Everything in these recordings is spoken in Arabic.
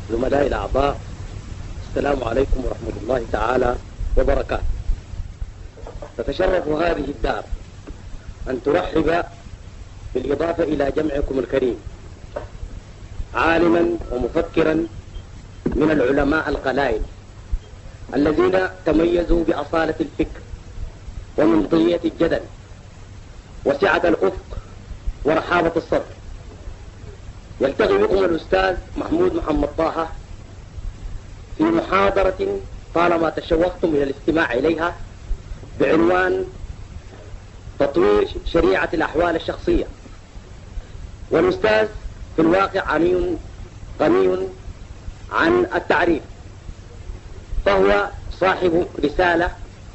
زملائي الأعضاء، السلام عليكم ورحمة الله تعالى وبركاته. تتشرف هذه الدار أن ترحب بالإضافة إلى جمعكم الكريم عالما ومفكرا من العلماء القلائل الذين تميزوا بأصالة الفكر ومنطقية الجدل وسعة الأفق ورحابة الصدر. يلتقي بكم الأستاذ محمود محمد طه في محاضرة طالما تشوقتم إلى الاستماع إليها بعنوان تطوير شريعة الأحوال الشخصية. والأستاذ في الواقع غني عن التعريف، فهو صاحب رسالة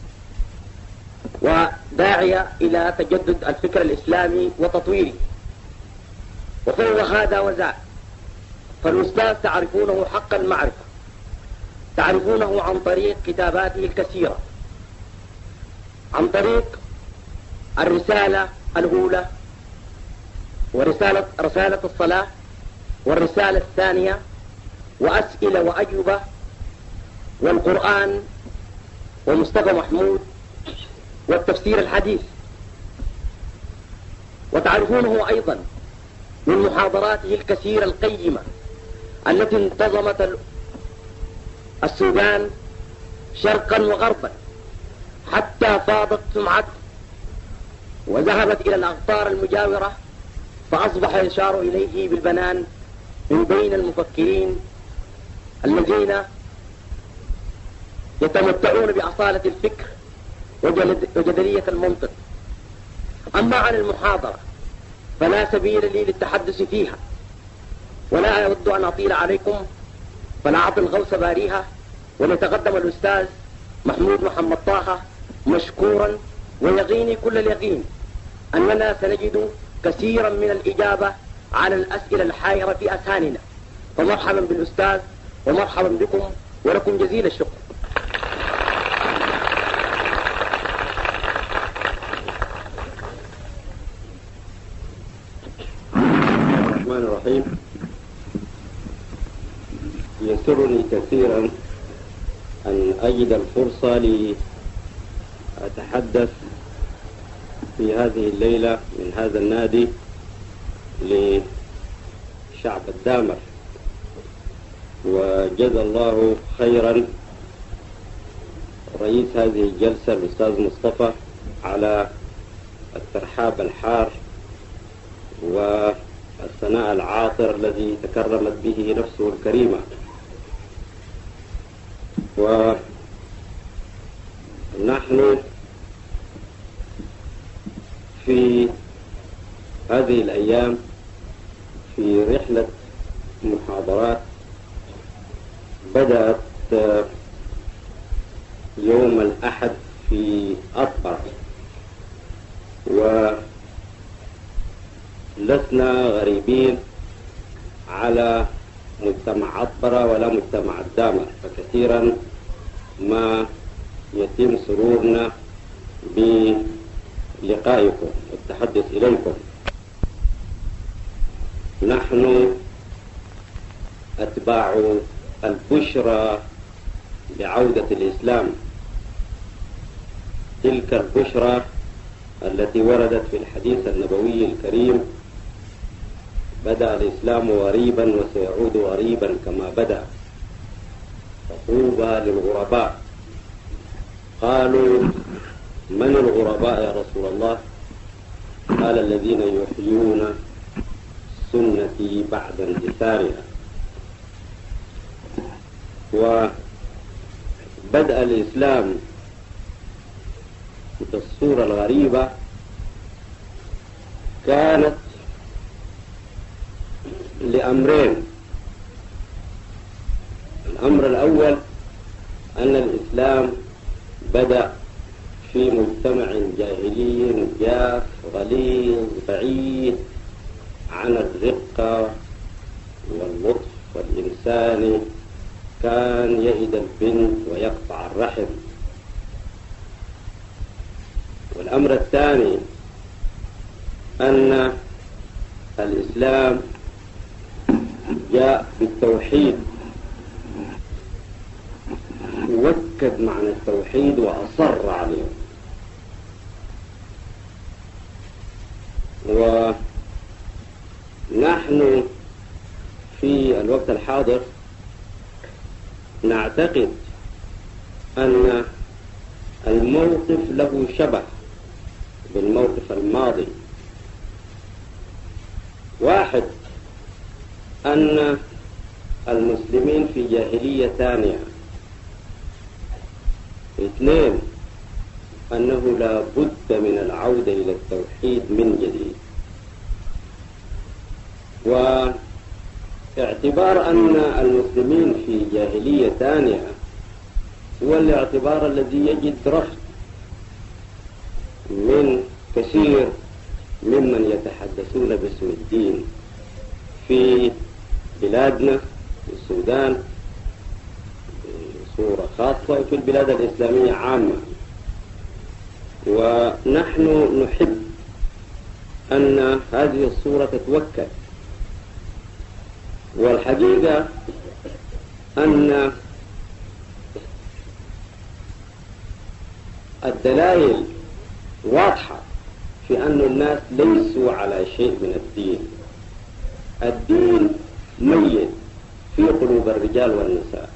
وداعية إلى تجدد الفكر الإسلامي وتطويره، وفهو هذا وذاك. فالأستاذ تعرفونه حق المعرفة، تعرفونه عن طريق كتاباته الكثيرة، عن طريق الرسالة الأولى ورسالة الصلاة والرسالة الثانية وأسئلة وأجوبة والقرآن ومصطفى محمود والتفسير الحديث. وتعرفونه أيضا من محاضراته الكثيرة القيمة التي انتظمت السودان شرقا وغربا حتى فاضت سمعته وذهبت إلى الأقطار المجاورة، فأصبح يشار إليه بالبنان من بين المفكرين الذين يتمتعون بأصالة الفكر وجدلية المنطق. أما عن المحاضرة فلا سبيل لي للتحدث فيها، ولا أود أن أطيل عليكم، فلا أعطي الغوص باريها، وليتقدم الأستاذ محمود محمد طه مشكورا، ويقيني كل اليقين أننا سنجد كثيرا من الإجابة على الأسئلة الحائرة في أذهاننا. فمرحبا بالأستاذ ومرحبا بكم، ولكم جزيل الشكر. الرحمن الرحيم. يسرني كثيرا أن أجد الفرصة لأتحدث في هذه الليلة من هذا النادي لشعب الدامر، وجزا الله خيرا رئيس هذه الجلسة الأستاذ مصطفى على الترحاب الحار والثناء العاطر الذي تكرمت به نفسه الكريمة. ونحن في هذه الأيام في رحلة محاضرات بدأت يوم الأحد في أطبرة، ولسنا غريبين على مجتمع أطبرة ولا مجتمع الدامر، فكثيرا ما يتم سرورنا بلقائكم والتحدث إليكم. نحن أتباع البشرى بعودة الإسلام، تلك البشرى التي وردت في الحديث النبوي الكريم: بدأ الإسلام غريبا وسيعود غريبا كما بدأ، فطوبى للغرباء. قالوا: من الغرباء يا رسول الله؟ قال: الذين يحيون سنتي بعد اندثارها. وبدأ الإسلام بالصورة الغريبة كانت لأمرين. الأمر الأول أن الإسلام بدأ في مجتمع جاهلي جاف غليظ بعيد عن الرقة واللطف والإنسان، كان يئد البنت ويقطع الرحم. والأمر الثاني أن الإسلام جاء بالتوحيد وكد معنى التوحيد وأصر عليه. ونحن في الوقت الحاضر نعتقد أن الموقف له شبه بالموقف الماضي. واحد، أن المسلمين في جاهلية ثانية. اثنين، أنه لا بد من العودة إلى التوحيد من جديد. واعتبار أن المسلمين في جاهلية ثانية هو الاعتبار الذي يجد رفض من كثير ممن يتحدثون باسم الدين في بلادنا، في السودان بصورة خاصة وفي البلاد الإسلامية عامة. ونحن نحب أن هذه الصورة تتوكد. والحقيقة أن الدلائل واضحة في أن الناس ليسوا على شيء من الدين. الدين ميت في قلوب الرجال والنساء.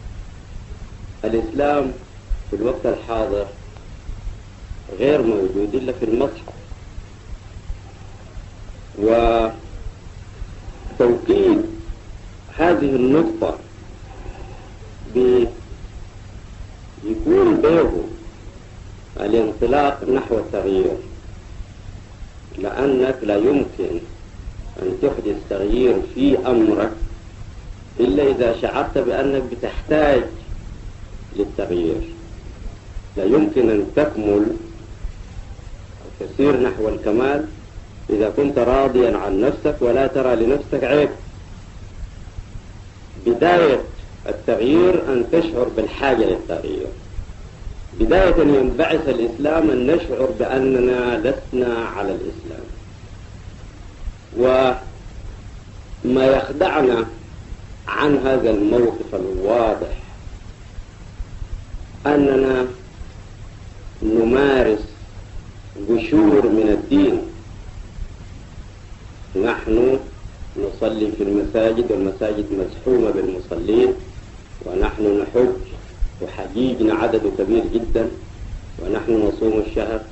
الإسلام في الوقت الحاضر غير موجود إلا في المصحف. وتوكيد هذه النقطة بيكون به الانطلاق نحو التغيير، لأنك لا يمكن أن تحدث تغيير في أمرك إلا إذا شعرت بأنك بتحتاج للتغيير. لا يمكن أن تكمل وتسير نحو الكمال إذا كنت راضيا عن نفسك ولا ترى لنفسك عيب. بداية التغيير أن تشعر بالحاجة للتغيير. بداية ينبعث الإسلام أن نشعر بأننا لسنا على الإسلام. وما يخدعنا عن هذا الموقف الواضح أننا نمارس قشور من الدين. نحن نصلي في المساجد والمساجد مزحومة بالمصلين، ونحن نحج وحجيجنا عدد كبير جدا، ونحن نصوم الشهر،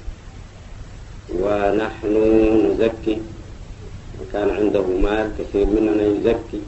ونحن نزكي وكان عنده مال كثير مننا يزكي،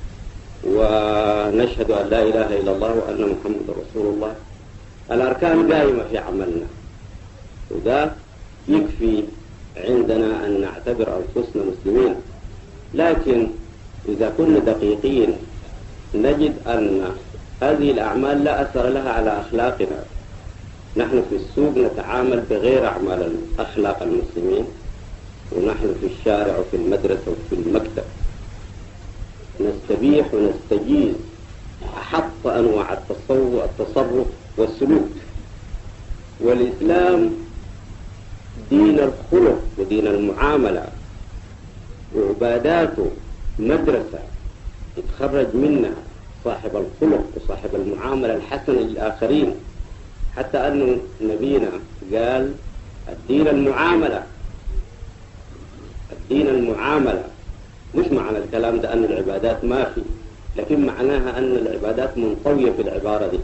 ونشهد أن لا إله إلا الله وأن محمد رسول الله. الأركان قائمة في عملنا، وده يكفي عندنا أن نعتبر أنفسنا مسلمين. لكن إذا كنا دقيقين نجد أن هذه الأعمال لا أثر لها على أخلاقنا. نحن في السوق نتعامل بغير أعمال أخلاق المسلمين، ونحن في الشارع وفي المدرسة وفي المكتب نستبيح ونستجيز أحط أنواع التصرف والسلوك. والإسلام دين الخلق ودين المعاملة، وعباداته مدرسة يتخرج منها صاحب الخلق وصاحب المعاملة الحسنة للآخرين. حتى أن نبينا قال الدين المعاملة. الدين المعاملة مش معنى الكلام ده أن العبادات ما في، لكن معناها أن العبادات منطوية في العبارة دي.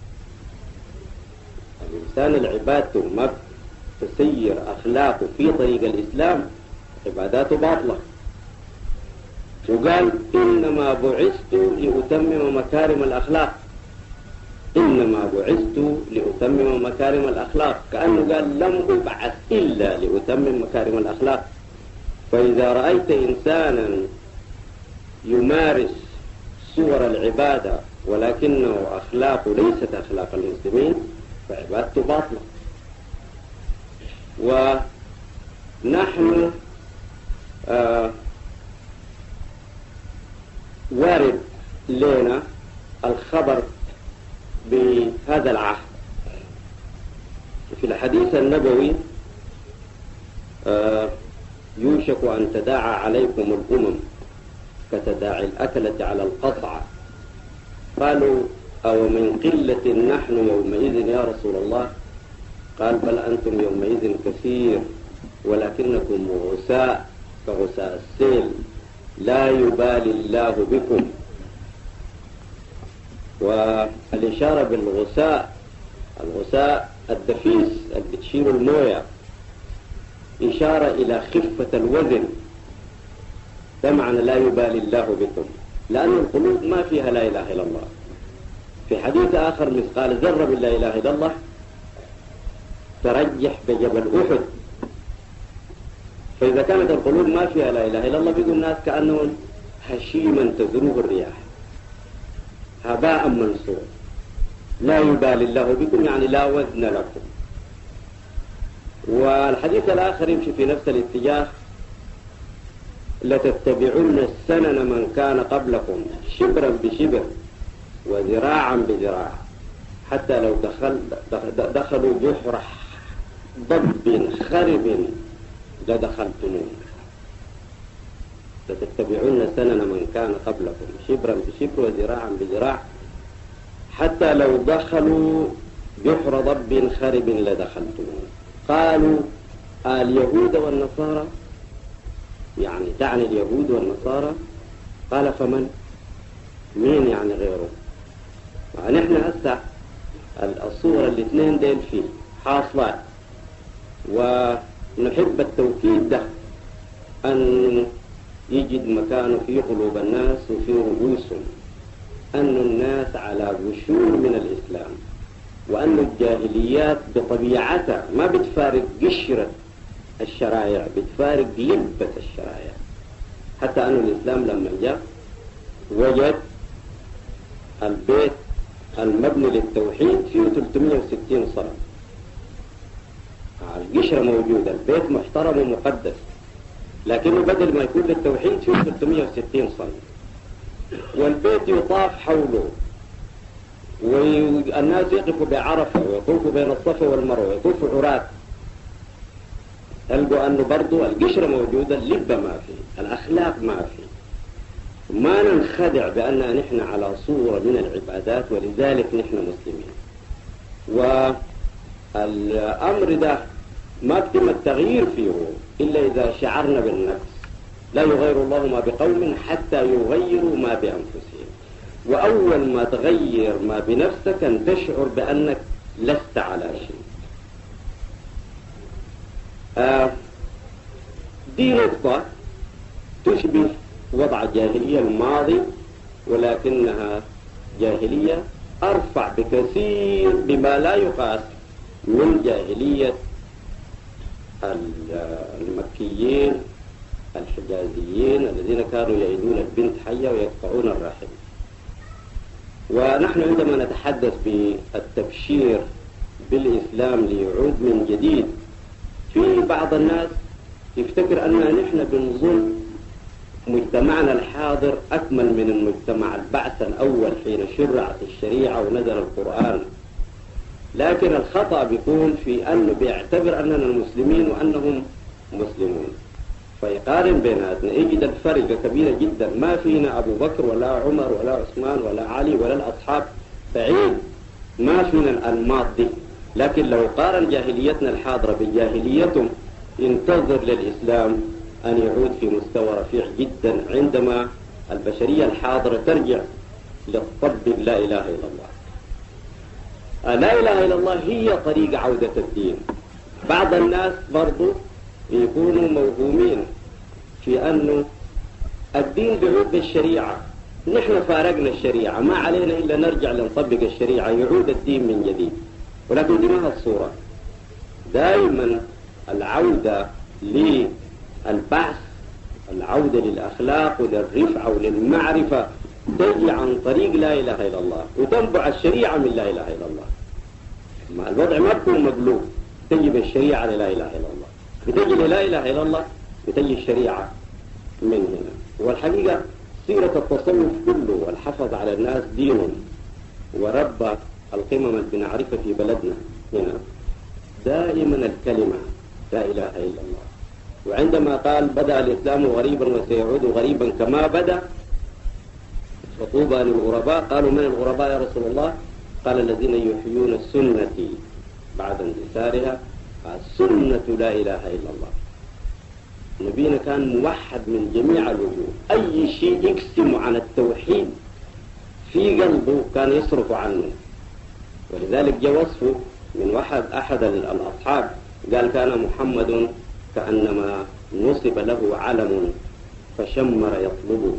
الإنسان العبادته ما تسير أخلاقه في طريق الإسلام عباداته باطلة. وقال إنما بعثت لأتمم مكارم الأخلاق. إنما بعثت لأتمم مكارم الأخلاق، كأنه قال لم أبعث إلا لأتمم مكارم الأخلاق. فإذا رأيت إنسانا يمارس صور العبادة ولكنه أخلاقه ليست أخلاق المسلمين فعبادته باطلة. ونحن وارد لنا الخبر بهذا العهد في الحديث النبوي. يوشك أن تداعى عليكم الأمم كتداعي الأكلة على القصعة. قالوا أو من قلة نحن يومئذ يا رسول الله؟ قال بل أنتم يومئذ كثير ولكنكم غثاء كغثاء السيل لا يبالي الله بكم. والإشارة بالغثاء، الغثاء الدفيس اللي بتشير الموية، إشارة إلى خفة الوزن. ده معنى لا يبالي الله بكم، لأن القلوب ما فيها لا إله إلا الله. في حديث آخر مثقال ذرة من لا إله إلا الله ترجح بجبل أحد. فإذا كانت القلوب ما فيها لا إله إلا الله بيقول الناس كأنهم هشيما تذروه الرياح، هباء منصور. لا يبالي الله بكم يعني لا وزن لكم. والحديث الآخر يمشي في نفس الاتجاه، لتتبعن السنن من كان قبلكم شبرا بشبر وذراعا بذراع حتى لو دخلوا جحر ضب خرب لدخلتموه. لتتبعن سنن من كان قبلكم شبرا بشبر وذراعا بذراع حتى لو دخلوا جحر ضب خرب لدخلتموه. قالوا اليهود والنصارى، يعني تعني اليهود والنصارى. قال فمن؟ مين يعني غيره؟ نحن هسه الصورة الاثنين ديل فيه حاصلات، ونحب التوكيد ده أن يجد مكانه في قلوب الناس وفي رؤوسهم، أن الناس على بشور من الإسلام، وأن الجاهليات بطبيعتها ما بتفارق قشرة الشرائع، بتفارق لبة الشرائع. حتى أن الإسلام لما جاء وجد البيت المبني للتوحيد فيه 360 صنم، القشرة موجودة، البيت محترم ومقدس، لكنه بدل ما يكون للتوحيد فيه 360 صنم، والبيت يطاف حوله، والناس يقفوا بعرفة ويطوفوا بين الصفا والمروة ويطوفوا عراة. تلقوا أنه برضو القشرة موجودة، اللبة ما فيه، الأخلاق ما فيه. ما ننخدع بأننا نحن على صورة من العبادات ولذلك نحن مسلمين. والأمر ده ما يتم التغيير فيه إلا إذا شعرنا بالنفس. لا يغير الله ما بقوم حتى يغيروا ما بأنفسهم. وأول ما تغير ما بنفسك أن تشعر بأنك لست على شيء. دي نقطة تشبه وضع الجاهلية الماضي، ولكنها جاهلية أرفع بكثير بما لا يقاس من جاهلية المكيين الحجازيين الذين كانوا يعيدون البنت حية ويقطعون الرحم. ونحن عندما نتحدث بالتبشير بالإسلام ليعود من جديد، في بعض الناس يفتكر أننا نحن بنظن مجتمعنا الحاضر أكمل من المجتمع البعث الأول حين شرعت الشريعة ونزل القرآن. لكن الخطأ بيكون في أنه بيعتبر أننا المسلمين وأنهم مسلمون، فيقارن بيناتنا يجد الفرق كبيرة جدا. ما فينا أبو بكر ولا عمر ولا عثمان ولا علي ولا الأصحاب، بعيد، ما فينا الأنماط دي. لكن لو قارن جاهليتنا الحاضرة بجاهليتهم ينتظر للإسلام أن يعود في مستوى رفيع جدا عندما البشرية الحاضرة ترجع لتطبق لا إله إلا الله. لا إله إلا الله هي طريق عودة الدين. بعض الناس برضو يكونوا موهومين في أنه الدين بيعود بالشريعة، نحن فارقنا الشريعة، ما علينا إلا نرجع لنطبق الشريعة يعود الدين من جديد. ولكن دي ما هي الصورة. دائما العودة للبعث، العودة للأخلاق وللرفعة وللمعرفة تجي عن طريق لا إله إلا الله، وتنبع الشريعة من لا إله إلا الله. ما الوضع ما بكون مقلوب، تجي بالشريعة للا إله إلا الله، بتجي للا إله إلا الله بتجي الشريعة من هنا. والحقيقة سيرة التصوف كله والحفظ على الناس دينهم وربى القمم اللي بنعرفها في بلدنا هنا دائما الكلمة لا إله إلا الله. وعندما قال بدأ الإسلام غريبا وسيعود غريبا كما بدأ، فطوبى للغرباء. قالوا من الغرباء يا رسول الله؟ قال الذين يحيون سنتي بعد اندثارها. السنة لا إله إلا الله. نبينا كان موحد من جميع الوجوه، أي شيء يقسم عن التوحيد في قلبه كان يصرف عنه. ولذلك جاء وصفه من أحد الأصحاب قال كان محمد كأنما نصب له علم فشمر يطلبه،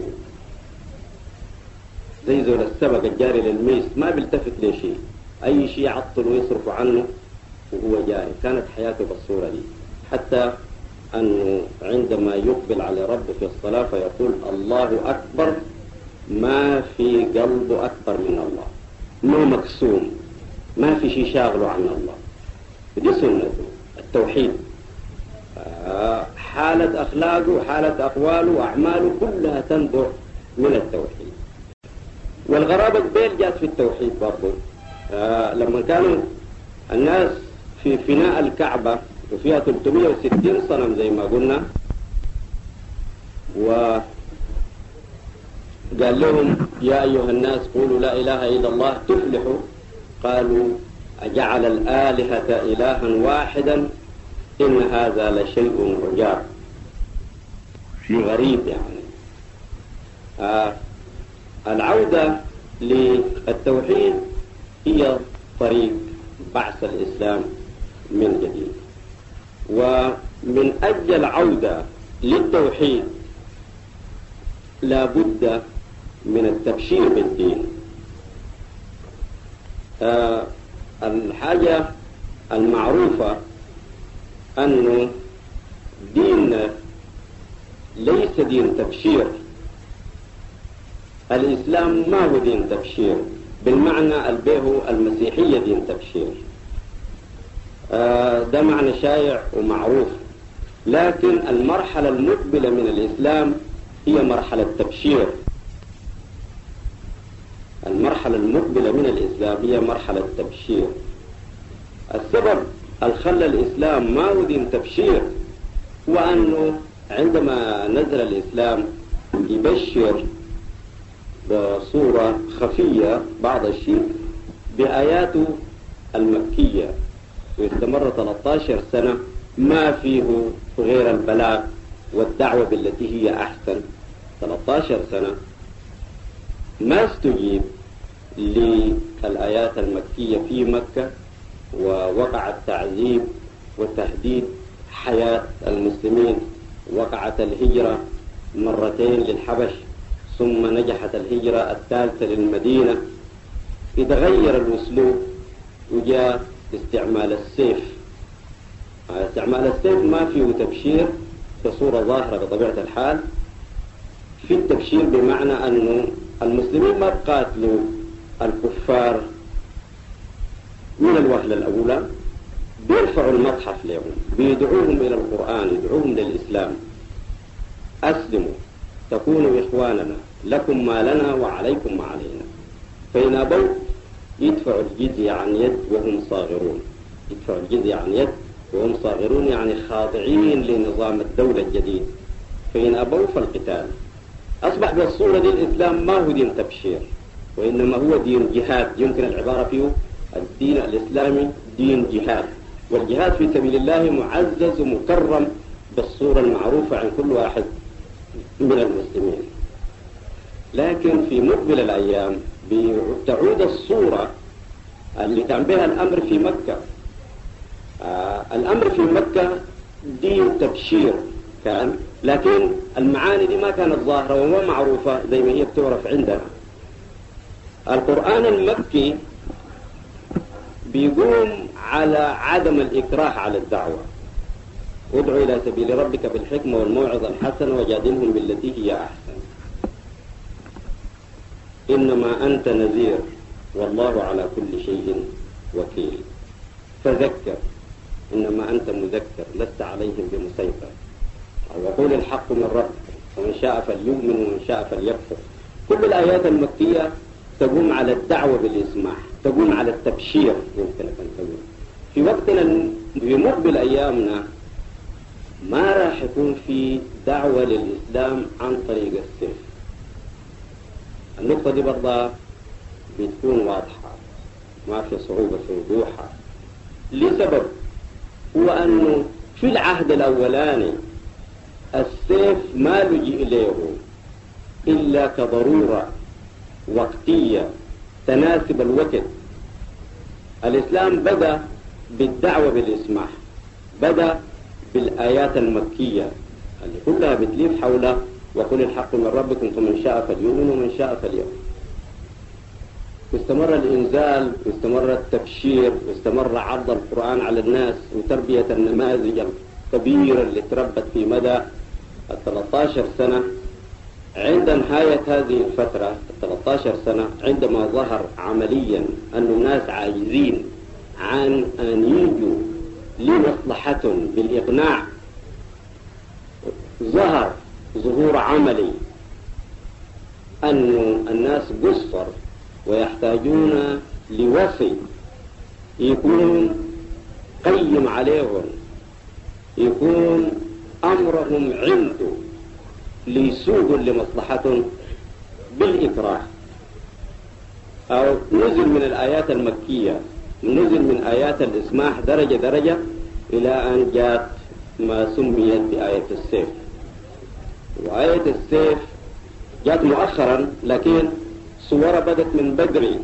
زي زول السبق الجاري للميس ما بيلتفت لشيء، أي شيء يعطل ويصرف عنه وهو جاري. كانت حياته بالصورة دي، حتى أنه عندما يقبل على رب في الصلاة فيقول الله أكبر، ما في قلبه أكبر من الله، مو مكسوم، ما في شيء شاغله عن الله. دي سنته التوحيد. حالة أخلاقه وحالة أقواله وأعماله كلها تنبع من التوحيد. والغرابة قبيل جات في التوحيد برضو. لما كانوا الناس في فناء الكعبة وفيها 360 صنم زي ما قلنا، وقال لهم يا أيها الناس قولوا لا إله إلا الله تفلحوا. قالوا أجعل الآلهة إلها واحدا إن هذا لشيء عجاب، شيء غريب يعني. العودة للتوحيد هي طريق بعث الإسلام من جديد. ومن أجل العودة للتوحيد لا بد من التبشير بالدين. الحاجة المعروفة أنه ديننا ليس دين تبشير. الإسلام ما هو دين تبشير بالمعنى البيه المسيحية دين تبشير، ده معنى شائع ومعروف. لكن المرحلة المقبلة من الإسلام هي مرحلة تبشير. المرحلة المقبلة من الإسلام هي مرحلة تبشير. السبب الخلى الإسلام ما هو دين تبشير هو أنه عندما نزل الإسلام يبشر بصورة خفية بعض الشيء بآياته المكية، واستمر 13 سنة ما فيه غير البلاغ والدعوة بالتي هي أحسن. 13 سنة ما استجيب للآيات المكية في مكة، ووقع التعذيب وتهديد حياة المسلمين. وقعت الهجرة مرتين للحبش، ثم نجحت الهجرة الثالثة للمدينة. يتغير الأسلوب وجاء استعمال السيف. استعمال السيف ما فيه تبشير بصورة ظاهرة بطبيعة الحال. في التبشير بمعنى أنه المسلمين ما بقاتلوا الكفار من الوهلة الأولى، بيرفعوا المصحف لهم، بيدعوهم إلى القرآن، يدعوهم للإسلام. أسلموا تكونوا إخواننا، لكم ما لنا وعليكم ما علينا. فإن أبوا يدفعوا الجزية عن يد وهم صاغرون. يدفعوا الجزية عن يد وهم صاغرون يعني خاضعين لنظام الدولة الجديد. فإن أبوا فالقتال. أصبح بالصورة دي الإسلام ما هو دين تبشير، وإنما هو دين جهاد. يمكن العبارة فيه الدين الإسلامي دين جهاد، والجهاد في سبيل الله معزز ومكرم بالصورة المعروفة عن كل واحد من المسلمين. لكن في مقبل الأيام بتعود الصورة اللي كان بها الأمر في مكة. الأمر في مكة دين تبشير كان، لكن المعاني دي ما كانت ظاهرة وما معروفة زي ما هي بتعرف عندنا. القرآن المكي بيقوم على عدم الإكراه على الدعوة. ادعو إلى سبيل ربك بالحكمة والموعظة الحسنة وجادلهم بالتي هي أحسن. إنما أنت نذير والله على كل شيء وكيل. فذكر إنما أنت مذكر لست عليهم بمسيطر. وقول الحق من ربك ومن شاء فليؤمن ومن شاء فليكفر. كل الآيات المكية تقوم على الدعوة بالإسماع، تقوم على التبشير. يمكن أن تقول في وقتنا في مقبل أيامنا ما راح يكون في دعوة للإسلام عن طريق السيف. النقطة دي برضه بتكون واضحة، ما في صعوبة في وضوحها، لسبب هو أنه في العهد الأولاني السيف ما لجئ إليه إلا كضرورة وقتية تناسب الوقت. الإسلام بدأ بالدعوة بالإسماح، بدأ بالآيات المكية اللي كلها بتلف حول وقل الحق من ربكم فمن شاء فليؤمن ومن شاء فليكفر. واستمر الإنزال واستمر التبشير واستمر عرض القرآن على الناس وتربية النماذج الكبيرة اللي تربت في مدى 13 سنة. عند نهاية هذه الفترة 13 سنة، عندما ظهر عمليا أن الناس عاجزين عن أن يجوا لمصلحة بالإقناع، ظهر ظهور عملي أن الناس قصر ويحتاجون لوصي يكون قيم عليهم، يكون أمرهم عنده ليسوقوا لمصلحتهم بالإكراه. أو نزل من الآيات المكية، نزل من آيات الإسماح درجة درجة إلى أن جاءت ما سميت بآية السيف. وآية السيف جاءت مؤخرا، لكن صورة بدت من بدري.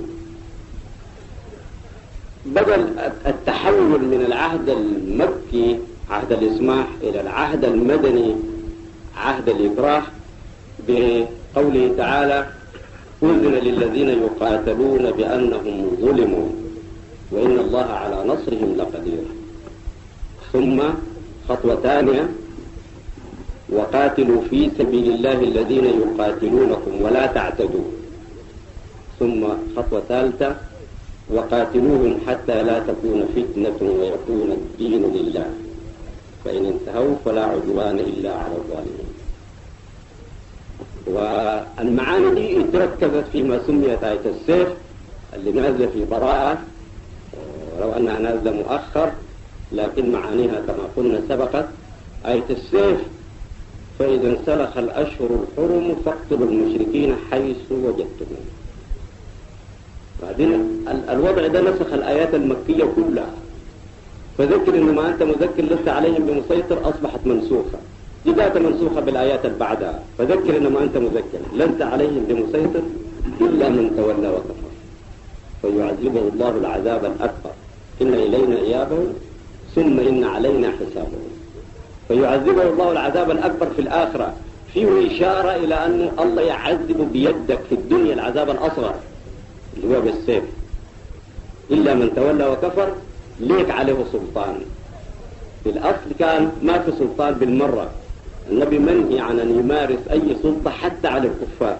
بدل التحول من العهد المكي عهد الإسماح إلى العهد المدني عهد الإكراه بقوله تعالى أذن للذين يقاتلون بأنهم ظلموا وإن الله على نصرهم لقدير. ثم خطوة ثانية وقاتلوا في سبيل الله الذين يقاتلونكم ولا تعتدوا. ثم خطوة ثالثة وقاتلوهم حتى لا تكون فتنة ويكون الدين لله فإن انتهوا فلا عدوان إلا على الظالمين. والمعاني دي تركزت فيما سميت آية السيف اللي نازلة في براءة، ولو أنها نازلة مؤخر لكن معانيها كما قلنا سبقت. آية السيف فإذا انسلخ الأشهر الحرم فاقتلوا المشركين حيث وجدتموهم. بعدين الوضع ده نسخ الآيات المكية كلها، فذكر إنما أنت مذكر لست عليهم بمسيطر أصبحت منسوخة، دي ذات منسوخة بالآيات اللي بعدها. فذكر إنما أنت مذكر لست عليهم بمسيطر إلا من تولى وكفر فيعذبه الله العذاب الأكبر إن إلينا إيابهم ثم إن علينا حسابهم. فيعذبه الله العذاب الأكبر في الآخرة، فيه إشارة إلى أن الله يعذب بيدك في الدنيا العذاب الأصغر اللي هو بالسيف. إلا من تولى وكفر ليك عليه سلطان. في الأصل كان ما في سلطان بالمرة، النبي منهي عن أن يمارس أي سلطة حتى على الكفار.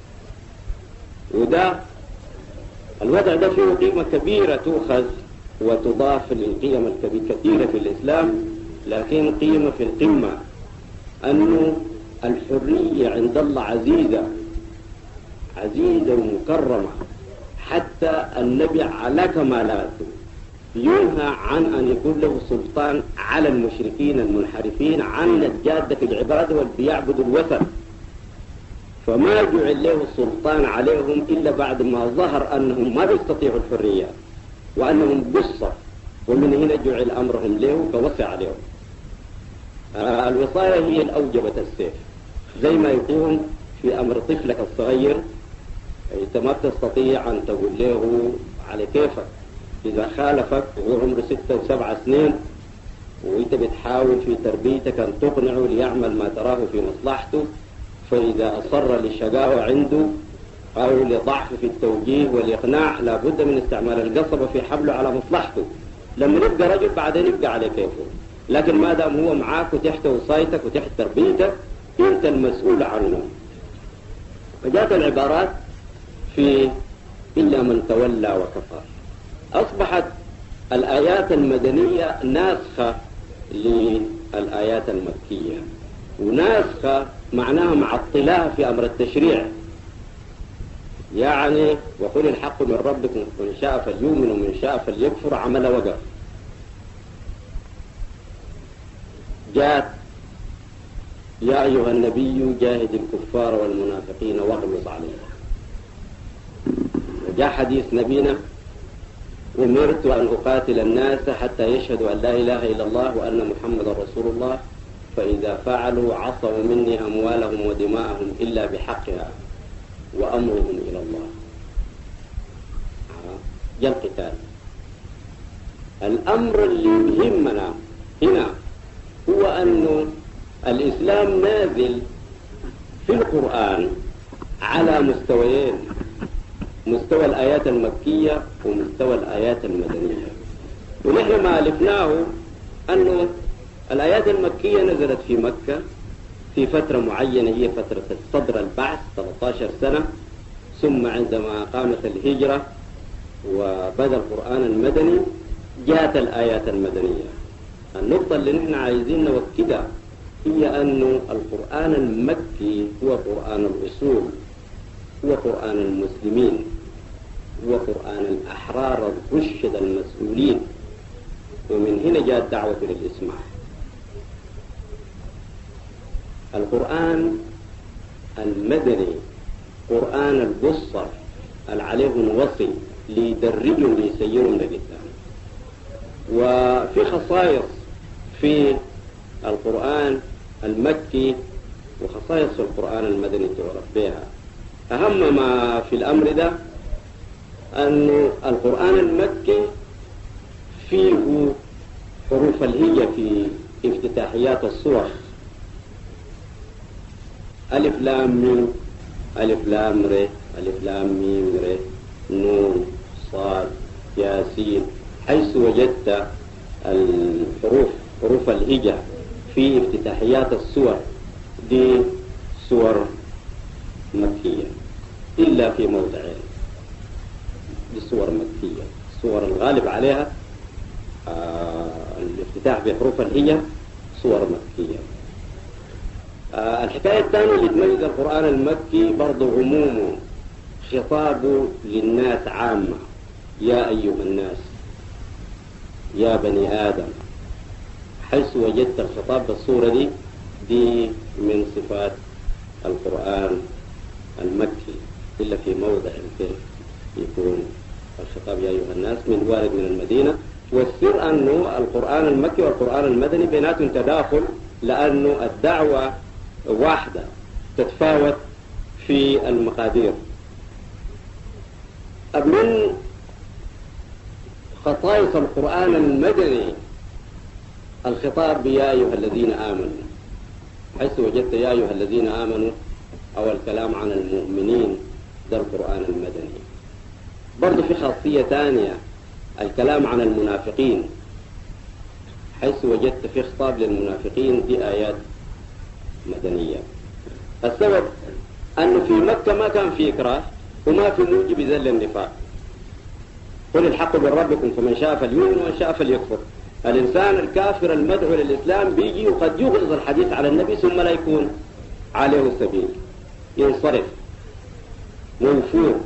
وده الوضع ده فيه قيمة كبيرة تؤخذ وتضاف للقيم الكثيرة في الإسلام، لكن قيمة في القمة أنه الحرية عند الله عزيزة عزيزة ومكرمة، حتى النبي على كمالاته ينهى عن أن يكون له سلطان على المشركين المنحرفين عن الجادة في العبادة واللي بيعبدوا الوثن. فما جعل له السلطان عليهم إلا بعد ما ظهر أنهم ما بيستطيعوا الحرية وأنهم قصة، ومن هنا جعل أمرهم له كوصي عليهم. الوصاية هي الأوجبة السيف، زي ما يكون في أمر طفلك الصغير أنت ما بتستطيع أن تقول له على كيفك. إذا خالفك وهو عمره 6 و7 سنين وإنت بتحاول في تربيتك أن تقنعه ليعمل ما تراه في مصلحته، فإذا أصر للشقاوة عنده أو لضعف في التوجيه والإقناع لابد من استعمال القصبة في حبله على مصلحته. لما يبقى رجل بعدين يبقى على كيفه، لكن ما دام هو معاك وتحت وصايتك وتحت تربيتك أنت المسؤول عنه. فجاءت العبارات في إلا من تولى وكفر. أصبحت الآيات المدنية ناسخة للآيات المكية، وناسخة معناها معطلاها في أمر التشريع. يعني وقل الحق من ربكم من شاء فليؤمن ومن شاء فليكفر عمل وقف. جاءت يا أيها النبي جاهد الكفار والمنافقين واغلظ عليهم. وجاء حديث نبينا: أمرت أن أقاتل الناس حتى يشهدوا أن لا إله إلا الله وأن محمد رسول الله، فإذا فعلوا عصوا مني أموالهم ودماءهم إلا بحقها وأمرهم إلى الله. جاء القتال. الأمر اللي يهمنا هنا هو أن الإسلام نازل في القرآن على مستويين: مستوى الآيات المكية ومستوى الآيات المدنية. ونحن ما ألفناه أنه الآيات المكية نزلت في مكة في فترة معينة، هي فترة صدر البعث 13 سنة، ثم عندما قامت الهجرة وبدأ القرآن المدني جاءت الآيات المدنية. النقطة اللي نحن عايزين نوكدها هي أن القرآن المكي هو قرآن الأصول، هو قرآن المسلمين، هو قرآن الأحرار الرشد المسؤولين، ومن هنا جاءت دعوة للإسماع. القرآن المدني قرآن البصر العليه الوصي ليدرجهم ليسيرهم لقدام. وفي خصائص في القرآن المكي وخصائص في القرآن المدني تعرف بها. أهم ما في الأمر ده أن القرآن المكي فيه حروف الهجة في افتتاحيات الصور: ألف لام ميم، ألف لام ر، ألف لام ميم ر، نون صاد ياسين، حيث وجدت حروف الهجة في افتتاحيات السور دي سور مكية، إلا في موضعين دي سور مكية. السور الغالب عليها الافتتاح بحروف الهجة سور مكية. الحكاية الثانية اللي تميز القرآن المكي برضه عمومه، خطابه للناس عامة: يا أيها الناس، يا بني آدم، حيث وجدت الخطاب بالصورة دي من صفات القرآن المكي، إلا في موضع يكون الخطاب يا أيها الناس من وارد من المدينة. والسر أنه القرآن المكي والقرآن المدني بيناتهم تداخل، لأنه الدعوة واحدة تتفاوت في المقادير. من خصائص القرآن المدني الخطاب يا أيها الذين آمنوا، حيث وجدت يا أيها الذين آمنوا أو الكلام عن المؤمنين ده القرآن المدني. برضو في خاصية ثانية، الكلام عن المنافقين، حيث وجدت في خطاب للمنافقين دي آيات مدنية. السبب أنه في مكة ما كان في إكراه وما في موجب ذل النفاق. قل الحق من ربكم فمن شاء فليؤمن ومن شاء فليكفر. الإنسان الكافر المدعو للإسلام بيجي وقد يغلظ الحديث على النبي ثم لا يكون عليه السبيل، ينصرف ويفور.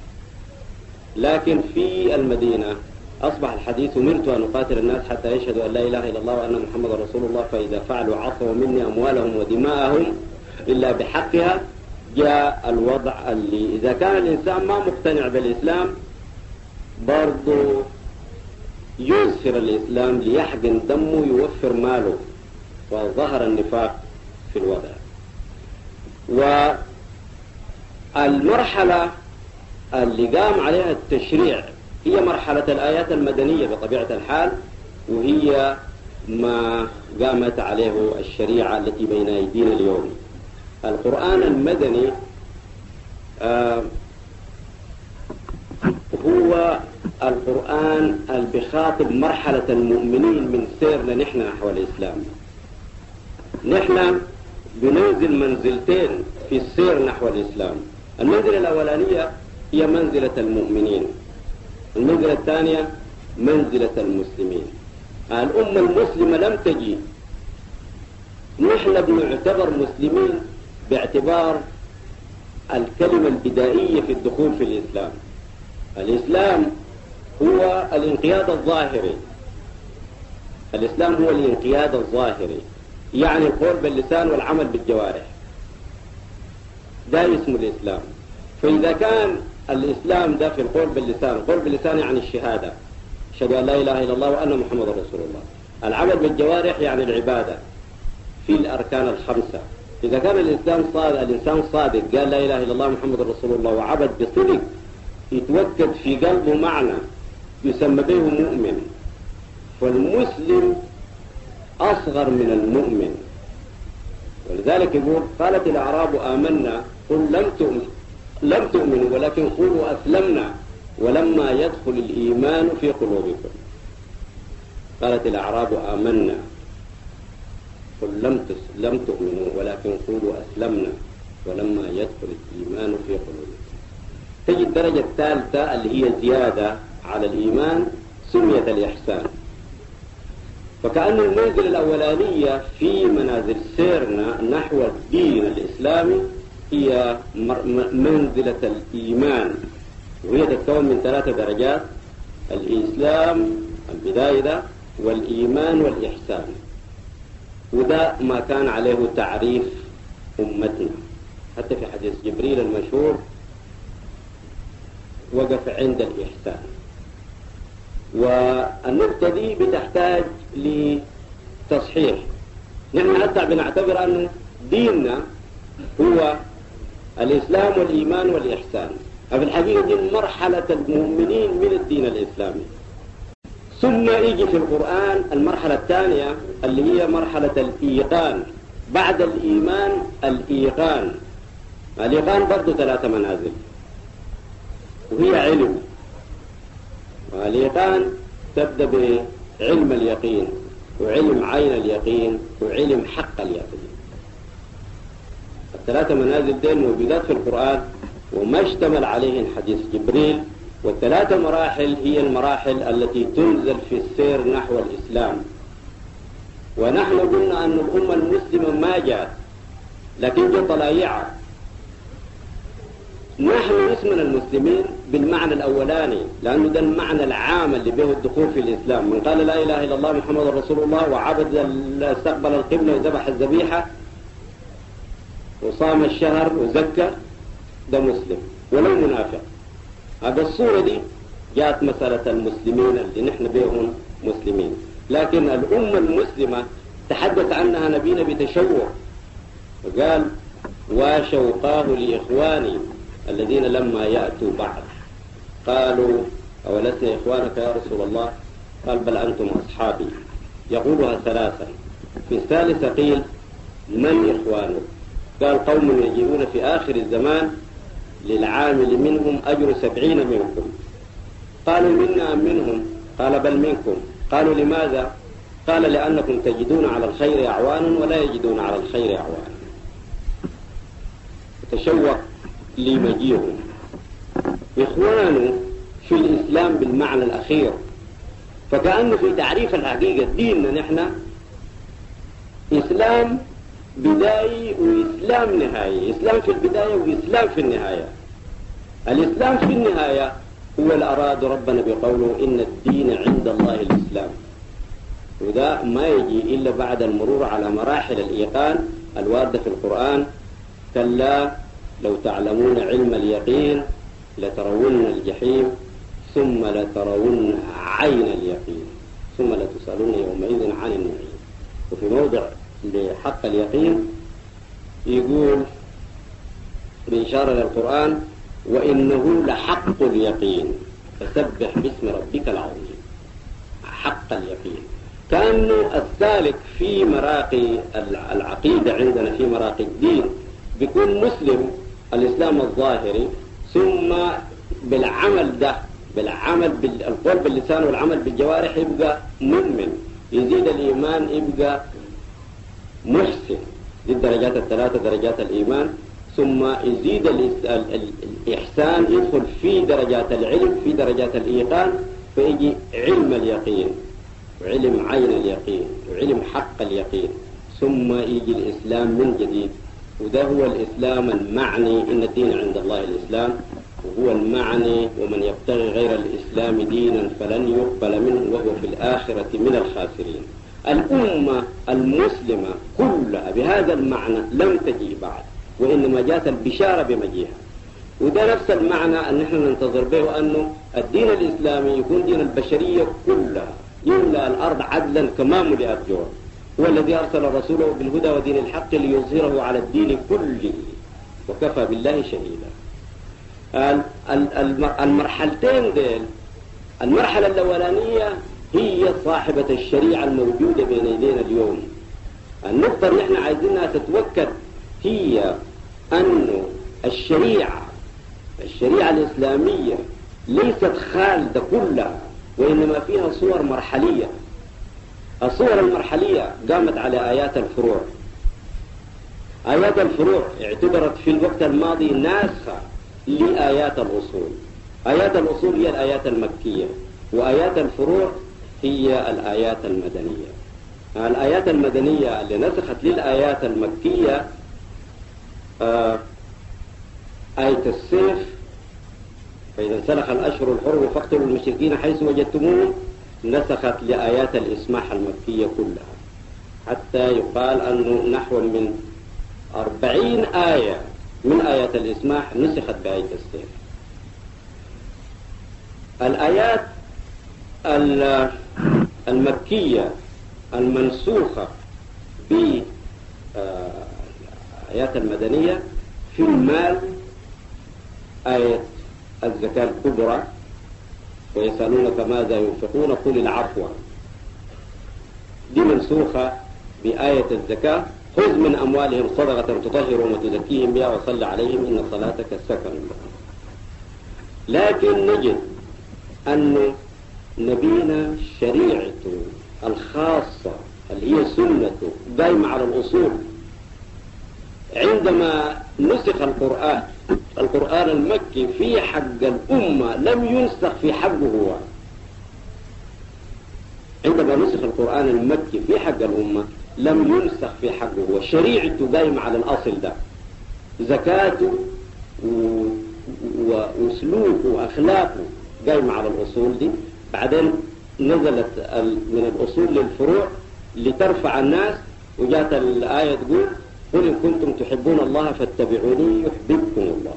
لكن في المدينة أصبح الحديث: أمرت أن أقاتل الناس حتى يشهدوا أن لا إله إلا الله وأن محمد رسول الله، فإذا فعلوا عصوا مني أموالهم ودماءهم إلا بحقها. جاء الوضع اللي إذا كان الإنسان ما مقتنع بالإسلام برضو يظهر الإسلام ليحقن دمه يوفر ماله، وظهر النفاق في الوضع. والمرحلة اللي قام عليها التشريع هي مرحلة الآيات المدنية بطبيعة الحال، وهي ما قامت عليه الشريعة التي بين أيدينا اليوم. القرآن المدني هو القرآن اللي بيخاطب مرحلة المؤمنين من سيرنا نحن نحو الإسلام. نحن بننزل منزلتين في السير نحو الإسلام. المنزلة الأولانية هي منزلة المؤمنين، المنزلة الثانية منزلة المسلمين. الأمة المسلمة لم تجي، نحن بنعتبر مسلمين باعتبار الكلمة البدائية في الدخول في الإسلام. الإسلام هو الانقياد الظاهري، الإسلام هو الانقياد الظاهري، يعني القول باللسان والعمل بالجوارح، ده اسم الإسلام. فإذا كان الإسلام ده في القول باللسان. القول باللسان يعني الشهادة، أشهد أن لا إله إلا الله وأن محمد رسول الله. العمل بالجوارح يعني العبادة في الأركان الخمسة. إذا كان الإنسان صادق قال لا إله إلا الله محمد رسول الله وعبد بصدق، يتوكد في قلبه معنى يسمى به مؤمن. فالمسلم أصغر من المؤمن، ولذلك يقول قالت الأعراب آمنا قل لم تؤمنوا ولكن قولوا أسلمنا ولما يدخل الإيمان في قلوبكم. قالت الأعراب آمنا قل لم تؤمنوا ولكن قولوا أسلمنا ولما يدخل الإيمان في قلوبكم. تجي الدرجة الثالثة اللي هي زيادة على الإيمان سميت الإحسان. فكأن المنزل الأولانية في منازل سيرنا نحو الدين الإسلامي هي منزلة الإيمان، وهي تتكون من 3 درجات: الإسلام البداية ده، والإيمان والإحسان. وده ما كان عليه تعريف أمتنا، حتى في حديث جبريل المشهور وقف عند الإحسان. والنقطة دي بتحتاج لتصحيح. نحن حتى بنعتبر أن ديننا هو الإسلام والإيمان والإحسان، ففي الحقيقة دي مرحلة المؤمنين من الدين الإسلامي. ثم يجي في القرآن المرحلة الثانية اللي هي مرحلة الإيقان. بعد الإيمان الإيقان. الإيقان برضو 3 منازل، وهي علم. والإيقان تبدأ بعلم اليقين، وعلم عين اليقين، وعلم حق اليقين. ال3 منازل دين موجودات في القرآن وما اشتمل عليهن حديث جبريل. وال3 مراحل هي المراحل التي تنزل في السير نحو الإسلام. ونحن قلنا أن الأمة المسلمة ما جاءت، لكن جاء طلائعة. نحن اسمنا المسلمين بالمعنى الأولاني، لأنه ده المعنى العام اللي به الدخول في الإسلام. من قال لا إله إلا الله محمد رسول الله وعبد استقبل القبلة وذبح الذبيحة وصام الشهر وزكى، ده مسلم ولو منافق. هذا الصورة دي جاءت مسألة المسلمين اللي نحن بهم مسلمين. لكن الأمة المسلمة تحدث عنها نبينا بتشوق، وقال وشوقاه لإخواني الذين لما يأتوا بعد قالوا أولسنا إخوانك يا رسول الله؟ قال بل أنتم أصحابي. يقولها 3. في الثالثة قيل من إخوانه؟ قال قوم يجيئون في آخر الزمان للعامل منهم أجر 70 منكم. قالوا منا أم منهم؟ قال بل منكم. قالوا لماذا؟ قال لأنكم تجدون على الخير أعوانا ولا يجدون على الخير أعوانا. تشوق لمجيئهم. إخوانه في الإسلام بالمعنى الأخير. فكأنه في تعريف الحقيقة ديننا نحن إسلام بداية وإسلام نهاية. إسلام في البداية وإسلام في النهاية. الإسلام في النهاية هو اللي أراد ربنا بقوله إن الدين عند الله الإسلام. وده ما يجي إلا بعد المرور على مراحل الإيقان الواردة في القرآن. كلا لو تعلمون علم اليقين لترون الجحيم ثم لترون عين اليقين ثم لتسألون يومئذ عن النعيم. وفي موضع لحق اليقين يقول بإشارة للقرآن وإنه لحق اليقين فسبح باسم ربك العظيم. حق اليقين. كأنه السالك في مراقي العقيدة عندنا في مراقي الدين بيكون مسلم الإسلام الظاهري، ثم بالعمل ده بالعمل بالقول باللسان والعمل بالجوارح يبقى مؤمن. يزيد الإيمان يبقى محسن. دي الدرجات ال3 درجات الإيمان. ثم يزيد الإحسان يدخل في درجات العلم في درجات الإيقان، فيجي علم اليقين وعلم عين اليقين وعلم حق اليقين. ثم يجي الإسلام من جديد. وده هو الإسلام المعني إن الدين عند الله الإسلام، وهو المعني ومن يبتغي غير الإسلام دينا فلن يقبل منه وهو في الآخرة من الخاسرين. الأمة المسلمة كلها بهذا المعنى لم تجي بعد، وإنما جاءت البشارة بمجيئها. وده نفس المعنى أن نحن ننتظر به، أنه الدين الإسلامي يكون دين البشرية كلها، يملأ الأرض عدلا كما ملئت جوعا. هو الذي أرسل رسوله بالهدى ودين الحق ليظهره على الدين كله وكفى بالله شهيدا. المرحلتين ديل، المرحلة الأولانية هي صاحبة الشريعة الموجودة بين يدينا اليوم. النقطة اللي احنا عايزينها تتوكد هي أنه الشريعة الإسلامية ليست خالدة كلها، وإنما فيها صور مرحلية. الصور المرحلية قامت على آيات الفروع. آيات الفروع اعتبرت في الوقت الماضي ناسخة لآيات الأصول. آيات الأصول هي الآيات المكية، وآيات الفروع هي الآيات المدنية. الآيات المدنية اللي نسخت للآيات المكية آية السيف، فإذا انسلخ الأشهر الحرم فاقتلوا المشركين حيث وجدتموهم، نسخت لآيات الإسماح المكية كلها، حتى يقال أنه نحو من 40 آية من آيات الإسماح نسخت بآية السيف. الآيات المكية المنسوخة بالآيات المدنية في المال آية الزكاة الكبرى، ويسألونك ماذا ينفقون قل العفو، دي منسوخة بآية الزكاة، خذ من أموالهم صدقة تطهرهم وتزكيهم بها وصل عليهم إن صلاتك سكن لهم. لكن نجد أن نبينا شريعته الخاصة اللي هي سنته قائمة على الأصول. عندما نسخ القرآن المكي في حق الأمة لم ينسخ في حقه هو. عندما نسخ القرآن المكي في حق الأمة لم ينسخ في حقه هو، شريعته قائمة على الأصل ده، زكاته وسلوكه وأخلاقه قائمة على الأصول دي. بعدين نزلت من الأصول للفروع لترفع الناس، وجاءت الآية تقول قل إن كنتم تحبون الله فاتبعوني يحببكم الله.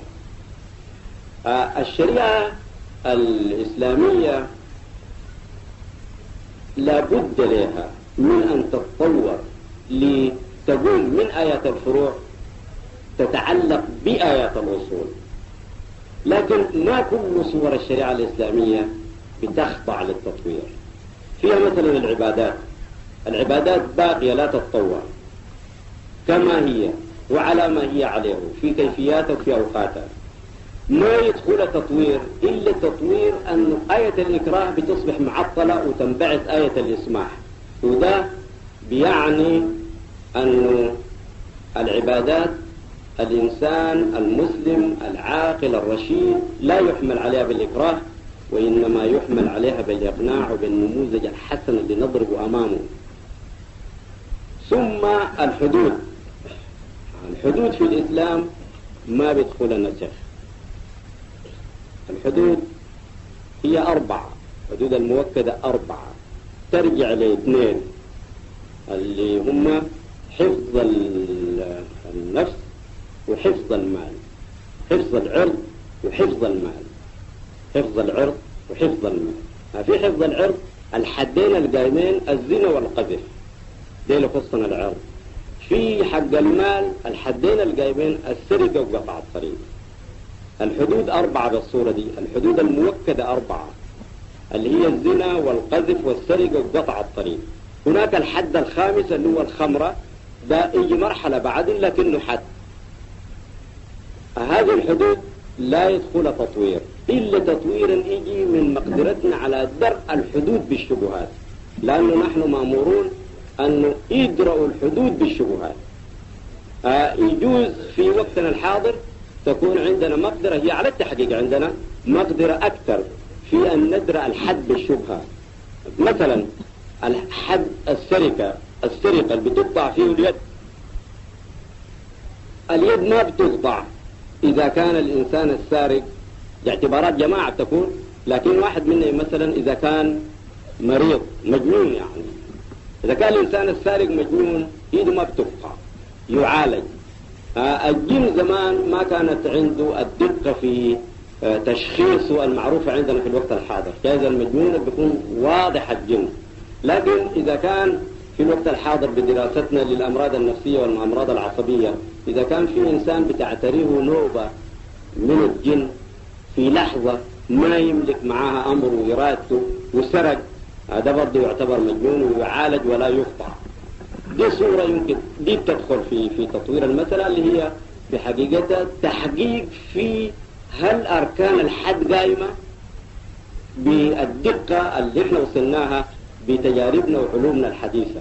الشريعة الإسلامية لا بد لها من أن تتطور لتقول من آيات الفروع تتعلق بآيات الأصول. لكن ما كل صور الشريعة الإسلامية بتخضع للتطوير. فيها مثلا العبادات باقية لا تتطور كما هي وعلى ما هي عليه في كيفياتها وفي أوقاتها. ما يدخل تطوير إلا تطوير أن آية الإكراه بتصبح معطلة وتنبعث آية الإسماح، وده بيعني أن العبادات الإنسان المسلم العاقل الرشيد لا يحمل عليها بالإكراه، وإنما يحمل عليها بالإقناع وبالنموذج الحسن اللي نضرب أمامه. ثم الحدود في الإسلام ما بيدخل النسخ. الحدود هي 4، حدود المؤكدة 4، ترجع ل2 اللي هم حفظ النفس وحفظ المال، حفظ العرض وحفظ المال، حفظ العرض وحفظ المال. في حفظ العرض الحدين القايمين الزنا والقذف، دي لخصنا العرض. في حق المال الحدين القايمين السرقة وقطع الطريق. الحدود 4 بالصورة دي، الحدود المؤكدة 4 اللي هي الزنا والقذف والسرقة وقطع الطريق. هناك الحد الخامس اللي هو الخمرة، ده يجي مرحلة بعد لكنه حد. هذه الحدود لا يدخل تطوير إلا تطويرا يجي من مقدرتنا على درء الحدود بالشبهات، لأنه نحن مأمورون أن يدرأوا الحدود بالشبهات. يجوز في وقتنا الحاضر تكون عندنا مقدرة، هي على التحقيق عندنا مقدرة أكثر في أن ندرأ الحد بالشبهة. مثلا الحد السرقة اللي بتقطع فيه اليد ما بتقطع إذا كان الإنسان السارق، باعتبارات جماعة تكون، لكن واحد منا مثلا إذا كان مريض مجنون، يعني إذا كان الإنسان السارق مجنون إيده ما بتقطع، يعالج. الجن زمان ما كانت عنده الدقة في تشخيصه المعروفة عندنا في الوقت الحاضر. جايز المجنون بيكون واضح الجن، لكن إذا كان في الوقت الحاضر بدراستنا للأمراض النفسية والأمراض العصبية، إذا كان في إنسان بتعتريه نوبة من الجن في لحظة ما يملك معها أمره وإرادته وسرق، هذا برضه يعتبر مجنون ويعالج ولا يقطع. دي صورة يمكن دي بتدخل في تطوير المسألة اللي هي بحقيقتها تحقيق في هل أركان الحد قائمة بالدقة اللي احنا وصلناها بتجاربنا وعلومنا الحديثة.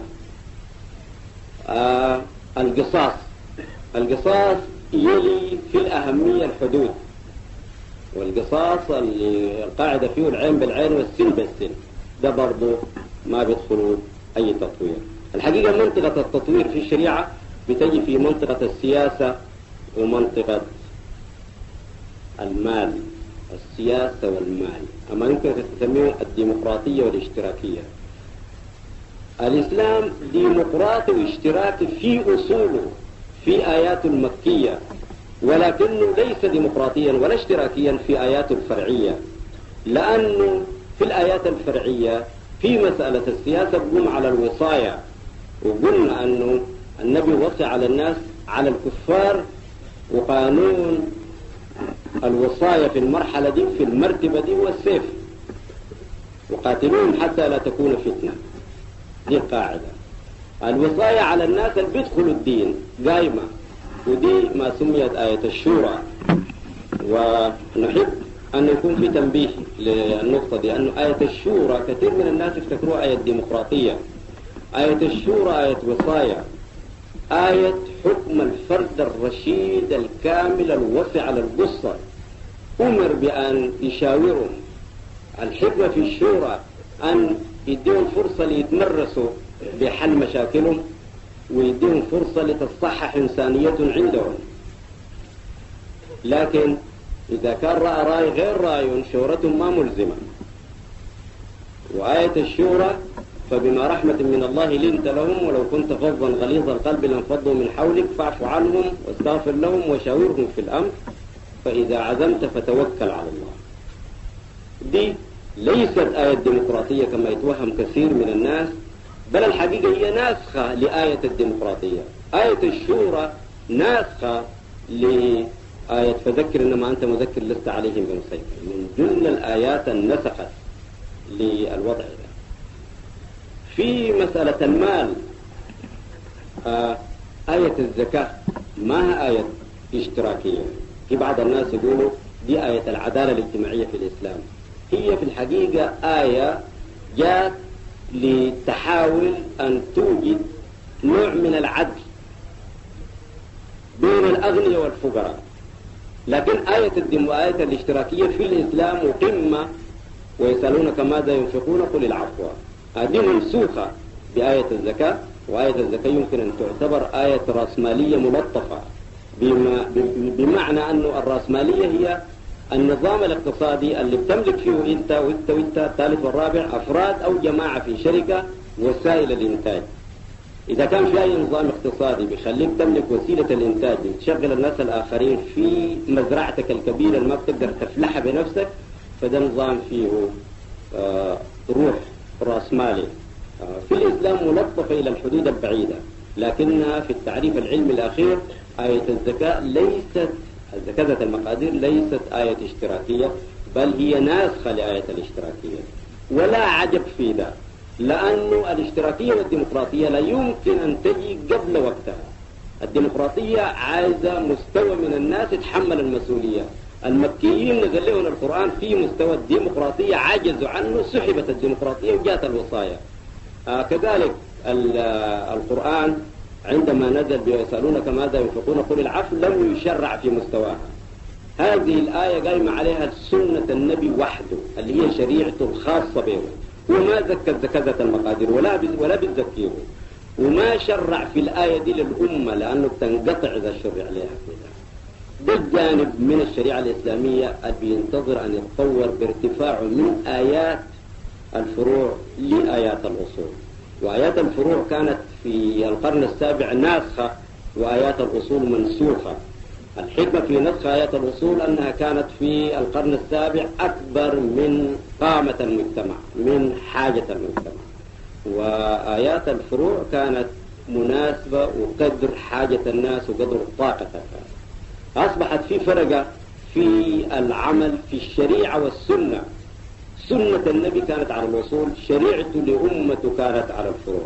القصاص يلي في الأهمية الحدود، والقصاص اللي القاعدة فيه العين بالعين والسن بالسن، ده برضه ما بيدخلوا أي تطوير. الحقيقة منطقة التطوير في الشريعة بتجي في منطقة السياسة ومنطقة المال، السياسة والمال، أما يمكن تسميه الديمقراطية والاشتراكية. الإسلام ديمقراطي واشتراكي في أصوله في آياته المكية، ولكنه ليس ديمقراطيا ولا اشتراكيا في آياته الفرعية، لأنه في الآيات الفرعية في مسألة السياسة بقوم على الوصاية، وقلنا أنه النبي وصى على الناس على الكفار، وقانون الوصاية في المرحلة دي في المرتبة دي هو السيف، وقاتلوهم حتى لا تكون فتنة. دي القاعدة. الوصاية على الناس اللي بيدخلوا الدين قائمة، ودي ما سميت آية الشورى. ونحب أن يكون في تنبيه للنقطة دي، أنه آية الشورى كثير من الناس يفتكروها آية ديمقراطية. آية الشورى آية وصاية، آية حكم الفرد الرشيد الكامل الوسع على القصة، أمر بأن يشاورهم. الحكمة في الشورى أن يديهم فرصة ليتمرسوا بحل مشاكلهم، ويديهم فرصة لتصحح إنسانية عندهم. لكن إذا كان رأي غير رأي شورتهم ما ملزمة. وآية الشورى فبما رحمة من الله لنت لهم ولو كنت فظا غليظ القلب لانفضوا من حولك فاعف عنهم واستغفر لهم وشاورهم في الأمر فإذا عزمت فتوكل على الله. دي ليست آية ديمقراطية كما يتوهم كثير من الناس، بل الحقيقة هي ناسخة لآية الديمقراطية. آية الشورى ناسخة لآية فذكر إنما أنت مذكر لست عليهم بمسيطر، من ضمن الآيات النسخت للوضع ده. في مسألة المال، آية الزكاة ما هي آية اشتراكية. في بعض الناس يقولوا دي آية العدالة الاجتماعية في الإسلام. هي في الحقيقة آية جاءت لتحاول أن توجد نوع من العدل بين الأغنياء والفقراء. لكن آية الاشتراكية في الإسلام وقمة ويسألونك ماذا ينفقون قل العفو، هذه منسوخة بآية الزكاة. وآية الزكاة يمكن أن تعتبر آية رأسمالية ملطفة، بمعنى أنه الرأسمالية هي النظام الاقتصادي اللي بتملك فيه انت وانت الثالث والرابع افراد او جماعة في شركة وسائل الانتاج. اذا كان في اي نظام اقتصادي بيخليك تملك وسيلة الانتاج وتشغل الناس الاخرين في مزرعتك الكبيرة اللي ما بتقدر تفلحها بنفسك، فده نظام فيه روح رأسمالي. في الاسلام ملطفة الى الحدود البعيدة، لكنها في التعريف العلمي الاخير آية الزكاة ليست الزكاة ذات المقادير ليست آية اشتراكية، بل هي ناسخة لآية الاشتراكية. ولا عجب في ذا، لأنه الاشتراكية والديمقراطية لا يمكن أن تجي قبل وقتها. الديمقراطية عايزة مستوى من الناس يتحمل المسؤولية. المكيين نزل لهم القرآن في مستوى الديمقراطية عجزوا عنه، سحبت الديمقراطية وجاءت الوصايا. كذلك القرآن عندما نزل بيسألونك ماذا ينفقون قل العفو لم يشرع في مستواها. هذه الآية قايمة عليها سنة النبي وحده اللي هي شريعته الخاصة به، وما زكى زكاة المقادير ولا بتزكيه، وما شرع في الآية دي للأمة لأنه تنقطع إذا شرع عليها كذا. ده الجانب من الشريعة الإسلامية اللي بينتظر أن يتطور بارتفاعه من آيات الفروع لآيات الأصول. وآيات الفروع كانت في القرن السابع ناسخة وآيات الأصول منسوخة. الحكمة في نسخ آيات الأصول أنها كانت في القرن السابع أكبر من قامة المجتمع، من حاجة المجتمع، وآيات الفروع كانت مناسبة وقدر حاجة الناس وقدر الطاقة. أصبحت في فرقة في العمل في الشريعة والسنة. سنة النبي كانت على الوصول، شريعته لأمته كانت على الفروع.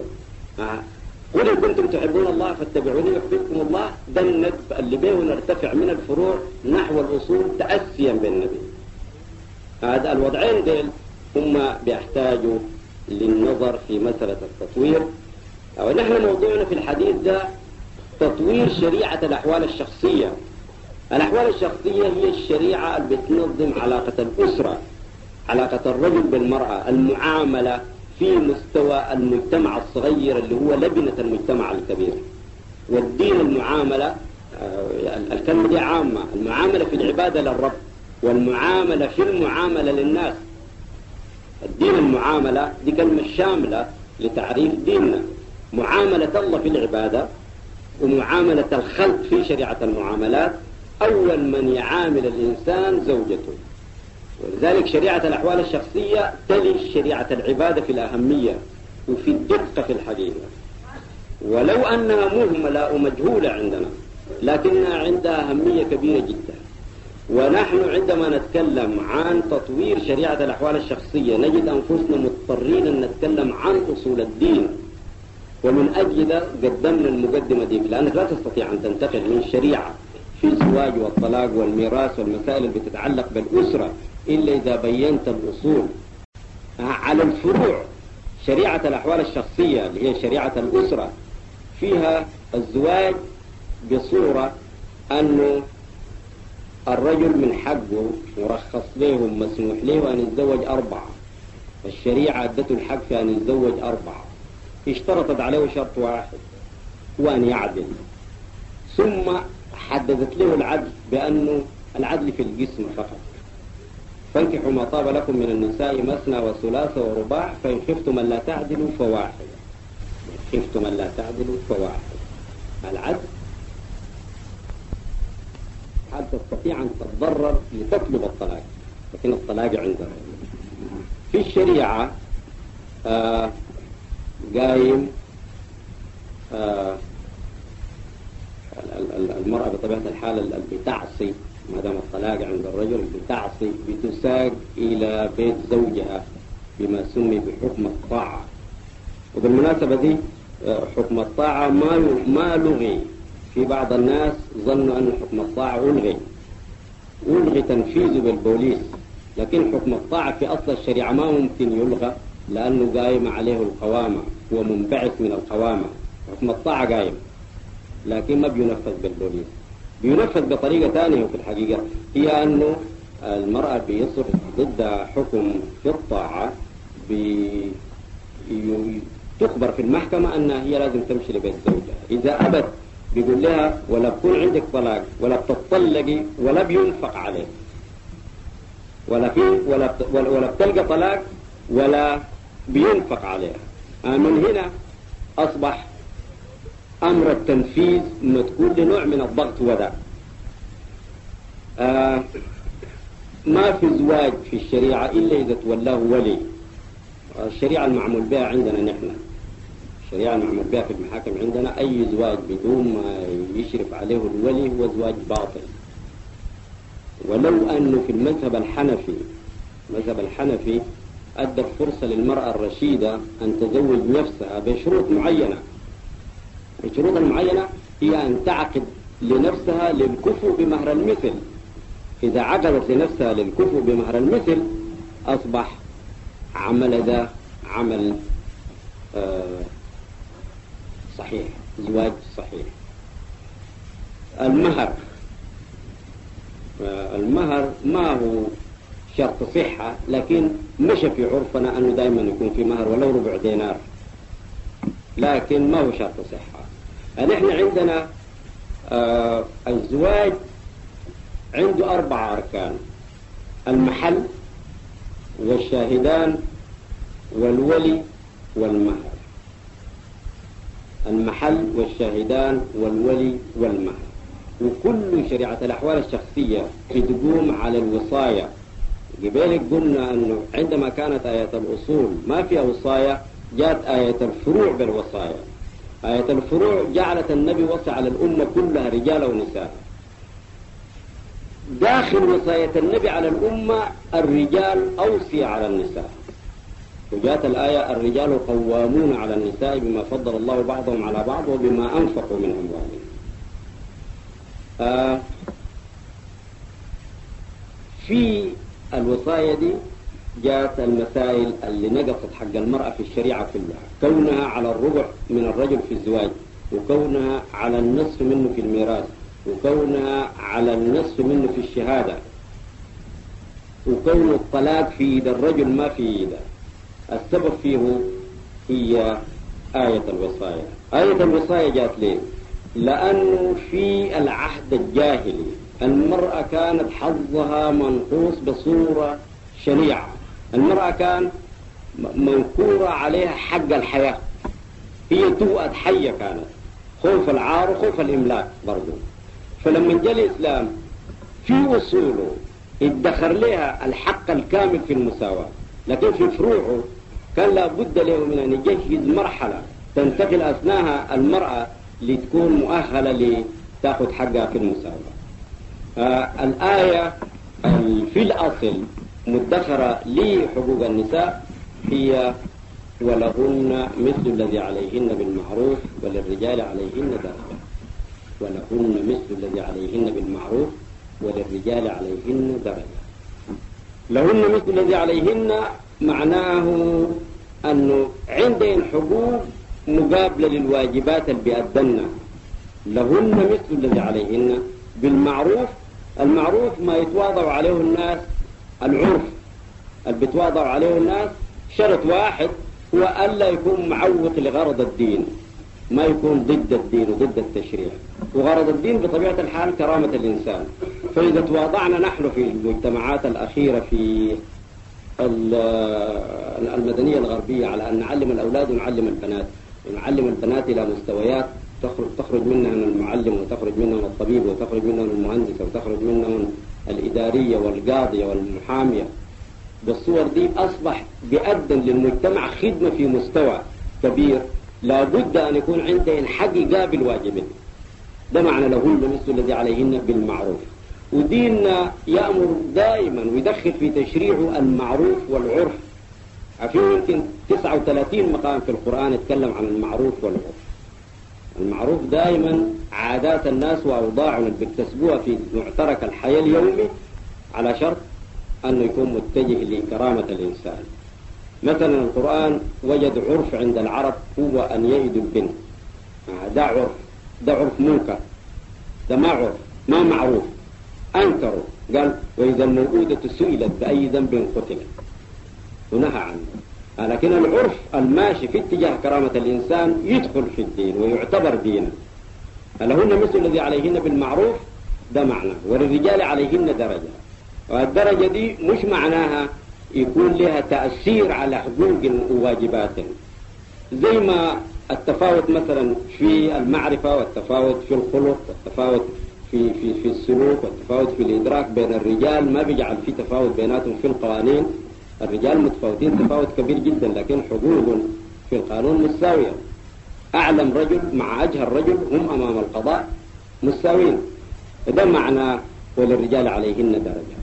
قل إن كنتم تحبون الله فاتبعوني يحببكم الله. ده الندب اللي بيه نرتفع من الفروع نحو الأصول تأسيا بالنبي. هذا الوضعين ديل هم بيحتاجوا للنظر في مسألة التطوير. ونحن موضوعنا في الحديث ده تطوير شريعة الأحوال الشخصية. الأحوال الشخصية هي الشريعة اللي بتنظم علاقة الأسرة، علاقة الرجل بالمرأة، المعاملة في مستوى المجتمع الصغير اللي هو لبنة المجتمع الكبير. والدين المعاملة، الكلمة دي عامة، المعاملة في العبادة للرب والمعاملة في المعاملة للناس. الدين المعاملة دي كلمة شاملة لتعريف ديننا. معاملة الله في العبادة ومعاملة الخلق في شريعة المعاملات. أول من يعامل الإنسان زوجته، ولذلك شريعة الأحوال الشخصية تلي شريعة العبادة في الأهمية وفي الدقة في الحقيقة، ولو أنها مهملة ومجهولة عندنا لكنها عندها أهمية كبيرة جدا. ونحن عندما نتكلم عن تطوير شريعة الأحوال الشخصية نجد أنفسنا مضطرين أن نتكلم عن أصول الدين، ومن أجل ذلك قدمنا المقدمة دي، لأنك لا تستطيع أن تنتقل من شريعة في الزواج والطلاق والميراث والمسائل اللي بتتعلق بالأسرة إلا إذا بينت الأصول. على الفروع شريعة الأحوال الشخصية اللي هي شريعة الأسرة فيها الزواج بصورة أنه الرجل من حقه مرخص له مسموح له أن يتزوج 4، الشريعة ادته الحق في أن يتزوج 4، اشترطت عليه شرط واحد وأن يعدل، ثم حددت له العدل بأنه العدل في الجسم فقط. فانكحوا ما طاب لكم من النساء مثنى وثلاث ورباع فإن خفتم أن لا تعدلوا فواحد. خفتم أن لا تعدلوا فواحد. العدل هل تستطيع أن تتضرر لتطلب الطلاق، لكن الطلاق عندها في الشريعة قايم المرأة بطبيعة الحال اللي بتعصي ما دام الطلاق عند الرجل بتعصي بتساق إلى بيت زوجها بما سمي بحكم الطاعة. وبالمناسبة دي حكم الطاعة ما لغي. في بعض الناس ظنوا أن حكم الطاعة ألغي تنفيذه بالبوليس، لكن حكم الطاعة في أصل الشريعة ما ممكن يلغى لأنه قائم عليه القوامة، هو منبعث من القوامة. حكم الطاعة قائم لكن ما بينفذ بالبوليس، بينفذ بطريقة ثانية في الحقيقة، هي أنه المرأة بيصر ضد حكم في الطاعة تخبر في المحكمة أنها هي لازم تمشي لبيت زوجها. إذا أبت بيقول لها ولا بكون عندك طلاق ولا بتطلقي ولا بينفق عليك ولا بتلقى طلاق ولا بينفق عليها. من هنا أصبح أمر التنفيذ مذكور لنوع من الضغط وذا. ما في زواج في الشريعة إلا إذا تولاه ولي. الشريعة المعمول بها عندنا نحن، الشريعة المعمول بها في المحاكم عندنا أي زواج بدون ما يشرف عليه الولي هو زواج باطل. ولو أنه في المذهب الحنفي أدى فرصة للمرأة الرشيدة أن تزوج نفسها بشروط معينة. الشروط المعينة هي أن تعقد لنفسها للكفء بمهر المثل. إذا عقدت لنفسها للكفء بمهر المثل أصبح عمل ذا عمل صحيح، زواج صحيح. المهر ما هو شرط صحة، لكن مشى في عرفنا أنه دائما يكون في مهر ولو ربع دينار، لكن ما هو شرط صحة. نحن عندنا الزواج عنده 4 أركان: المحل والشاهدان والولي والمهر. المحل والشاهدان والولي والمهر. وكل شريعة الأحوال الشخصية بتقوم على الوصاية. قبل قلنا أنه عندما كانت آية الأصول ما فيها وصاية، جاءت آية الفروع بالوصايا. آية الفروع جعلت النبي وصى على الأمة كلها رجال ونساء. داخل وصاية النبي على الأمة الرجال أوصي على النساء، وجاءت الآية الرجال قوامون على النساء بما فضل الله بعضهم على بعض وبما أنفقوا من أموالهم. في الوصايا دي جاءت المسائل اللي نقصت حق المرأة في الشريعة كلها، كونها على الربع من الرجل في الزواج، وكونها على النصف منه في الميراث، وكونها على النصف منه في الشهادة، وكون الطلاق في يد الرجل ما في يده. السبب فيه هي آية الوصايا. آية الوصايا جاءت ليه؟ لأنه في العهد الجاهلي المرأة كانت حظها منقوص بصورة شنيعة. المرأة كان منكورة عليها حق الحياة، هي توأت حية كانت، خوف العار وخوف الإملاك برضو. فلما جاء الإسلام في وصوله ادخر لها الحق الكامل في المساواة، لكن في فروعه كان لابد له من أن يجهز مرحلة تنتقل أثناءها المرأة لتكون مؤهلة لتأخذ حقها في المساواة. الآية في الأصل مدخرة لحقوق النساء هي ولهن مثل الذي عليهن بالمعروف وللرجال عليهن درجة. ولهن مثل الذي عليهن بالمعروف وللرجال عليهن درجة. لهن مثل الذي عليهن معناه أنه عندهن حقوق مقابلة للواجبات اللي بيأدنها. لهن مثل الذي عليهن بالمعروف. المعروف ما يتواضع عليه الناس، العرف اللي بيتواضع عليه الناس. شرط واحد هو ألا يكون معوق لغرض الدين، ما يكون ضد الدين وضد التشريع. وغرض الدين بطبيعة الحال كرامة الإنسان. فإذا تواضعنا نحن في المجتمعات الأخيرة في المدنية الغربية على أن نعلم الأولاد ونعلم البنات، ونعلم البنات إلى مستويات تخرج منها المعلم، وتخرج منهم الطبيب، وتخرج منهم المهندس، وتخرج منهم الإدارية والقاضية والمحامية. بالصور دي أصبح بيقدم للمجتمع خدمة في مستوى كبير، لابد أن يكون عندهن حق يقابل واجبه. ده معنى لهن مثل الذي عليهن بالمعروف. وديننا يأمر دائما ويدخل في تشريعه المعروف والعرف. عارفين يمكن 39 مقام في القرآن يتكلم عن المعروف والعرف. المعروف دائما عادات الناس وأوضاعهم اللي بيكتسبوها في معترك الحياة اليومي، على شرط أنه يكون متجه لكرامة الإنسان. مثلا القرآن وجد عرف عند العرب هو أن يئدوا البنت. ده عرف، ده عرف منكر، ده ما عرف، ما معروف، أنكروا. قال وإذا الموءودة سئلت بأي ذنب قتلت، ونهى عنه. لكن العرف الماشي في اتجاه كرامة الإنسان يدخل في الدين ويعتبر دينا. لهن مثل الذي عليهن بالمعروف، ده معنى. وللرجال عليهن درجة. والدرجة دي مش معناها يكون لها تأثير على حقوق وواجباتهم، زي ما التفاوت مثلا في المعرفة، والتفاوت في الخلق، والتفاوت في السلوك، والتفاوت في الإدراك بين الرجال ما بيجعل في تفاوت بيناتهم في القوانين. الرجال متفاوتين تفاوت كبير جدا، لكن حقوقهم في القانون مساوية. أعلم رجل مع أجهل رجل هم أمام القضاء مساوين. ده معنى وللرجال عليهن درجة.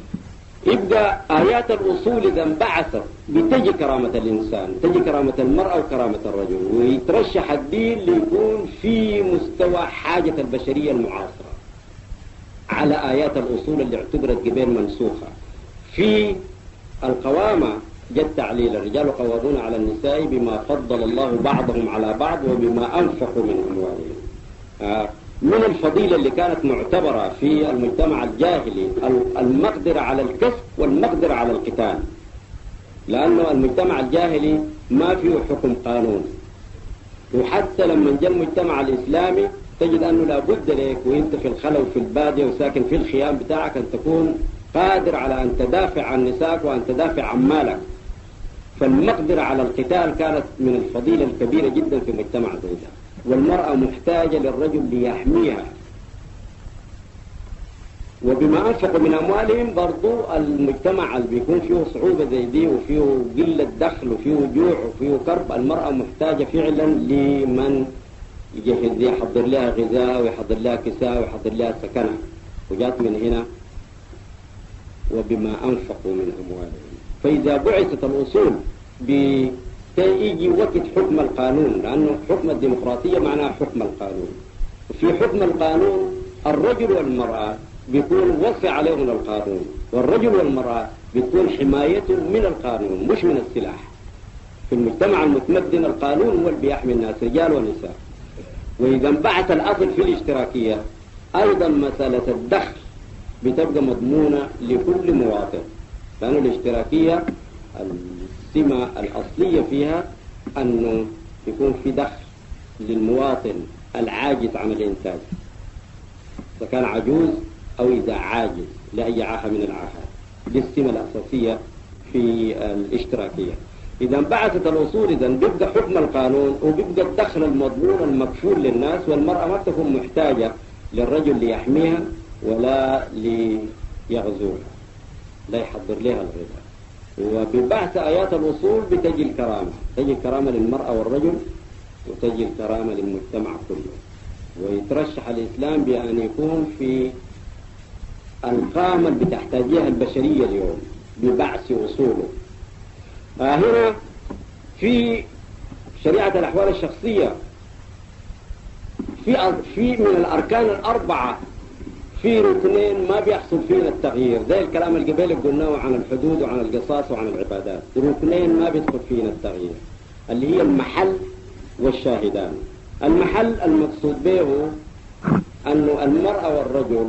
يبقى آيات الأصول إذا انبعثت بتجي كرامة الإنسان، تجي كرامة المرأة وكرامة الرجل، ويترشح الدين ليكون في مستوى حاجة البشرية المعاصرة على آيات الأصول اللي اعتبرت قبل منسوخة. في القوامة جاء تعليل الرجال قوامون على النساء بما فضل الله بعضهم على بعض وبما أنفقوا من أموالهم. من الفضيلة اللي كانت معتبرة في المجتمع الجاهلي المقدرة على الكسب والمقدرة على القتال، لأنه المجتمع الجاهلي ما فيه حكم قانون. وحتى لما جاء المجتمع الإسلامي تجد أنه لابد لك وإنت في الخلا وفي البادية وساكن في الخيام بتاعك أن تكون قادر على أن تدافع عن نسائك وأن تدافع عن مالك. فالمقدرة على القتال كانت من الفضيلة الكبيرة جدا في مجتمع زي ده. والمرأة محتاجة للرجل ليحميها. وبما أنفقوا من أموالهم برضو المجتمع اللي بيكون فيه صعوبة زي دي وفيه قلة دخل وفيه جوع وفيه كرب، المرأة محتاجة فعلا لمن يجهز يحضر لها غذاء ويحضر لها كساء ويحضر لها سكنها، وجات من هنا وبما أنفقوا من أموالهم. فإذا بعثت الأصول بيجي وقت حكم القانون، لأنه حكم الديمقراطية معناه حكم القانون. وفي حكم القانون الرجل والمرأة بيكون وصي عليهم القانون، والرجل والمرأة بيكون حمايته من القانون مش من السلاح. في المجتمع المتمدن القانون هو اللي بيحمي الناس رجال ونساء. وإذا انبعث الأصل في الاشتراكية أيضا مسألة الدخل بتبقى مضمونة لكل مواطن، لأن الاشتراكية السمة الأصلية فيها أنه يكون في دخل للمواطن العاجز عن الإنتاج، إذا كان عجوز أو إذا عاجز لأي عاهة من العاهات. دي السمة الأساسية في الاشتراكية. إذا انبعثت الأصول إذا بيبقى حكم القانون وبيبقى الدخل المضمون المكفول للناس، والمرأة ما تكون محتاجة للرجل ليحميها ولا ليغزوها، لا يحضر لها الغذاء. وببعث آيات الأصول بتجي الكرامة، تجي الكرامة للمرأة والرجل وتجي الكرامة للمجتمع كله. ويترشح الإسلام بأن يكون في القامة اللي بتحتاجها البشرية اليوم ببعث أصوله. هنا في شريعة الأحوال الشخصية في من الأركان الأربعة في ركنين ما بيحصل فينا التغيير، زي الكلام القبيل اللي قلناه عن الحدود وعن القصاص وعن العبادات. ركنين ما بيدخل فينا التغيير، اللي هي المحل والشاهدان. المحل المقصود به أنه المرأة والرجل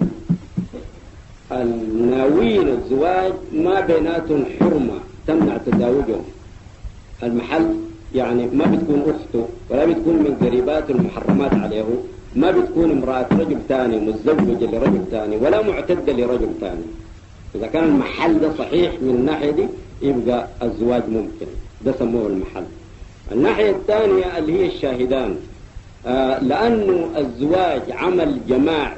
الناويين الزواج ما بيناتهم حرمة تمنع تزاوجهم. المحل يعني ما بتكون أخته ولا بتكون من قريبات المحرمات عليه، ما بتكون امرأة رجل ثاني متزوجة لرجل ثاني ولا معتدة لرجل ثاني. إذا كان المحل ده صحيح من الناحية دي يبقى الزواج ممكن، ده سموه المحل. الناحية الثانية اللي هي الشاهدان، لأنه الزواج عمل جماعي،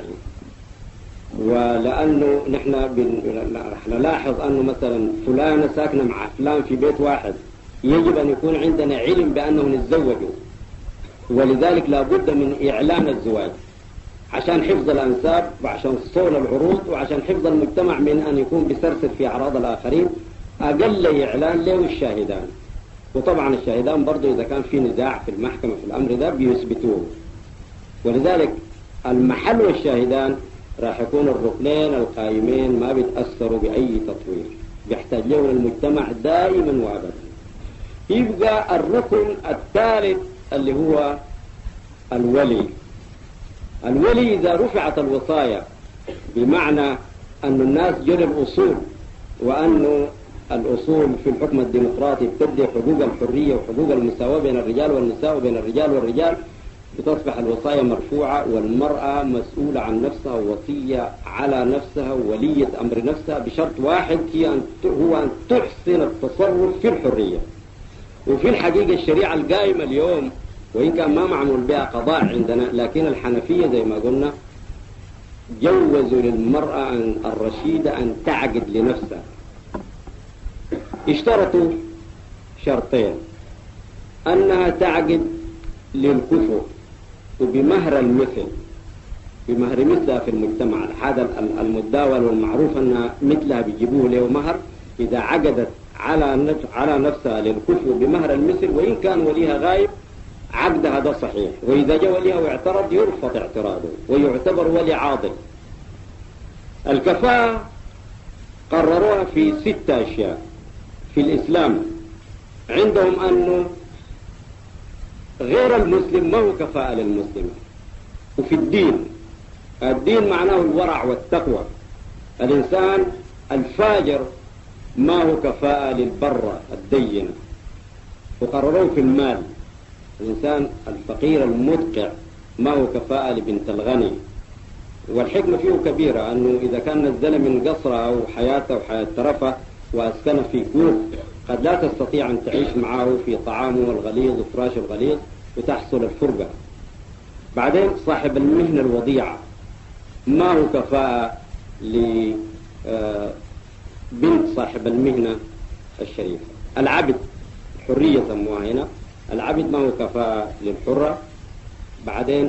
ولأنه نحن نلاحظ أنه مثلا فلانة ساكنة مع فلان في بيت واحد، يجب أن يكون عندنا علم بأنهم يتزوجوا، ولذلك لابد من إعلان الزواج عشان حفظ الأنساب وعشان صون العروض وعشان حفظ المجتمع من أن يكون بيسرسل في أعراض الآخرين. أقل إعلان له الشاهدان، وطبعا الشاهدان برضو إذا كان في نزاع في المحكمة في الأمر ده بيثبتوه. ولذلك المحل والشاهدان راح يكون الركنين القائمين ما بيتأثروا بأي تطوير، بيحتاج لهم المجتمع دائما وأبدا. يبقى الركن الثالث اللي هو الولي. الولي إذا رفعت الوصايا بمعنى أن الناس جل الأصول، وأنه الأصول في الحكم الديمقراطي بتدي حقوق الحرية وحقوق المساواة بين الرجال والنساء وبين الرجال والرجال، بتصبح الوصايا مرفوعة والمرأة مسؤولة عن نفسها ووصية على نفسها وولية أمر نفسها بشرط واحد هو أن تحسن التصرف في الحرية. وفي الحقيقة الشريعة القائمة اليوم وإن كان ما معمول بها قضاء عندنا، لكن الحنفية زي ما قلنا جوزوا للمرأة الرشيدة أن تعقد لنفسها. اشترطوا شرطين: أنها تعقد للكفء وبمهر المثل، بمهر مثلها في المجتمع. هذا المتداول والمعروف أن مثلها بيجيبوه له مهر إذا عقدت على نفسها للكفء بمهر المثل، وإن كان وليها غايب عقد هذا صحيح، وإذا جاء وليها واعترض يرفض اعتراضه ويعتبر ولي عاضل. الكفاءة قرروها في 6 أشياء في الإسلام. عندهم أنه غير المسلم ما هو كفاءة للمسلم. وفي الدين معناه الورع والتقوى. الإنسان الفاجر ما هو كفاءة للبرة الدينة. وقرروه في المال، الإنسان الفقير المدقع ما هو كفاءة لبنت الغني. والحكمة فيه كبيرة، أنه إذا كان نزل من قصره أو حياته وحياة ترفه وأسكن في كوخ قد لا تستطيع أن تعيش معه في طعامه الغليظ وفراشه الغليظ وتحصل الفرقة. بعدين صاحب المهنة الوضيعة ما هو كفاءة لبنت صاحب المهنة الشريفة. العبد الحرية سموها هنا، العبد ما هو كفاءة للحرة. بعدين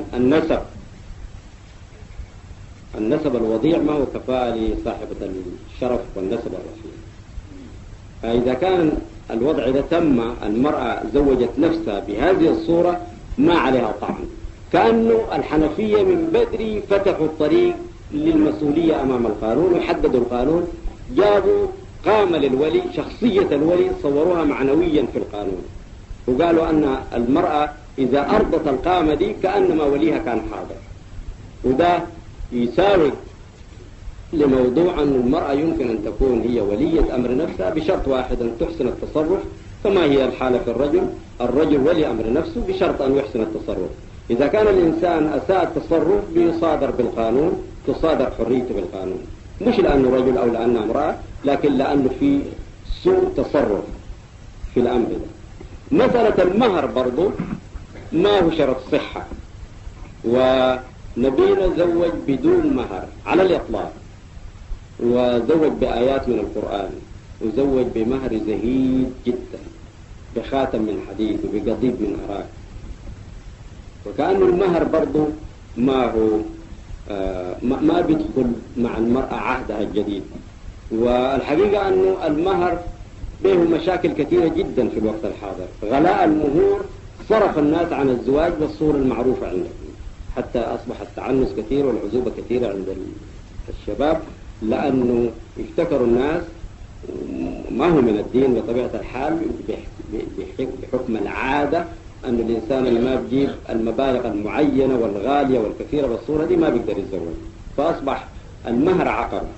النسب الوضيع ما هو كفاءة لصاحبة الشرف والنسب الرفيع. إذا كان الوضع إذا تم المرأة زوجت نفسها بهذه الصورة ما عليها طعن، كأنه الحنفية من بدري فتحوا الطريق للمسؤولية أمام القانون وحددوا القانون، جابوا قامة للولي، شخصية الولي صوروها معنويا في القانون، وقالوا أن المرأة إذا أرضت القامة دي كأنما وليها كان حاضر. وده يساوي لموضوع أن المرأة يمكن أن تكون هي ولية أمر نفسها بشرط واحد، أن تحسن التصرف، كما هي الحالة في الرجل ولي أمر نفسه بشرط أن يحسن التصرف. إذا كان الإنسان أساء التصرف بيصادر بالقانون، تصادر حريته بالقانون، مش لأنه رجل أو لأنه امرأة، لكن لأنه في سوء تصرف في الأمر ده. مسألة المهر برضو ما هو شرط صحة، ونبينا زوج بدون مهر على الإطلاق، وزوج بآيات من القرآن، وزوج بمهر زهيد جدا، بخاتم من حديد وبقضيب من أراك. وكأن المهر برضو ما هو ما بيدخل مع المرأة عهدها الجديد. والحقيقة أنه المهر به مشاكل كثيرة جدا في الوقت الحاضر. غلاء المهور صرف الناس عن الزواج بالصورة المعروفة عندهم، حتى أصبح التعنس كثير والعزوبة كثيرة عند الشباب، لأنه افتكروا الناس ما هو من الدين بطبيعة الحال بحكم العادة أن الإنسان اللي ما بيجيب المبالغ المعينة والغالية والكثيرة بالصورة دي ما بيقدر يتزوج، فأصبح المهر عقبة.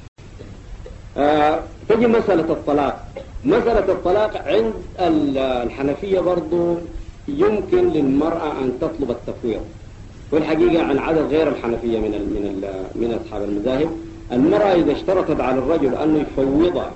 تجي مسألة الطلاق. مسألة الطلاق عند الحنفية برضو يمكن للمرأة أن تطلب التفويض، والحقيقة عن عدد غير الحنفية من أصحاب المذاهب، المرأة إذا اشترطت على الرجل أنه يفوضها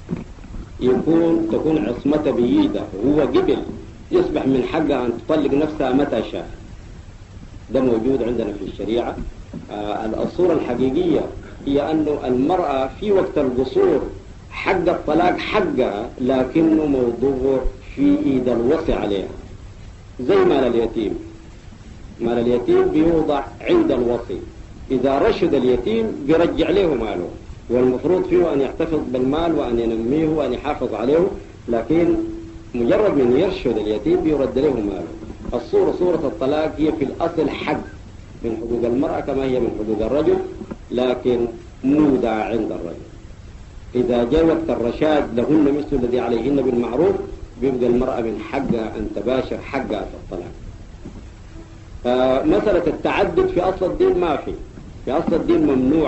تكون عصمته بيده وهو قبل، يصبح من حقها أن تطلق نفسها متى شاء. ده موجود عندنا في الشريعة. الصورة الحقيقية هي أن المرأة في وقت القصور حق الطلاق حقها، لكنه موضوع في إيد الوصي عليها، زي مال اليتيم. مال اليتيم بيوضع عند الوصي، إذا رشد اليتيم بيرجع له ماله، والمفروض فيه أن يحتفظ بالمال وأن ينميه وأن يحافظ عليه، لكن مجرد من يرشد اليتيم بيرد له ماله. صورة الطلاق هي في الأصل حق من حقوق المرأة كما هي من حقوق الرجل، لكن مودع عند الرجل. إذا جاء وقت الرشاد لهن مثل الذي عليهن بالمعروف، بيبقى المرأة من حقها أن تباشر حقها في الطلاق. مسألة التعدد في أصل الدين ما في أصل الدين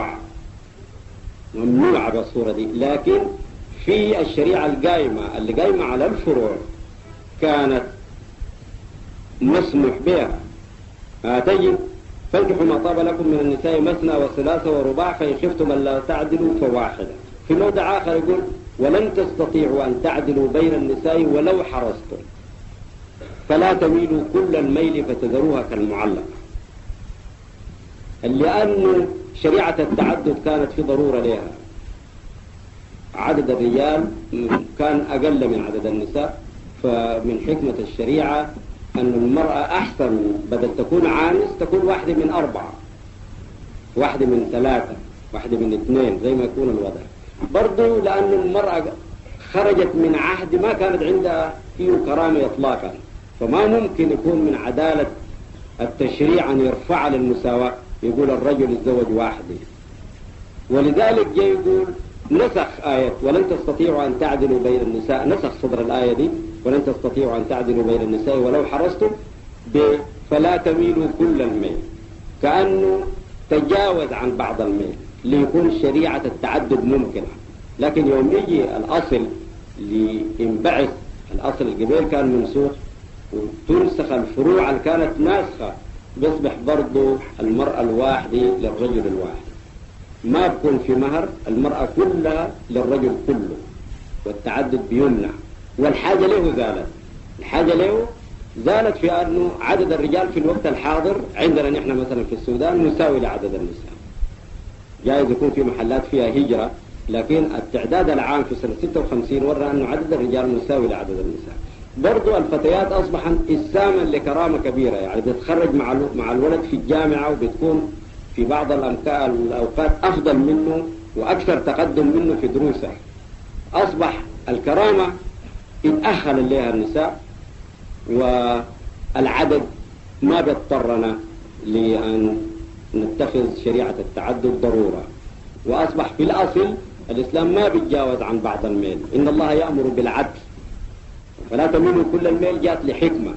ممنوعة بالصورة دي، لكن في الشريعة اللي قايمة على الفروع كانت مسموح بها. تجد فانكحوا ما طاب لكم من النساء مثنى وثلاث ورباع فإن خفتم ألا تعدلوا فواحدة. في موضع آخر يقول ولن تستطيعوا أن تعدلوا بين النساء ولو حرصتم فلا تميلوا كل الميل فتذروها كالمعلقة. لأن شريعة التعدد كانت في ضرورة لها، عدد الرجال كان أقل من عدد النساء، فمن حكمة الشريعة أن المرأة أحسن بدل تكون عانس تكون واحدة من 4، واحدة من 3، واحدة من 2 زي ما يكون الوضع. برضو لأن المرأة خرجت من عهد ما كانت عندها فيه كرامة إطلاقا، فما ممكن يكون من عدالة التشريع أن يرفع للمساواة، يقول الرجل يتزوج واحدة. ولذلك جاء يقول نسخ آية ولن تستطيعوا أن تعدلوا بين النساء، نسخ صدر الآية دي ولن تستطيعوا أن تعدلوا بين النساء ولو حرصتم فلا تميلوا كل الميل، كأنه تجاوز عن بعض الميل ليكون شريعة التعدد ممكنة. لكن يوم يجي الأصل لينبعث، الأصل القبيل كان منسوخ وتنسخ الفروع اللي كانت ناسخة، بيصبح برضو المرأة الواحدة للرجل الواحد، ما بكون في مهر المرأة كلها للرجل كله، والتعدد بيمنع. والحاجة له زالت، الحاجة له زالت في أنه عدد الرجال في الوقت الحاضر عندنا نحن مثلا في السودان مساوي لعدد النساء. جايز يكون في محلات فيها هجرة، لكن التعداد العام في سنة 56 ورى أنه عدد الرجال مساوي لعدد النساء. برضو الفتيات أصبحت إساما لكرامة كبيرة، يعني بتتخرج مع الولد في الجامعة وبتكون في بعض الأوقات أفضل منه وأكثر تقدم منه في دروسه. أصبح الكرامة اتأهل إليها النساء، والعدد ما بيضطرنا لأن نتخذ شريعة التعدد ضرورة. وأصبح في الأصل الإسلام ما بيتجاوز عن بعض الميل، إن الله يأمر بالعدل فلا تميلوا كل الميل، جاءت لحكمة.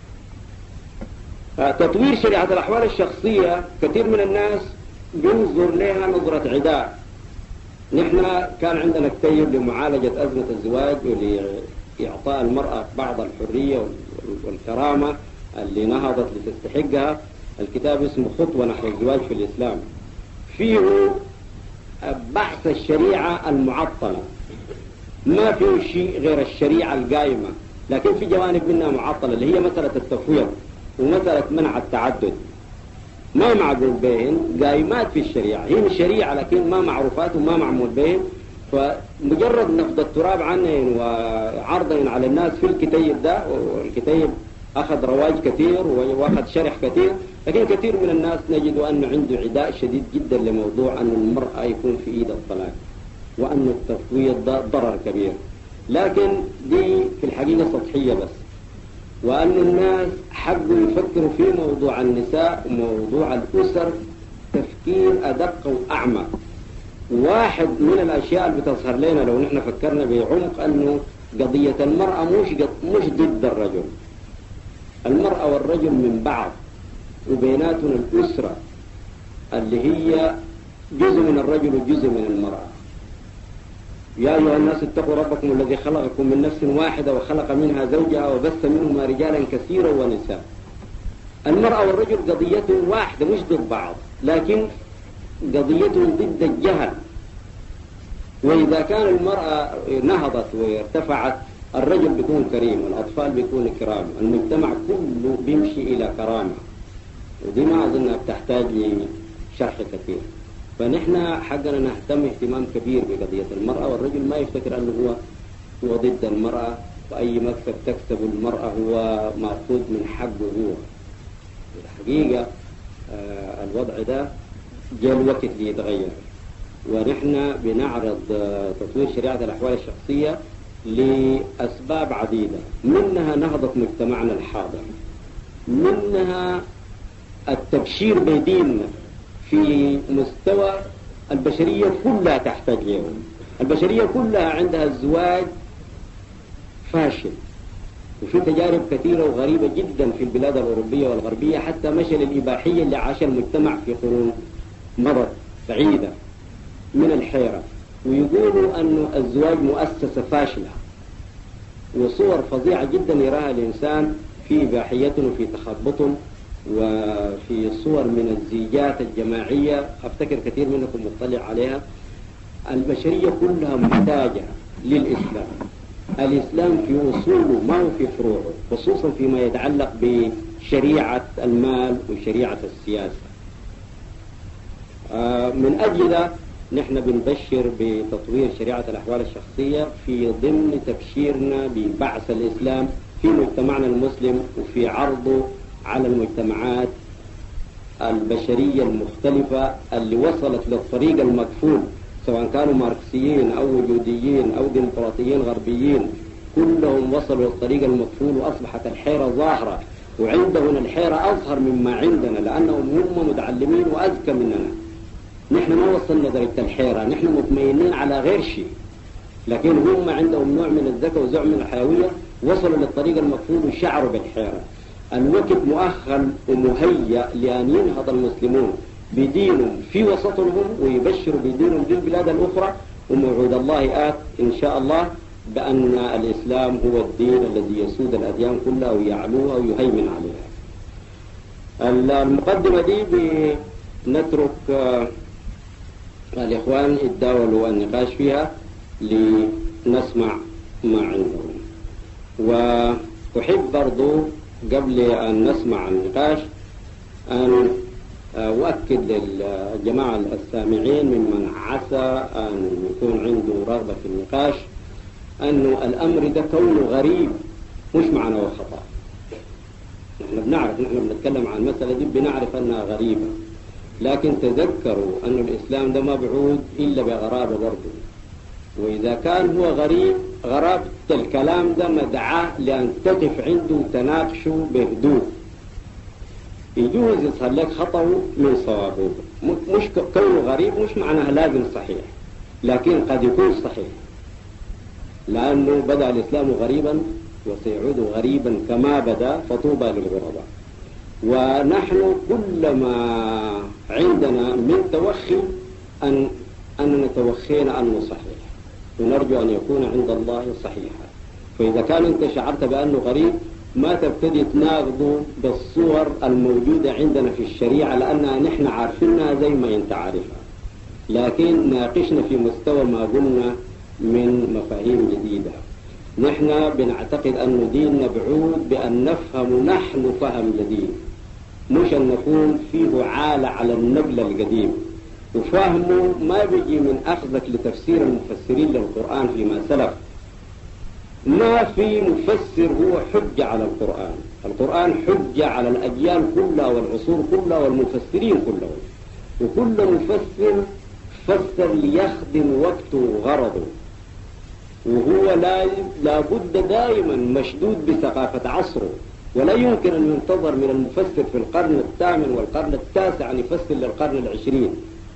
تطوير شريعة الأحوال الشخصية كثير من الناس بينظر لها نظرة عداء. نحن كان عندنا كتيب لمعالجة أزمة الزواج ولإعطاء المرأة بعض الحرية والكرامة اللي نهضت لتستحقها. الكتاب اسمه خطوة نحو الزواج في الإسلام، فيه بحث الشريعة المعطلة، ما فيه شيء غير الشريعة القائمة، لكن في جوانب منها معطلة اللي هي مسألة التفويض ومسألة منع التعدد، ما معقول بهن، قائمات في الشريعة، هي مش شريعة لكن ما معروفات وما معمول بهن. فمجرد نفض التراب عنهن وعرضهن على الناس في الكتيب ده، والكتيب أخذ رواج كثير وأخذ شرح كثير، لكن كثير من الناس نجد أنه عنده عداء شديد جدا لموضوع أن المرأة يكون في إيد الطلاق، وأن التفويض ده ضرر كبير. لكن دي في الحقيقة سطحية بس، وأن الناس حبوا يفكروا في موضوع النساء وموضوع الأسر تفكير أدق وأعمق. واحد من الأشياء اللي بتظهر لنا لو نحن فكرنا بعمق أنه قضية المرأة مش ضد الرجل، المرأة والرجل من بعض، وبيناتنا الأسرة اللي هي جزء من الرجل وجزء من المرأة. يا أيها الناس اتقوا ربكم الذي خلقكم من نفس واحدة وخلق منها زوجها وبث منهما رجالا كثيرا ونساء. المرأة والرجل قضيتهم واحدة مش ضد بعض، لكن قضيتهم ضد الجهل. وإذا كان المرأة نهضت وارتفعت الرجل بيكون كريم والأطفال بيكونوا كرام، المجتمع كله بيمشي إلى كرامة، ودي ما أظنها بتحتاج لشرح كثير. فنحن حقنا نهتم اهتمام كبير بقضية المرأة، والرجل ما يفتكر أنه هو ضد المرأة، وأي مكسب تكسب المرأة هو مأخوذ من حقه هو. الحقيقة الوضع ده جاء الوقت ليتغير، ونحن بنعرض تطوير شريعة الأحوال الشخصية لأسباب عديدة، منها نهضة مجتمعنا الحاضر، منها التبشير بديننا في مستوى البشرية كلها تحتاج لهم. البشرية كلها عندها الزواج فاشل، وفي تجارب كثيرة وغريبة جدا في البلاد الأوروبية والغربية، حتى مشى للإباحية اللي عاش المجتمع في قرون مضت بعيدة من الحيرة، ويقولوا أن الزواج مؤسسة فاشلة، وصور فظيعة جدا يراها الإنسان في إباحية وفي تخبط وفي صور من الزيجات الجماعية، أفتكر كثير منكم مطلع عليها. البشرية كلها محتاجة للإسلام. الإسلام في أصوله ما هو في فروعه، خصوصا فيما يتعلق بشريعة المال وشريعة السياسة. من أجل نحن بنبشر بتطوير شريعة الأحوال الشخصية في ضمن تبشيرنا ببعث الإسلام في مجتمعنا المسلم، وفي عرضه على المجتمعات البشرية المختلفة اللي وصلت للطريق المكفول، سواء كانوا ماركسيين أو وجوديين أو ديمقراطيين غربيين، كلهم وصلوا للطريق المكفول، وأصبحت الحيرة ظاهرة، وعندهم الحيرة أظهر مما عندنا لأنهم هم متعلمين وأذكى مننا. نحن ما وصلنا درجة الحيرة، نحن مطمئنين على غير شيء، لكن هم عندهم نوع من الذكاء وزوع من الحيوية، وصلوا للطريق المكفول وشعروا بالحيرة. الوقت مؤخر ومهيأ لأن ينهض المسلمون بدينهم في وسطهم ويبشروا بدينهم للبلاد الأخرى، وموعود الله آت إن شاء الله بأن الإسلام هو الدين الذي يسود الأديان كلها ويعلوها ويهيمن عليها. المقدمة دي بنترك الإخوان يتداولوا النقاش فيها لنسمع ما عندهم. وأحب برضو قبل أن نسمع النقاش أن أؤكد للجماعة السامعين ممن عسى أن يكون عنده رغبة في النقاش أنه الأمر ده كونه غريب مش معنى وخطأ. نحن بنعرف، نحن بنتكلم عن المسألة دي بنعرف أنها غريبة، لكن تذكروا أن الإسلام ده ما بعود إلا بغرابة برضه. وإذا كان هو غريب، غرابة الكلام ده مدعاه لأن تقف عنده تناقشوا بهدوء. يجوز يصير لك خطأ من صوابه، مش كونه غريب مش معناها لازم صحيح، لكن قد يكون صحيح، لأنه بدأ الإسلام غريبا وسيعود غريبا كما بدأ، فطوبى للغرباء. ونحن كلما عندنا من توخي أننا توخينا أنه صحيح، ونرجو أن يكون عند الله صحيحا. فإذا كان أنت شعرت بأنه غريب ما تبتدي تناقضه بالصور الموجودة عندنا في الشريعة، لأنها نحن عارفينها زي ما أنت عارفها، لكن ناقشنا في مستوى ما قلنا من مفاهيم جديدة. نحن بنعتقد أن ديننا بعود بأن نفهم نحن فهم جديد، مش أن نكون فيه عالة على النبل القديم. وفهمه ما بيجي من أخذك لتفسير المفسرين للقرآن فيما سلف. ما في مفسر هو حجة على القرآن، القرآن حجة على الأجيال كلها والعصور كلها والمفسرين كلهم، وكل مفسر فسر ليخدم وقته وغرضه، وهو لا بد دائما مشدود بثقافة عصره، ولا يمكن أن ينتظر من المفسر في القرن الثامن والقرن التاسع أن يفسر للقرن العشرين،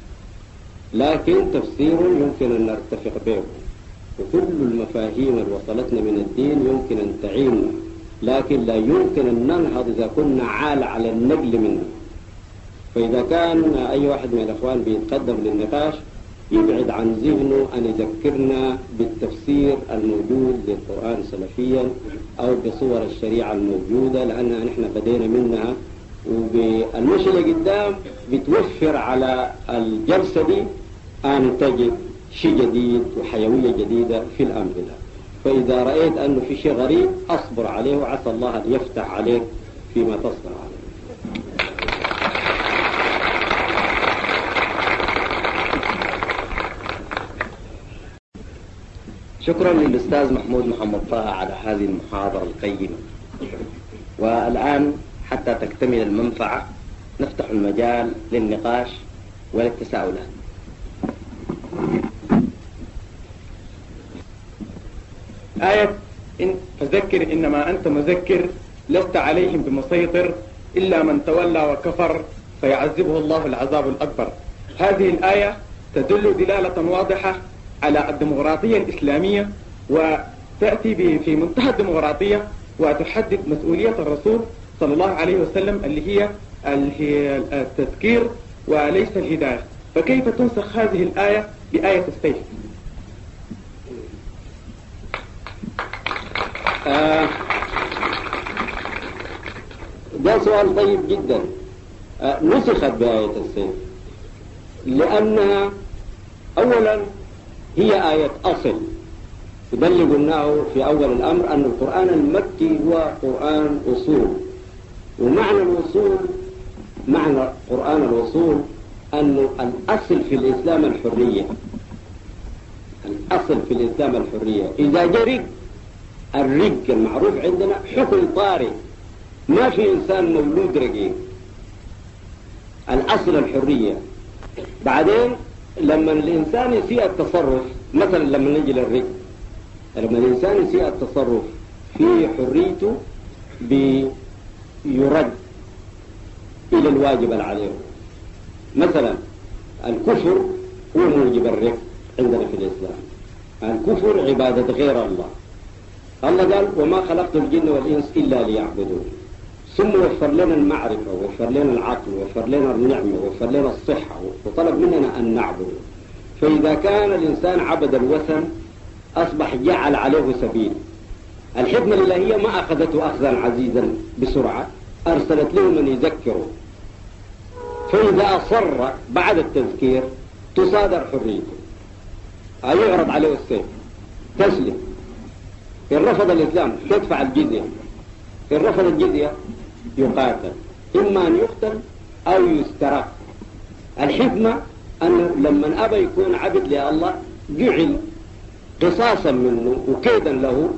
لكن تفسيره يمكن أن نرتفق به. وكل المفاهيم اللي وصلتنا من الدين يمكن أن تعيننا، لكن لا يمكن أن ننهض إذا كنا عال على النقل منه. فإذا كان أي واحد من الأخوان بيتقدم للنقاش يبعد عن ذهنه أن يذكرنا بالتفسير الموجود للقرآن سلفيا أو بصور الشريعة الموجودة، لأننا نحن بدينا منها، وبالمشي لقدام بتوفر على الجلسة دي أن تجد شيء جديد وحيوية جديدة في الأمثلة. فإذا رأيت أنه في شيء غريب أصبر عليه، وعسى الله أن يفتح عليك فيما تصبر عليه. شكرا للأستاذ محمود طه على هذه المحاضرة القيمة. والآن حتى تكتمل المنفعة نفتح المجال للنقاش وللتساؤلات. آية فذكر إنما أنت مذكر لست عليهم بمسيطر إلا من تولى وكفر فيعذبه الله العذاب الأكبر. هذه الآية تدل دلالة واضحة على الديمقراطية الإسلامية، وتأتي في منتهى الديمقراطية، وتحدد مسؤولية الرسول صلى الله عليه وسلم اللي هي التذكير وليس الهداية. فكيف تنسخ هذه الآية بآية السيف؟ ده سؤال طيب جدا. نسخت بآية السيف لأنها أولا هي آية أصل، وده اللي قلناه في أول الأمر أن القرآن المكي هو قرآن أصول. ومعنى الوصول، معنى قرآن الوصول أن الأصل في الإسلام الحرية. الأصل في الإسلام الحرية. إذا جرق الرق المعروف عندنا حكم طارئ، ما في إنسان مولود رقيق. الأصل الحرية. بعدين لما الإنسان يسيء التصرف، مثلا لما نجي للرق، لما الإنسان يسيء التصرف في حريته بيرد إلى الواجب عليه. مثلا الكفر هو موجب الرق عندنا في الإسلام. الكفر عبادة غير الله. الله قال وما خلقت الجن والإنس إلا ليعبدون، ثم وفر لنا المعرفة ووفر لنا العقل ووفر لنا النعمة ووفر لنا الصحة، وطلب مننا أن نعبد. فإذا كان الإنسان عبد الوثن أصبح جعل عليه سبيل. الحكمة الإلهية ما أخذته أخذا عزيزا بسرعة، أرسلت له من يذكره. فإذا أصر بعد التذكير تصادر حريته، يعرض عليه السيف، تسلم. إن رفض الإسلام تدفع الجزية. إن رفض الجزية يقاتل، إما أن يقتل أو يسترق. الحكمة أنه لما أبى يكون عبد لله جعل قصاصا منه وكيدا له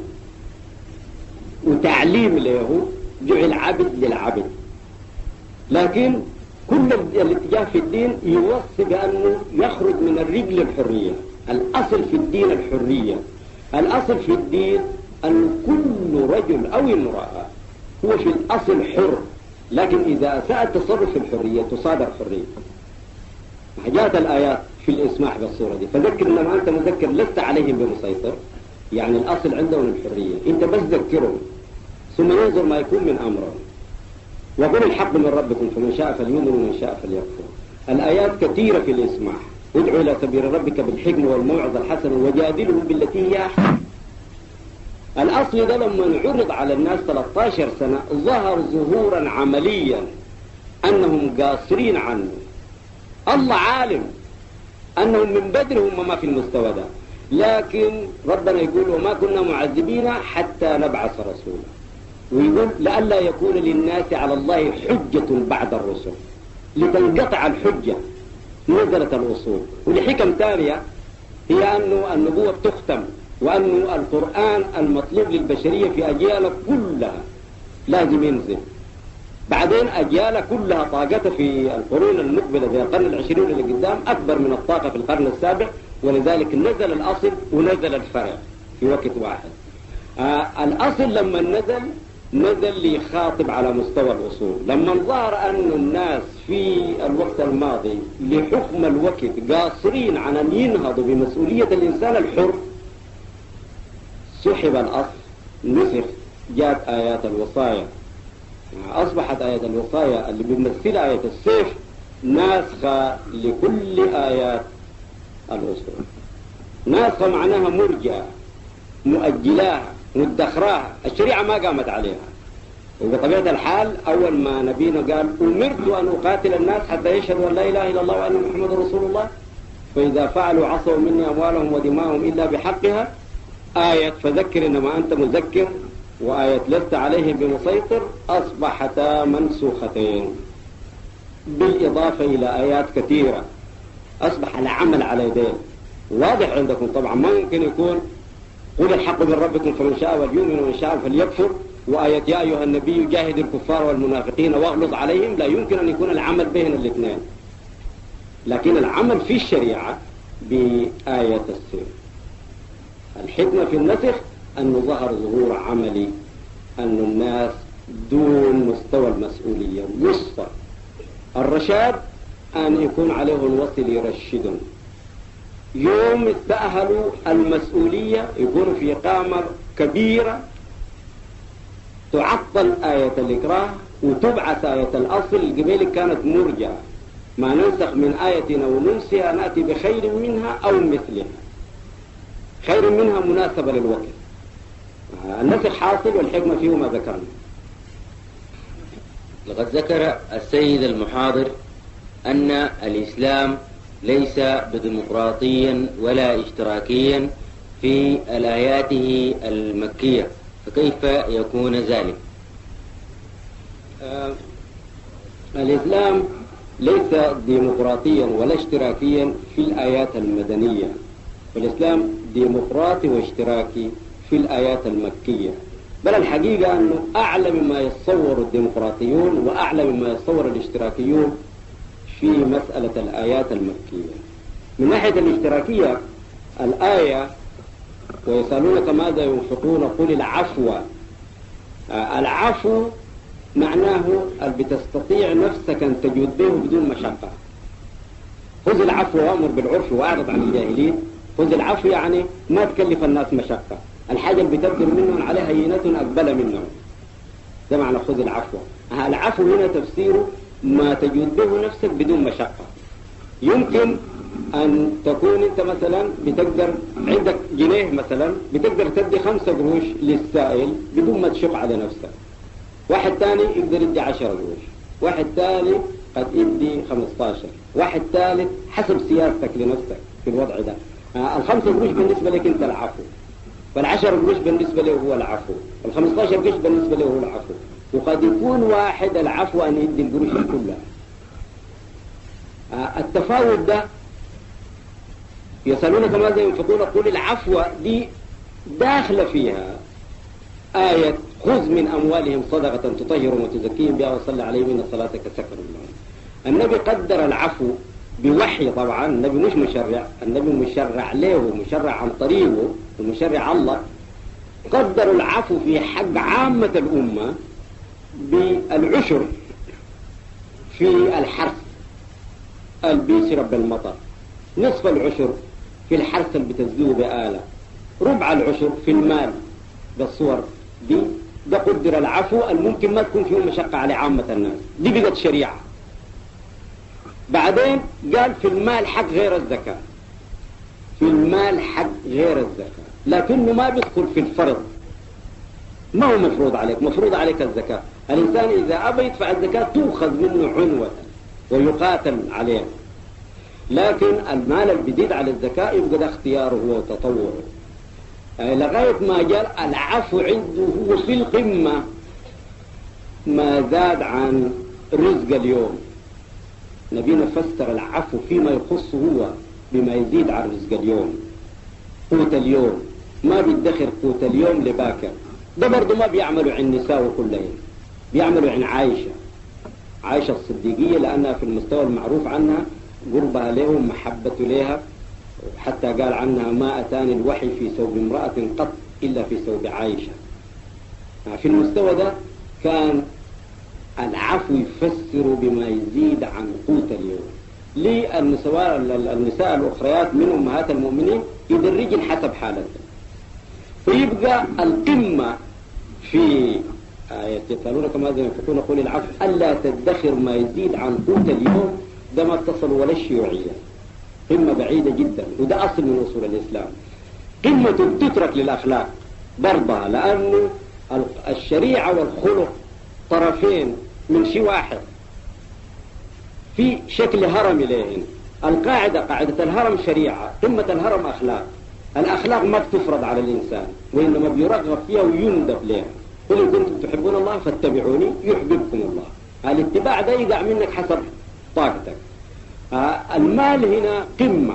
وتعليم له، جعل عبد للعبد. لكن كل الاتجاه في الدين يوصي بأنه يخرج من الرجل الحرية. الأصل في الدين الحرية، الأصل في الدين أن كل رجل أو امرأة هو في الأصل حر، لكن إذا أساء التصرف في الحرية تصادر حرية. جاءت الآيات في الإسماح بالصورة دي، فذكر إنما أنت مذكر لست عليهم بمسيطر، يعني الأصل عندهم الحرية، أنت بس ذكرهم ثم ينظر ما يكون من أمرهم. وقل الحق من ربكم فمن شاء فليؤمن ومن شاء فليكفر. الآيات كثيرة في الإسماح. ادعو إلى سبيل ربك بالحكمة والموعظة الحسنة وجادلهم بالتي هي أحسن. الأصل ده لما عرض على الناس 13 سنة ظهر ظهورا عمليا أنهم قاصرين عنه. الله عالم أنهم من بدر هم ما في المستوى ده، لكن ربنا يقول وما كنا معذبين حتى نبعث رسولا، ويقول لئلا يكون للناس على الله حجة بعد الرسل، لتنقطع الحجة نزلت الأصول. ولحكم ثانية هي أنه النبوة بتختم، وأنه القرآن المطلوب للبشرية في أجيال كلها لازم ينزل. بعدين أجيال كلها طاقتها في القرون المقبلة زي القرن العشرين اللي قدام أكبر من الطاقة في القرن السابع، ولذلك نزل الأصل ونزل الفرع في وقت واحد. الأصل لما نزل ليخاطب على مستوى الأصول. لما ظهر أن الناس في الوقت الماضي لحكم الوقت قاصرين عن أن ينهضوا بمسؤولية الإنسان الحر، سحب الأصل، نسخ، جاءت آيات الوصايا. أصبحت آيات الوصايا اللي بتمثل آية السيف ناسخة لكل آيات الأصول. ناسخة معناها مرجعة، مؤجلاها، مدخراها، الشريعة ما قامت عليها. وبطبيعة الحال أول ما نبينا قال أمرت أن أقاتل الناس حتى يشهدوا أن لا إله إلا الله وأن محمد رسول الله، فإذا فعلوا عصوا مني أموالهم ودماءهم إلا بحقها، آية فذكر إنما أنت مذكر وآية لست عليهم بمسيطر أصبحتا منسوختين، بالإضافة إلى آيات كثيرة. أصبح العمل على يدين واضح عندكم. طبعا ما ممكن يكون قل الحق من ربكم فمن شاء وليؤمن ومن شاء فليكفر، وآية يا أيها النبي جاهد الكفار والمنافقين واغلظ عليهم، لا يمكن أن يكون العمل بين الاثنين. لكن العمل في الشريعة بآية السيف. الحكمة في النسخ أنه ظهر ظهور عملي، أن الناس دون مستوى المسؤولية وسط الرشاد، أن يكون عليه الوصل يرشدهم. يوم استأهلوا المسؤولية يكونوا في قامة كبيرة تعطل آية الإكراه وتبعث آية الأصل. القبيل كانت مرجعة، ما ننسخ من آية أو ننسها نأتي بخير منها أو مثلها. خير منها مناسبة للوقت. النسخ حاصل والحكمة فيه ما ذكرنا. لقد ذكر السيد المحاضر أن الإسلام ليس بديمقراطيا ولا اشتراكيا في آياته المكية، فكيف يكون ذلك؟ الإسلام ليس ديمقراطيا ولا اشتراكيا في الآيات المدنية، والإسلام ديمقراطي واشتراكي في الآيات المكية. بل الحقيقة أنه أعلى مما يتصور الديمقراطيون وأعلى مما يتصور الاشتراكيون في مسألة الآيات المكية. من ناحية الاشتراكية الآية ويسألونك ماذا ينفقون قل العفو. العفو معناه أن بتستطيع نفسك أن تجود به بدون مشقة. خذ العفو وأمر بالعرف وأعرض عن الجاهلين. خذ العفو يعني ما تكلف الناس مشقة، الحاجة اللي بتقدر منهم عليها هينة أقبل منهم، ده معنى خذ العفو. العفو هنا تفسيره ما تجود به نفسك بدون مشقة. يمكن أن تكون أنت مثلا بتقدر عندك جنيه مثلا بتقدر تدي 5 قروش للسائل بدون ما تشق على نفسك. واحد تاني يقدر يدي 10 قروش، واحد تاني قد يدي 15، واحد ثالث حسب سياستك لنفسك في الوضع ده. 5 قروش بالنسبة لك أنت العفو، فال10 قروش بالنسبة له هو العفو، ال15 قرش بالنسبة له هو العفو، وقد يكون واحد العفو أن يدي القروش كلها. التفاوت ده يسألونك ماذا ينفقون قل العفو دي داخل فيها آية خذ من أموالهم صدقة تطهرهم وتزكيهم بها وصل عليهم إن صلاتك سكن لهم. النبي قدر العفو بوحي، طبعا النبي مش مشرع، النبي مشرع له، مشرع عن طريقه ومشرع الله. قدر العفو في حق عامة الأمة بالعشر في الحرث اللي بيشرب بالمطر، نصف العشر في الحرث اللي بتزدوه بآلة، ربع العشر في المال بالصور دي. ده قدر العفو الممكن ما تكون فيه مشقة على عامة الناس، دي بقت شريعة. بعدين قال في المال حق غير الزكاة، في المال حق غير الزكاة، لكنه ما بيدخل في الفرض، ما هو مفروض عليك، مفروض عليك الزكاة. الإنسان إذا أبى يدفع الزكاة تؤخذ منه عنوة ويقاتل عليه، لكن المال الجديد على الزكاة يبقى ده اختياره هو وتطوعه. لغاية ما جاء العفو عنده هو في القمة، ما زاد عن رزق اليوم. نبينا فسر العفو فيما يخصه هو بما يزيد عن رزق اليوم. قوت اليوم ما بيدخر قوت اليوم لباكر، ده برضه ما بيعملوا عن نساء كلهم، بيعملوا عن عائشة الصديقية، لأنها في المستوى المعروف عنها قربها لهم، محبة لها، حتى قال عنها ما أتاني الوحي في ثوب امرأة قط إلا في ثوب عائشة. في المستوى ده كان العفو يفسر بما يزيد عن قوت اليوم. للنساء الأخريات من أمهات المؤمنين يدرجن حسب حالته. فيبقى القمة في يسألونك ماذا ينفقون قل العفو ألا تدخر ما يزيد عن قوت اليوم، ده ما اتصل ولا الشيوعية، قمة بعيدة جدا، وده أصل من أصول الإسلام. قمة تترك للأخلاق برضها، لأنه الشريعة والخلق طرفين من شيء واحد في شكل هرم إليهن. القاعدة قاعدة الهرم شريعة، قمة الهرم أخلاق. الأخلاق ما بتفرض على الإنسان، وإنما بيرغب فيها ويندب لها. قل إن كنتم تحبون الله فاتبعوني يحببكم الله. الاتباع ده يقع منك حسب طاقتك. المال هنا قمة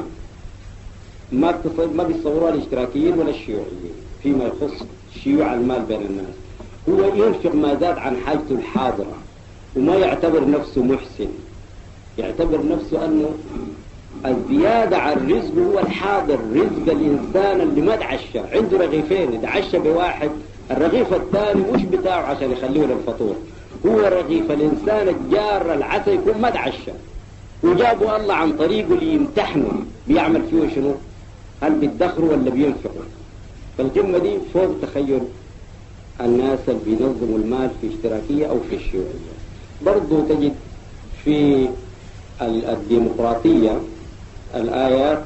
ما بيصوروها الاشتراكيين ولا الشيوعيين فيما يخص شيوع المال بين الناس. هو ينفق ما زاد عن حاجته الحاضرة، وما يعتبر نفسه محسن، يعتبر نفسه أنه الزيادة عن رزقه هو الحاضر، رزق الإنسان اللي ما تعشى، عنده رغيفين تعشى بواحد، الرغيف الثاني مش بتاعه عشان يخليه للفطور، هو رغيف الإنسان الجار العسى يكون ما تعشى، وجابوا الله عن طريقه ليمتحنوا بيعمل فيه شنو، هل بيدخروا ولا بينفقوا. فالقمة دي فوق تخيل الناس اللي بينظموا المال في اشتراكية أو في الشيوعية. برضو تجد في الديمقراطية الآيات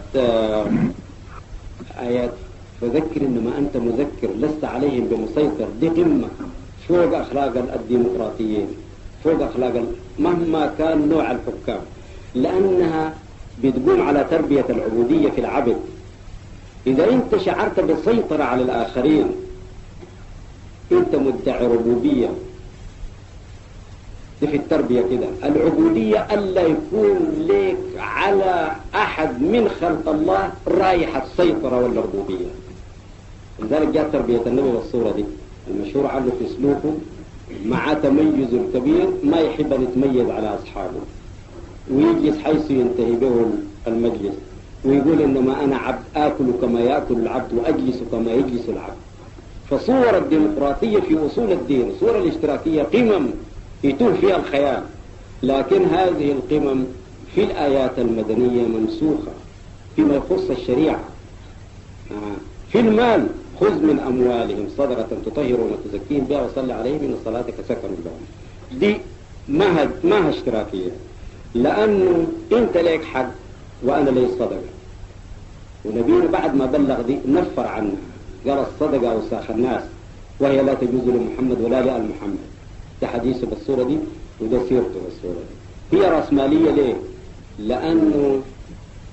آيات فذكر إنما أنت مذكر لست عليهم بمسيطر، دي قمة فوق أخلاق الديمقراطيين، فوق أخلاق مهما كان نوع الحكام، لأنها بتقوم على تربية العبودية في العبد. إذا أنت شعرت بالسيطرة على الآخرين أنت مدعي ربوبية. دي في التربية كده، العبودية ألا يكون لك على أحد من خلق الله رايحة السيطرة والربوبية. لذلك جاءت تربية النبي بالصورة دي المشهور عنه في سلوكه مع تميز الكبير ما يحب أن يتميز على أصحابه، ويجلس حيث ينتهي به المجلس ويقول إنما أنا عبد آكل كما يأكل العبد وأجلس كما يجلس العبد. فصور الديمقراطية في أصول الدين، صور الاشتراكية قمم يتوه فيها الخيال، لكن هذه القمم في الآيات المدنية منسوخة فيما يخص الشريعة. في المال خذ من أموالهم صدقة تطهرهم وتزكيهم بها وصل عليهم إن صلاتك سكن لهم. دي ما اشتراكية، لأنه أنت لك حق وأنا لي صدقة. ونبينا بعد ما بلغ دي نفر عنها، قال الصدقة أوساخ الناس وهي لا تجوز لمحمد ولا لآل محمد. ده حديثه بالصورة دي وده سيرته بالصورة دي. هي رأسمالية ليه؟ لأنه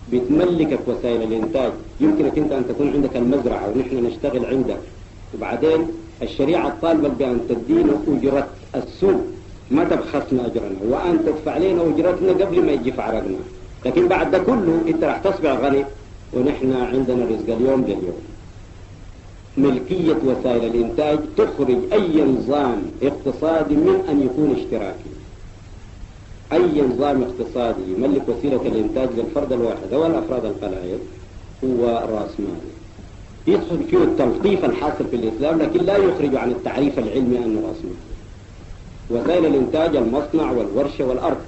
بتملكك وسائل الإنتاج. يمكنك أنت أن تكون عندك المزرعة ونحن نشتغل عندك، وبعدين الشريعة الطالبة بأن تدينا أجرة السوق، ما تبخسنا أجرنا وأن تدفع لنا أجرتنا قبل ما يجي في عرقنا. لكن بعد ده كله أنت راح تصبح غني ونحن عندنا رزق اليوم لليوم. ملكية وسائل الإنتاج تخرج أي نظام اقتصادي من أن يكون اشتراكي. أي نظام اقتصادي يملك وسيلة الإنتاج للفرد الواحد أو الأفراد القلائل هو رأس مال. يدخل فيه التلطيف الحاصل في الإسلام، لكن لا يخرج عن التعريف العلمي أنه رأس مال. وسائل الإنتاج المصنع والورشة والأرض.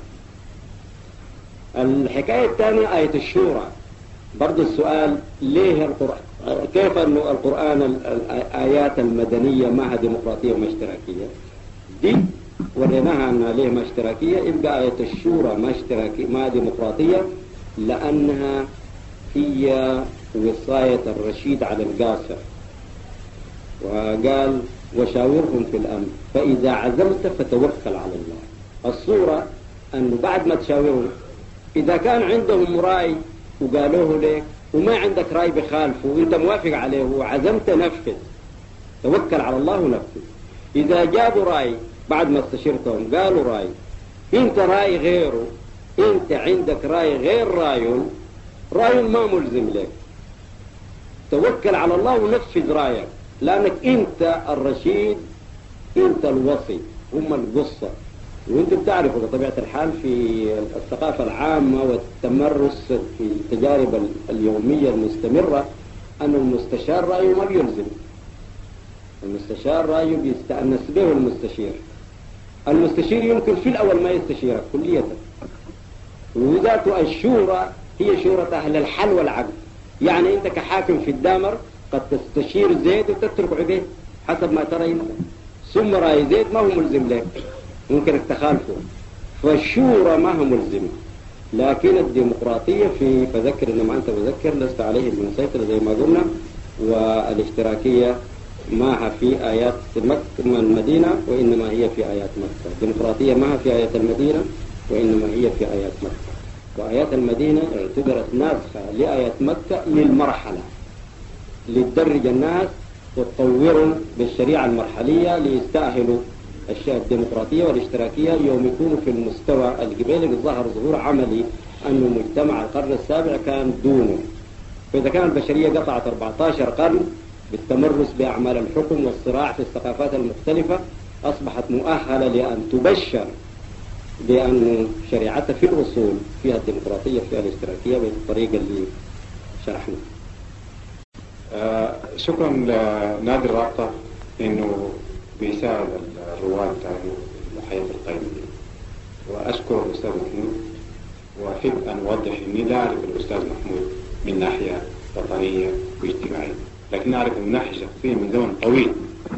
الحكاية الثانية آية الشورى. برضو السؤال ليه القرآن، كيف أنه القرآن الآيات المدنية ما ديمقراطية وما اشتراكية؟ دي وريناها أنها ليه ما اشتراكية. يبقى آية الشورى ما اشتراكية ما ديمقراطية لأنها هي وصاية الرشيد على القاصر، وقال وشاورهم في الأمر فإذا عزمت فتوكل على الله. الصورة أنه بعد ما تشاورهم إذا كان عندهم رأي وقالوه لك وما عندك رأي بخالفه وإنت موافق عليه وعزمت نفذ، توكل على الله ونفذ. إذا جابوا رأي بعد ما استشرتهم قالوا رأي إنت رأي غيره، إنت عندك رأي غير رأي ما ملزم لك، توكل على الله ونفذ رأيك، لأنك أنت الرشيد، أنت الوصي، هم القصة. وانت بتعرفوا بطبيعة الحال في الثقافة العامة والتمرس في التجارب اليومية المستمرة أن المستشار رأيه ما بيلزم. المستشار رأيه بيستأنس به المستشير يمكن في الأول ما يستشيرك كلية. وذات الشورى هي شورى أهل الحل والعقد. يعني أنت كحاكم في الدامر قد تستشير زيد وتترك عبيد حسب ما ترى أنت، ثم رأي زيد ما هو ملزم لك، ممكن تخالفه. فالشورى ما هو ملزمة. لكن الديمقراطية في فذكر إنما أنت مذكر لست عليه بمسيطر زي ما قلنا. والاشتراكية ما في آيات المدينة وإنما هي في آيات مكة. الديمقراطية ما في آيات المدينة وإنما هي في آيات مكة. وآيات المدينة اعتبرت ناسخة لآيات مكة للمرحلة، لتدرج الناس وتطورهم بالشريعة المرحلية ليستأهلوا الديمقراطية والاشتراكية يوم يكونوا في المستوى القبيلي. ظهر ظهور عملي أنه مجتمع القرن السابع كان دونه. فإذا كان البشرية قطعت 14 قرن بالتمرس بأعمال الحكم والصراع في الثقافات المختلفة، أصبحت مؤهلة لأن تبشر بأن شريعتها في الأصول فيها الديمقراطية فيها الاشتراكية بالطريقة اللي شرحنا. شكرا لنادي الرابطة إنه بيساعد الرواد تاعي الحياة القيمة. وأشكر الأستاذ محمود، وأحب أن أوضح أني لا أعرف الأستاذ محمود من ناحية وطنية واجتماعية، لكن أعرف من ناحية شخصية من زمن طويل.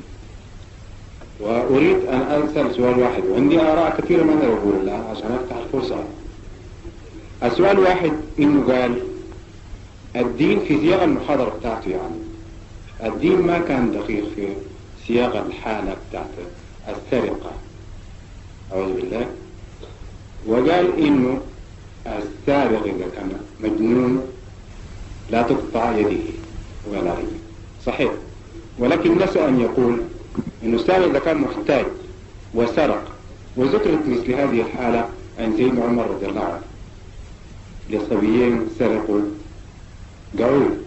وأريد أن أسأل سؤال واحد، وعندي آراء كثيرة ما أقدر أقول لها عشان أفتح الفرصة. السؤال واحد إنه قال الدين في سياق المحاضرة بتاعته، يعني الدين ما كان دقيق في سياق الحالة بتاعته السرقة أعوذ بالله، وقال إنه السارق إذا كان مجنون لا تقطع يده ولا رجله. صحيح، ولكن نسأل أن يقول إنه السارق إذا كان محتاج وسرق، وذكرت مثل هذه الحالة عن سيدنا عمر رضي الله عنه لصبيين سرقوا قعود،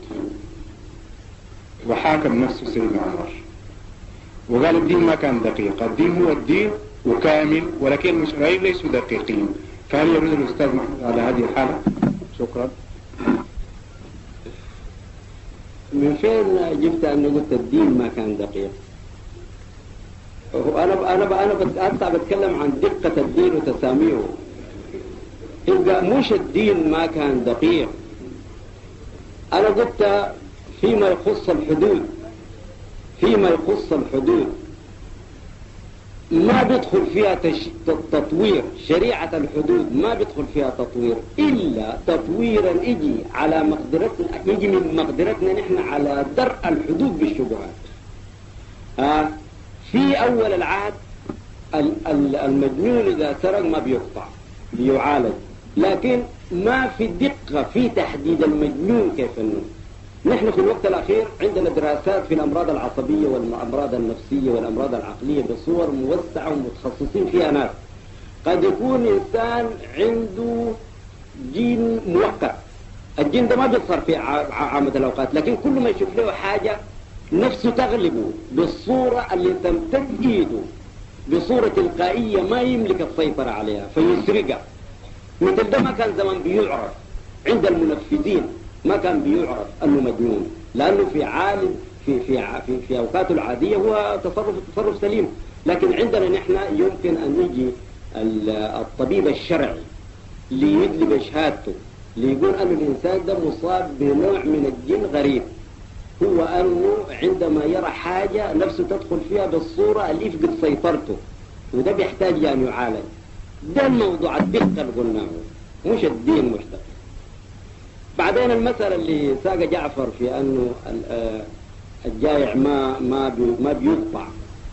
وحاكم نفسه سيدنا عمر وقال الدين ما كان دقيق، الدين هو الدين وكامل، ولكن المشرعين ليسوا دقيقين. فهل يرد الأستاذ محمود على هذه الحالة؟ شكرا. من فين جبت أن قلت الدين ما كان دقيق؟ أنا بتكلم عن دقة الدين وتساميه. يبقى مش الدين ما كان دقيق، أنا قلت فيما يخص الحدود ما بيدخل فيها تطوير. شريعة الحدود ما بيدخل فيها تطوير إلا تطويرا يجي من مقدرتنا نحن على درء الحدود بالشبهات. في أول العهد المجنون إذا سرق ما بيقطع، بيعالج لكن ما في دقة في تحديد المجنون كيف انه. نحن في الوقت الأخير عندنا دراسات في الأمراض العصبية والأمراض النفسية والأمراض العقلية بصور موسعة ومتخصصين فيها ناس. قد يكون إنسان عنده جين موقع، الجين ده ما بيظهر في عامة الأوقات، لكن كل ما يشوف له حاجة نفسه تغلبه بالصورة اللي تمتد إيده بصورة تلقائية ما يملك السيطرة عليها فيسرقها. مثل ده ما كان زمان بيعرف عند المنفذين، ما كان بيعرف أنه مجنون، لأنه في عالم في أوقاته العادية هو تصرف سليم. لكن عندنا نحن يمكن أن يجي الطبيب الشرعي ليدلي بشهادته ليقول أن الإنسان ده مصاب بنوع من الجن غريب، هو أنه عندما يرى حاجة نفسه تدخل فيها بالصورة اللي يفقد سيطرته، وده بيحتاج أن يعالج. ده الموضوع الدقة اللي قلناه، مش الدين مشتغل. بعدين المسألة اللي ساق جعفر في أنه الجائع ما بيقطع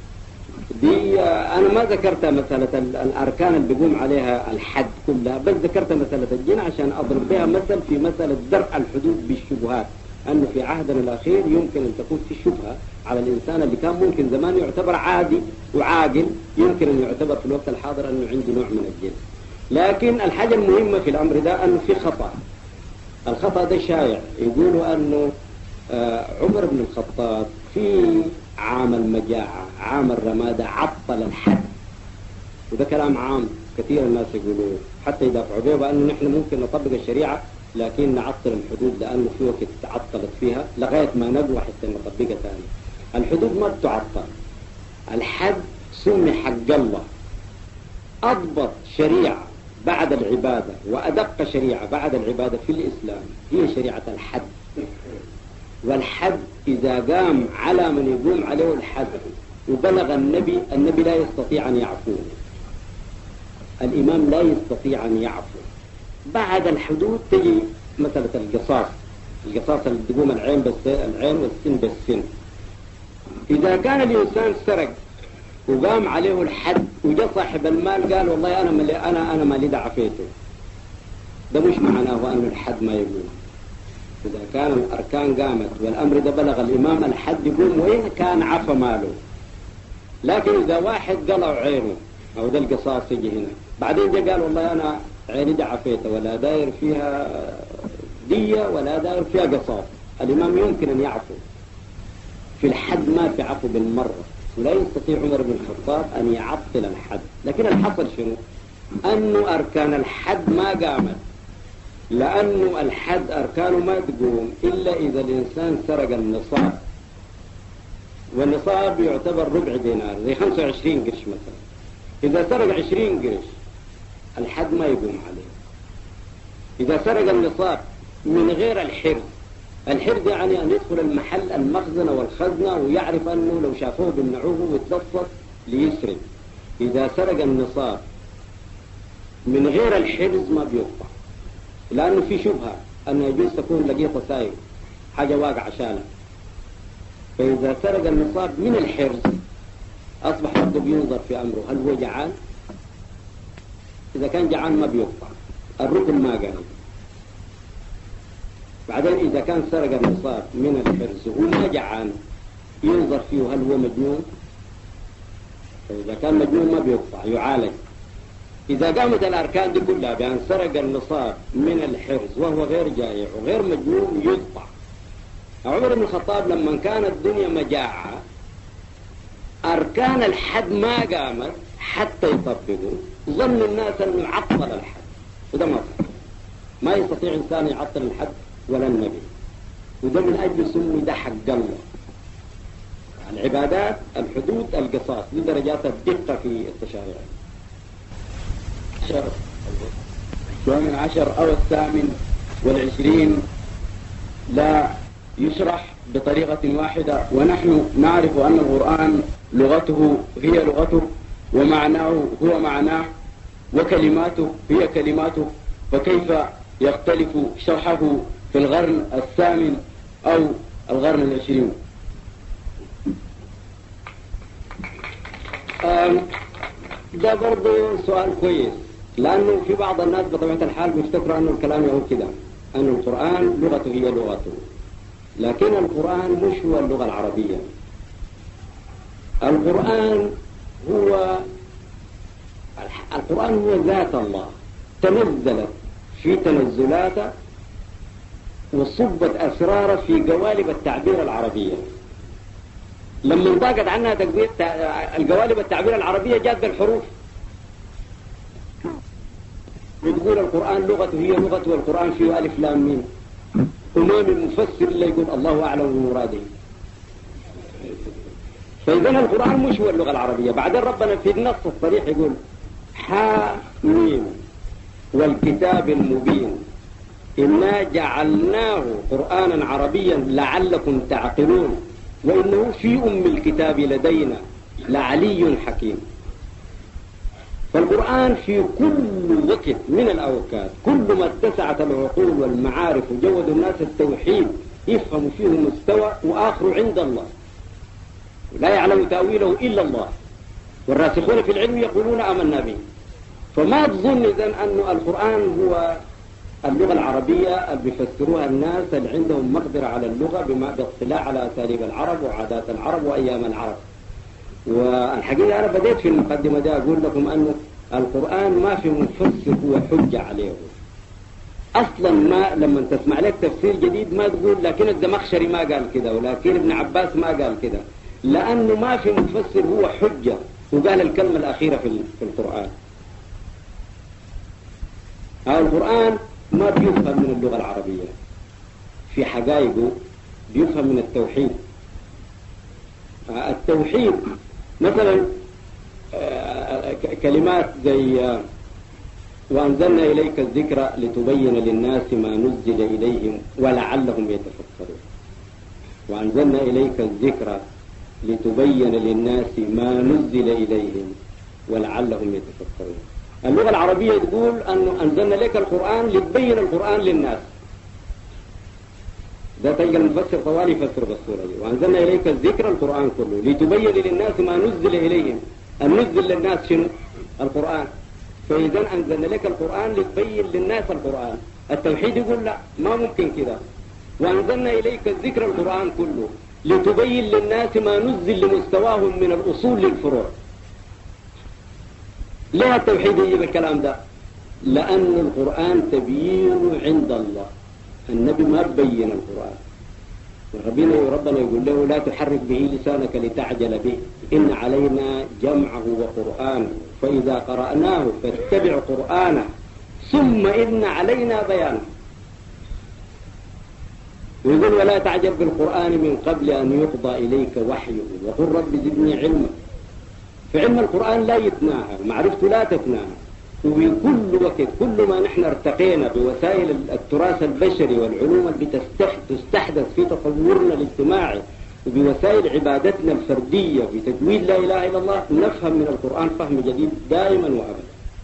دي، أنا ما ذكرت مسألة الأركان اللي بيقوم عليها الحد كلها، بس ذكرت مسألة الجن عشان أضرب بها مثل في مسألة درء الحدود بالشبهات، أنه في عهدنا الأخير يمكن أن تكون في شبهة على الإنسان اللي كان ممكن زمان يعتبر عادي وعاقل، يمكن أن يعتبر في الوقت الحاضر أنه عنده نوع من الجن. لكن الحاجة المهمة في الأمر ده أنه في خطأ. الخطأ ده شائع، يقولوا أنه عمر بن الخطاب في عام المجاعة عام الرمادة عطل الحد، وده كلام عام كثير الناس يقولوه حتى يدافعوا به، بأنه نحن ممكن نطبق الشريعة لكن نعطل الحدود لأنه في وقت تعطلت فيها لغاية ما نقوى حتى نطبقها ثاني. الحدود ما بتعطل، الحد سمي حق الله. أضبط شريعة بعد العبادة وأدق شريعة بعد العبادة في الإسلام هي شريعة الحد. والحد إذا قام على من يقوم عليه الحد وبلغ النبي لا يستطيع أن يعفو، الإمام لا يستطيع أن يعفو. بعد الحدود تجي مسألة القصاص اللي تقوم العين والسن بالسن. إذا كان الإنسان سرق وقام عليه الحد وجاء صاحب المال قال والله أنا مالي ده عفيته، ده مش معناه أن الحد ما يقوم. إذا كان الأركان قامت والأمر ده بلغ الإمام الحد يقوم وإن كان عفى ماله. لكن إذا واحد قلع عينه أو ده القصاص يجي هنا، بعدين جاء قال والله أنا عيني ده عفيته ولا داير فيها دية ولا داير فيها قصاص، الإمام يمكن أن يعفو. في الحد ما في عفو بالمرة، ولا يستطيع عمر بن الخطاب أن يعطل الحد. لكن الحصل شنو؟ أنه أركان الحد ما قامت، لأنه الحد أركانه ما تقوم إلا إذا الإنسان سرق النصاب، والنصاب يعتبر ربع دينار زي 25 قرش مثلا. إذا سرق 20 قرش الحد ما يقوم عليه. إذا سرق النصاب من غير الحرز يعني أن يدخل المحل المخزن والخزنة ويعرف أنه لو شافوه بمنعوه ويتلصص ليسرق. إذا سرق النصاب من غير الحرز ما بيقطع، لأنه في شبهة أنه يجوز تكون لقيطة سايب حاجة واقع شالة. فإذا سرق النصاب من الحرز أصبح برضه بينظر في أمره هل هو جعان. إذا كان جعان ما بيقطع، الركن ما قام. بعدين إذا كان سرق النصاب من الحرز وهو ما جعان ينظر فيه هل هو مجنون. فإذا كان مجنون ما بيقطع، يعالج. إذا قامت الأركان دي كلها بأن سرق النصاب من الحرز وهو غير جائع وغير مجنون يقطع. عمر بن الخطاب لما كانت الدنيا مجاعة أركان الحد ما قامت حتى يطبقوا، ظن الناس أنه عطل الحد، وده ما صح. ما يستطيع إنسان يعطل الحد ولا النبي، وده من أجل سمي ده حق الله. العبادات الحدود القصاص لدرجات الدقة في التشاريع. ومن 10 أو 28 لا يشرح بطريقة واحدة، ونحن نعرف أن القرآن لغته هي لغته ومعناه هو معناه وكلماته هي كلماته، فكيف يختلف شرحه في القرن 8 أو القرن 20؟ ده برضو سؤال كويس. لأنه في بعض الناس بطبيعة الحال بيفتكروا أن الكلام هو كده، أن القرآن لغته هي لغته، لكن القرآن مش هو اللغة العربية. القرآن هو ذات الله تنزلت في تنزلاته وصبت أسرارها في قوالب التعبير العربية. لما انضاقت عنها القوالب التعبير العربية جات بالحروف، بتقول القرآن لغته هي لغته والقرآن فيه ألف لام ميم، وما من مفسر إلا يقول الله أعلم بمراده. فإذا القرآن مش هو اللغة العربية. بعدين ربنا في النص الصريح يقول حاميم والكتاب المبين إنا جعلناه قرآنا عربيا لعلكم تعقلون وإنه في أم الكتاب لدينا لعلي حكيم. فالقرآن في كل وقت من الأوقات كل ما اتسعت العقول والمعارف وجود الناس التوحيد يفهم فيه مستوى وآخر عند الله لا يعلم تأويله إلا الله، والراسخون في العلم يقولون آمنا به. فما تظن إذن أن القرآن هو اللغة العربية اللي بيفسروها الناس اللي عندهم مقدرة على اللغة باطلاع على أساليب العرب وعادات العرب وأيام العرب. والحقيقة أنا بديت في المقدمة دي أقول لكم أن القرآن ما في مفسر هو حجة عليه أصلا. ما لما تسمع لك تفسير جديد ما تقول لكن الزمخشري ما قال كده ولكن ابن عباس ما قال كده، لأنه ما في مفسر هو حجة وقال الكلمة الأخيرة في القرآن. القرآن ما بيفهم من اللغة العربية في حقائقه، بيفهم من التوحيد. التوحيد مثلا كلمات زي وأنزلنا إليك الذكر لتبين للناس ما نزل إليهم ولعلهم يتفكرون. وأنزلنا إليك الذكر لتبين للناس ما نزل إليهم ولعلهم يتفكرون. اللغة العربية تقول أنه أنزلنا لك القرآن لتبين القرآن للناس. ده تلقى المفسر طوالي يفسر بالصورة دي. وأنزلنا إليك الذكر القرآن كله لتبين للناس ما نزل إليهم. النزل للناس شنو؟ القرآن. فإذا أنزلنا لك القرآن لتبين للناس القرآن. التوحيد يقول لا ما ممكن كده. وأنزلنا إليك الذكر القرآن كله لتبين للناس ما نزل لمستواهم من الأصول للفروع. ليه التوحيد يجيب الكلام ده؟ لأن القرآن تبيين عند الله. النبي ما بين القرآن، ربنا يقول له لا تحرك به لسانك لتعجل به إن علينا جمعه وقرآنه فإذا قرأناه فاتبع قرآنه ثم إن علينا بيانه. ويقول ولا تعجل بالقرآن من قبل أن يقضى إليك وحيه وقل رب زدني علما. فعلم القرآن لا يتناهى ومعرفته لا تتناهى. وفي كل وقت كل ما نحن ارتقينا بوسائل التراث البشري والعلوم اللي تستحدث في تطورنا الاجتماعي وبوسائل عبادتنا الفردية في تجويد لا إله إلا الله نفهم من القرآن فهم جديد دائما وأبدا.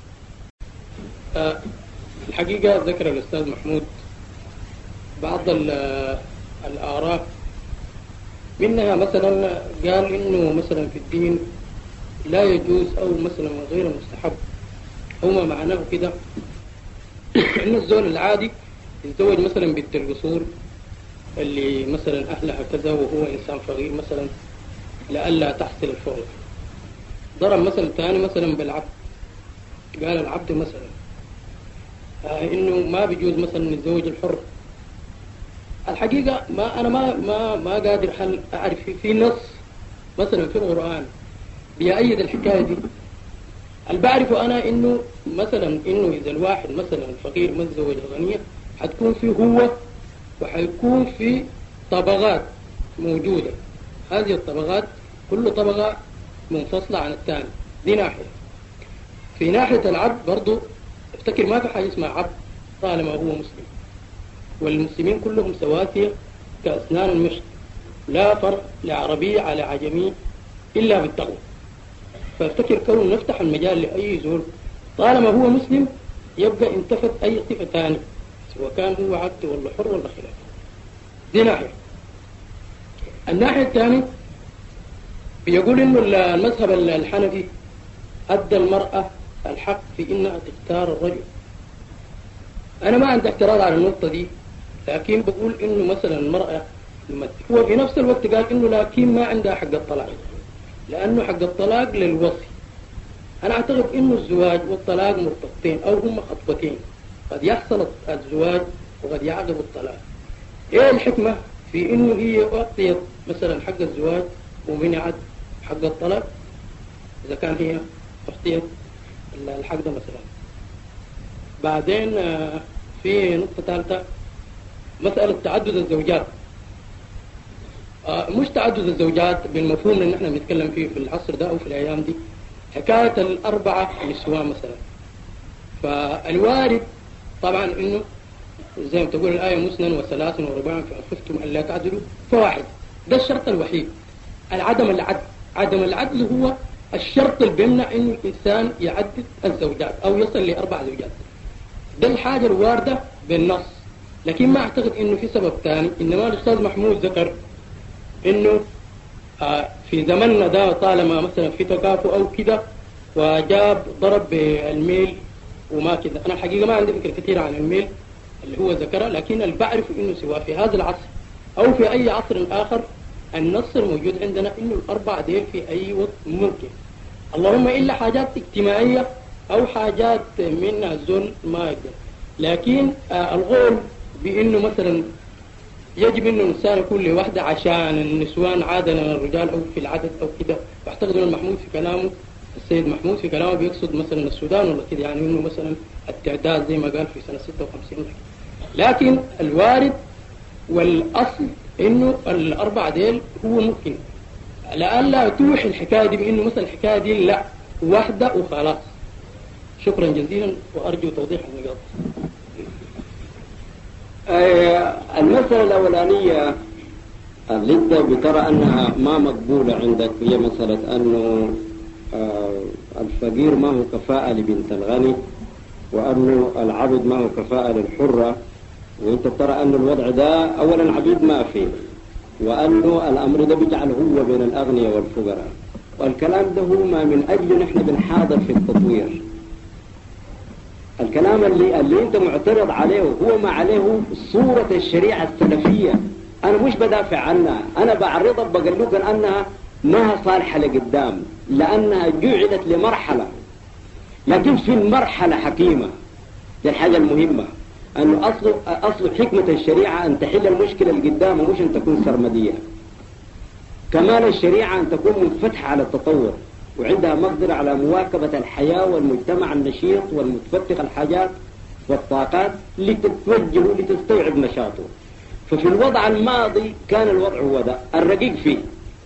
الحقيقة ذكر الأستاذ محمود بعض الآراء، منها مثلا قال إنه مثلا في الدين لا يجوز أو مثلا غير مستحب أو ما معناه كده إن الزول العادي يتزوج مثلا بنت القصور اللي مثلا أهلها كذا وهو إنسان فقير مثلا لألا تحصل الفرق. ضرب مثلا ثاني مثلا بالعبد، قال العبد مثلا إنه ما بيجوز مثلا الزوج الحر. الحقيقة أنا ما قادر أعرف في نص مثلا في القرآن بيأيد الحكاية دي. اللي بعرفه أنا إنه مثلا إنه إذا الواحد مثلا الفقير متزوج الغنية حتكون في هو وحيكون في طبقات موجودة. هذه الطبقات كل طبقة منفصلة عن الثاني. دي ناحية. في ناحية العبد برضو افتكر ما في حاجة اسمها عبد طالما هو مسلم، والمسلمين كلهم سواسية كأسنان المشط، لا فرق لعربي على عجمي إلا بالتقوى. فافتكر كون نفتح المجال لأي زول طالما هو مسلم يبقى انتفت أي صفة ثانية سواء كان هو عبد ولا حر ولا خلاف. دي ناحية. الناحية الثانية بيقول إنه المذهب الحنفي أدى المرأة الحق في إنها تختار الرجل. أنا ما عندي اعتراض على النقطة دي، لكن بقول إنه مثلا المرأة هو في نفس الوقت قال إنه لكن ما عندها حق الطلاق، لأنه حق الطلاق للوصي. أنا أعتقد إنه الزواج والطلاق مرتبطين أو هم خطوتين، قد يحصل الزواج وقد يعقب الطلاق. إيه الحكمة في إنه هي أعطيت مثلا حق الزواج ومنعت حق الطلاق إذا كان هي أعطيت الحق ده مثلا؟ بعدين في نقطة ثالثة، مسألة تعدد الزوجات. مش تعدد الزوجات بالمفهوم اللي نحن بنتكلم فيه في العصر ده أو في الأيام دي، حكاية الأربعة نسوان مثلا. فالوارد طبعا إنه زي ما تقول الآية مثنى وثلاث ورباع فإن خفتم ألا تعدلوا فواحد. ده الشرط الوحيد. عدم العدل هو الشرط اللي بيمنع إنه الإنسان يعدد الزوجات أو يصل لأربع زوجات. ده الحاجة الواردة بالنص، لكن ما أعتقد إنه في سبب ثاني. إنما الأستاذ محمود ذكر إنه في زمننا ده طالما مثلا في تكافؤ أو كده وجاب ضرب بالميل وما كده. أنا الحقيقة ما عندي فكرة كثيرة عن الميل اللي هو ذكره، لكن اللي بعرف إنه سواء في هذا العصر أو في أي عصر آخر النص الموجود عندنا إنه الأربعة دي في أي وقت ممكن، اللهم إلا حاجات اجتماعية أو حاجات من الزول ما يقدر. لكن القول بإنه مثلا يجب إنه الإنسان يكون لوحده عشان النسوان عادة الرجال أو في العدد أو كده. واعتقد إنه محمود في كلامه، السيد محمود في كلامه بيقصد مثلا السودان ولا كده، يعني إنه مثلا التعداد زي ما قال في سنة 56. لكن الوارد والأصل إنه الأربعة ديل هو ممكن، لألا توحي الحكاية دي بإنه مثلا الحكاية دي لا واحدة وخلاص. شكرا جزيلا وأرجو توضيح النقاط. المسألة الأولانية اللي انت بترى أنها ما مقبولة عندك هي مسألة أنه الفقير ما هو كفاءة لبنت الغني، وأنه العبد ما هو كفاءة للحرة، وانت ترى أن الوضع ده أولا عبيد ما فيه، وأنه الأمر ده بيجعل هو بين الأغنياء والفقراء. والكلام ده هو ما من أجله نحن بنحاضر في التطوير. الكلام اللي انت معترض عليه هو ما عليه صورة الشريعة السلفية. أنا مش بدافع عنها، أنا بعرضها بقول لك أنها ما صالحة لقدام، لأنها جعلت لمرحلة، لكن في المرحلة حكيمة. دي الحاجة المهمة، أنه أصل حكمة الشريعة أن تحل المشكلة اللي قدام ومش أن تكون سرمدية. كمان الشريعة أن تكون منفتحة على التطور وعندها مقدرة على مواكبة الحياة والمجتمع النشيط والمتفتح الحاجات والطاقات لتتوجه لتستوعب نشاطه. ففي الوضع الماضي كان الوضع هو ده الرقيق فيه،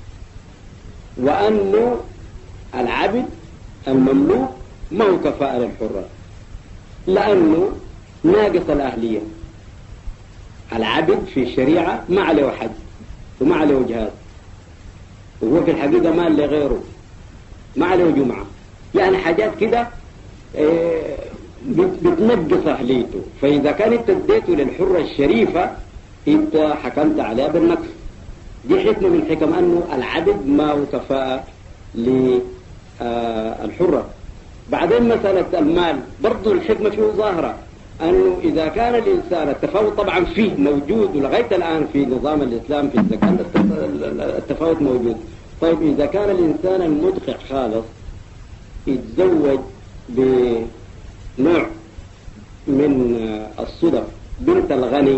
وأنه العبد المملوك ما هو كفاءة للحرة لأنه ناقص الأهلية. العبد في الشريعة ما عليه حج وما عليه جهاد، وهو في الحقيقة ما اللي غيره، ما عليه جمعة، يعني حاجات كده بتنقص أهليته. فإذا كان انت اديته للحرة الشريفة انت حكمت عليها بالنقص. دي حكمة من حكم أنه العبد ما هو كفاءة للحرة. بعدين مسألة المال برضو الحكمة فيه ظاهرة، أنه إذا كان الإنسان التفاوت طبعا فيه موجود ولغاية الآن في نظام الإسلام في الزكاة التفاوت موجود. طيب إذا كان الإنسان المدقع خالص يتزوج بنوع من الصدف بنت الغني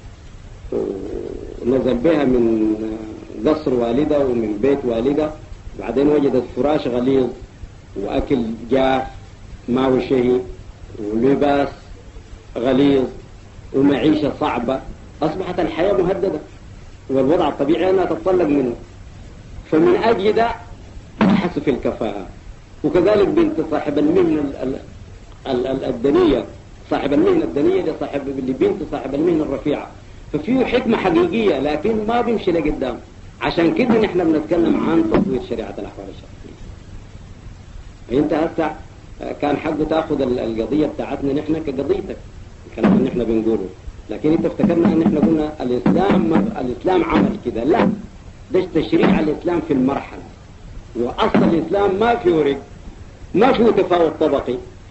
ونزل بها من قصر والدة ومن بيت والدة، بعدين وجدت فراش غليظ وأكل جاف ما هو شيء ولباس غليظ ومعيشة صعبة، أصبحت الحياة مهددة والوضع الطبيعي أنها تتطلق منه. فمن أجل ده بحث في الكفاءة. وكذلك بنت صاحب المهنة الدنية، صاحب المهنة الدنية لبنت صاحب المهنة الرفيعة. ففيه حكمة حقيقية لكن ما بيمشي لقدام. عشان كده نحن بنتكلم عن تطوير شريعة الأحوال الشخصية. انت هسه كان حقه تاخذ القضية بتاعتنا نحن كقضيتك الكلام اللي نحن بنقوله، لكن انت افتكرنا ان احنا قلنا الإسلام عمل كده. لا، ده تشريع الإسلام في المرحلة، وأصل الإسلام ما فيه ورق، ما فيه تفاوت طبقي،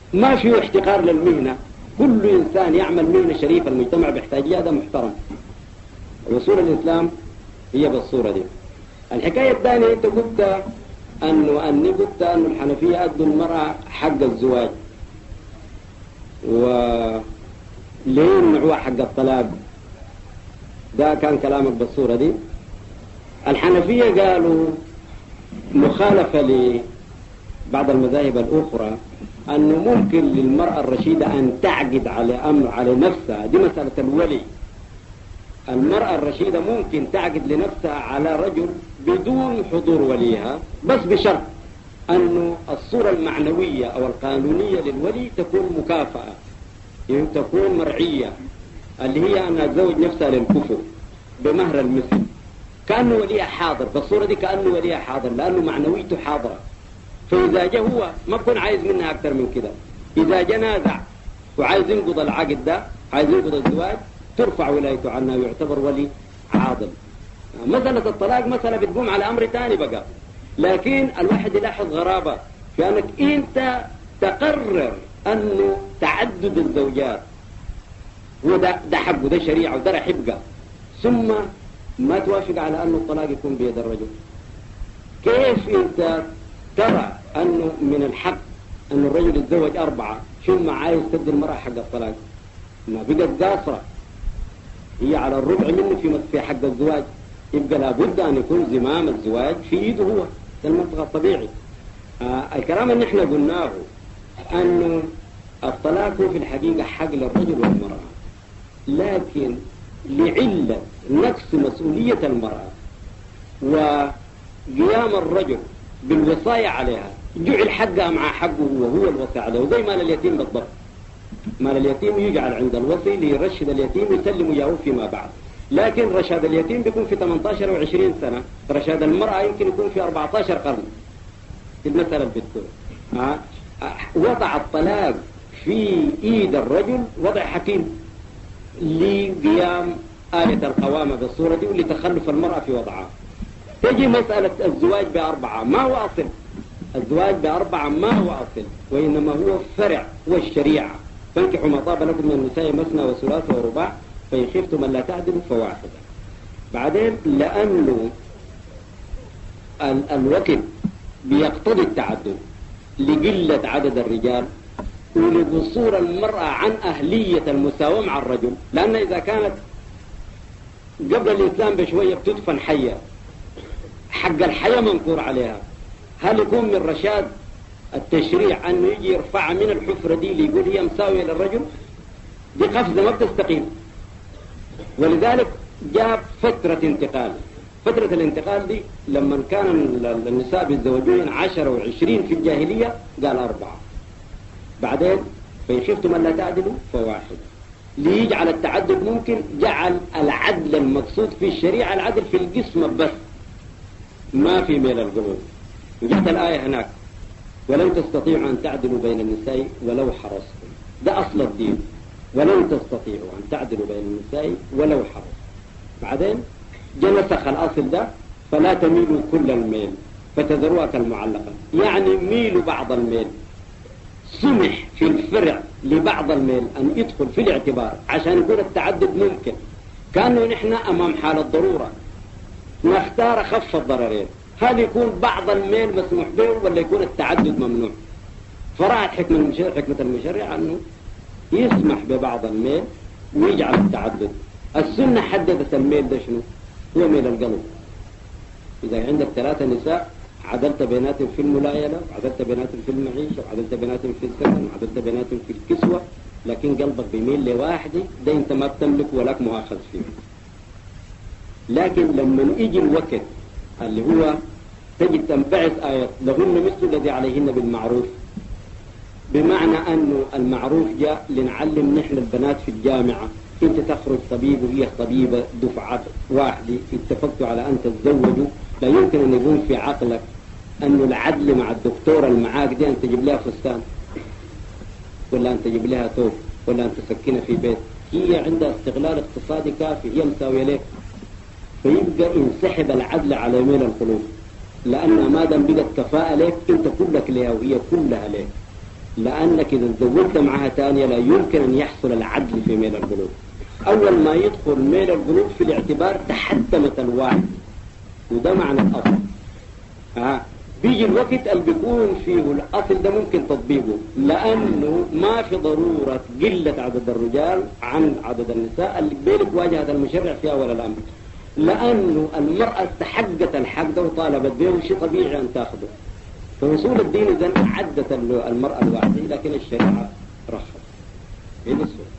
ما فيه احتقار للمهنة، كل إنسان يعمل مهنة شريفة المجتمع بيحتاج هذا محترم. وصول الإسلام هي بالصورة دي. الحكاية الثانية أنت قلت أني قلت أن الحنفية أدوا المرأة حق الزواج وليه يمنعوها حق الطلاق. ده كان كلامك بالصورة دي. الحنفية قالوا مخالفة لبعض المذاهب الأخرى أنه ممكن للمرأة الرشيدة أن تعقد على نفسها، دي مسألة الولي. المرأة الرشيدة ممكن تعقد لنفسها على رجل بدون حضور وليها، بس بشرط أنه الصورة المعنوية أو القانونية للولي تكون مكافأة، يعني تكون مرعية، اللي هي أن تزوج نفسها للكفر بمهر المثل، كأنه وليها حاضر. بالصورة دي كأنه وليها حاضر لأنه معنويته حاضرة. فإذا جاء هو ما بكون عايز منها أكثر من كده. إذا جاء نازع وعايز ينقض العقد ده، عايز ينقض الزواج، ترفع ولايته عنها ويعتبر ولي عاضل. مسألة الطلاق مسألة بتقوم على أمر تاني بقى، لكن الواحد يلاحظ غرابة في أنك أنت تقرر أنه تعدد الزوجات وده حقه، ده شريعة وده رح يبقى، ثم ما توافق على أنه الطلاق يكون بيد الرجل. كيف أنت ترى أنه من الحق أن الرجل يتزوج 4 ثم عايز تدي المرأة حق الطلاق؟ ما بقت قاصرة، هي على الربع منه في حق الزواج، يبقى لابد أن يكون زمام الزواج في يده هو، ده المنطقة الطبيعي. الكلام اللي احنا قلناه أنه الطلاق هو في الحقيقة حق للرجل والمرأة، لكن لعلة نقص مسؤولية المرأة وقيام الرجل بالوصاية عليها جعل حقها مع حقه وهو الوصي عليه، وزي مال اليتيم بالضبط. مال اليتيم يجعل عند الوصي ليرشد اليتيم ويسلم إياه فيما بعد، لكن رشاد اليتيم بيكون في 18 و20 سنة، رشاد المرأة يمكن يكون في 14 قرن. المسألة اللي بتكون وضع الطلاق في إيد الرجل وضع حكيم لقيام آلة القوامة بالصورة دي ولتخلف المرأة في وضعها. تجي مسألة الزواج ب4 ما هو أصل، الزواج ب4 ما هو أصل، وإنما هو فرع، هو الشريعة. فانكحوا ما طاب لكم من النساء مثنى وثلاث ورباع فإن خفتم ألا تعدلوا فواحدة. بعدين لأنه الوقت بيقتضي التعدد لقلة عدد الرجال ولقصور المرأة عن أهلية المساواة مع الرجل، لأن إذا كانت قبل الإسلام بشوية بتدفن حية، حق الحياة منكور عليها، هل يكون من رشاد التشريع أنه يجي يرفع من الحفرة دي ليقول هي مساوية للرجل؟ دي قفزة ما بتستقيم. ولذلك جاب فترة انتقال. فترة الانتقال دي لما كان النساء بيتزوجون 10 و20 في الجاهلية قال 4. بعدين فإن خفتم ألا تعدلوا فواحد. ليجعل التعدد ممكن، جعل العدل المقصود في الشريعة العدل في القسمة بس، ما في ميل القلوب. وجاءت الآية هناك ولن تستطيعوا أن تعدلوا بين النساء ولو حرصتم، ده أصل الدين، ولن تستطيعوا أن تعدلوا بين النساء ولو حرصتم. بعدين جنسخ الأصل ده فلا تميلوا كل الميل فتذروها كالمعلقة، يعني ميلوا بعض الميل. سمح في الفرع لبعض الميل أن يدخل في الاعتبار عشان يكون التعدد ممكن، كأنه نحن أمام حالة ضرورة نختار خف الضررين، هل يكون بعض الميل مسموح به ولا يكون التعدد ممنوع؟ فرأت حكمة المشرع أنه يسمح ببعض الميل ويجعل التعدد. السنة حددت الميل ده شنو؟ هو ميل القلب. إذا عندك 3 نساء عدلت بيناتهم في الملاينة وعدلت بيناتهم في المعيشة وعدلت بيناتهم في السكن وعدلت بيناتهم في الكسوة، لكن قلبك بيميل لواحدة، ده انت ما بتملك ولك مؤاخذ فيه. لكن لما يجي الوقت اللي هو تجد تنبعث آيات لهن مثل الذي عليهن بالمعروف، بمعنى أنه المعروف جاء لنعلم نحن البنات في الجامعة، انت تخرج طبيب وهي طبيبة دفعات واحدة، اتفقتوا على أن تتزوجوا، لا يمكن أن يكون في عقلك أنه العدل مع الدكتورة اللي معاك دي أن تجيب لها فستان ولا أن تجيب لها ثوب ولا أن تسكنها في بيت، هي عندها استغلال اقتصادي كافي، هي مساوية لك. فيبقى ينسحب العدل على يمين القلوب، لأنها ما دام بقت كفاءة لك أنت كلك لها وهي كلها لك. لأنك إذا زودت معها ثانية لا يمكن أن يحصل العدل في ميل القلوب. أول ما يدخل ميل القلوب في الاعتبار تحتمت الواحد، وده معنى الأصل. بيجي الوقت اللي بيكون فيه الأصل ده ممكن تطبيقه، لأنه ما في ضرورة قلة عدد الرجال عن عدد النساء اللي بيلك واجهة المشرع في أول الأمر، لأنه المرأة استحقت الحق ده وطالبت به شيء طبيعي أن تأخذه. فوصول الدين إذن عدت المرأة الواحدة، لكن الشريعة رخص. هذا السؤال.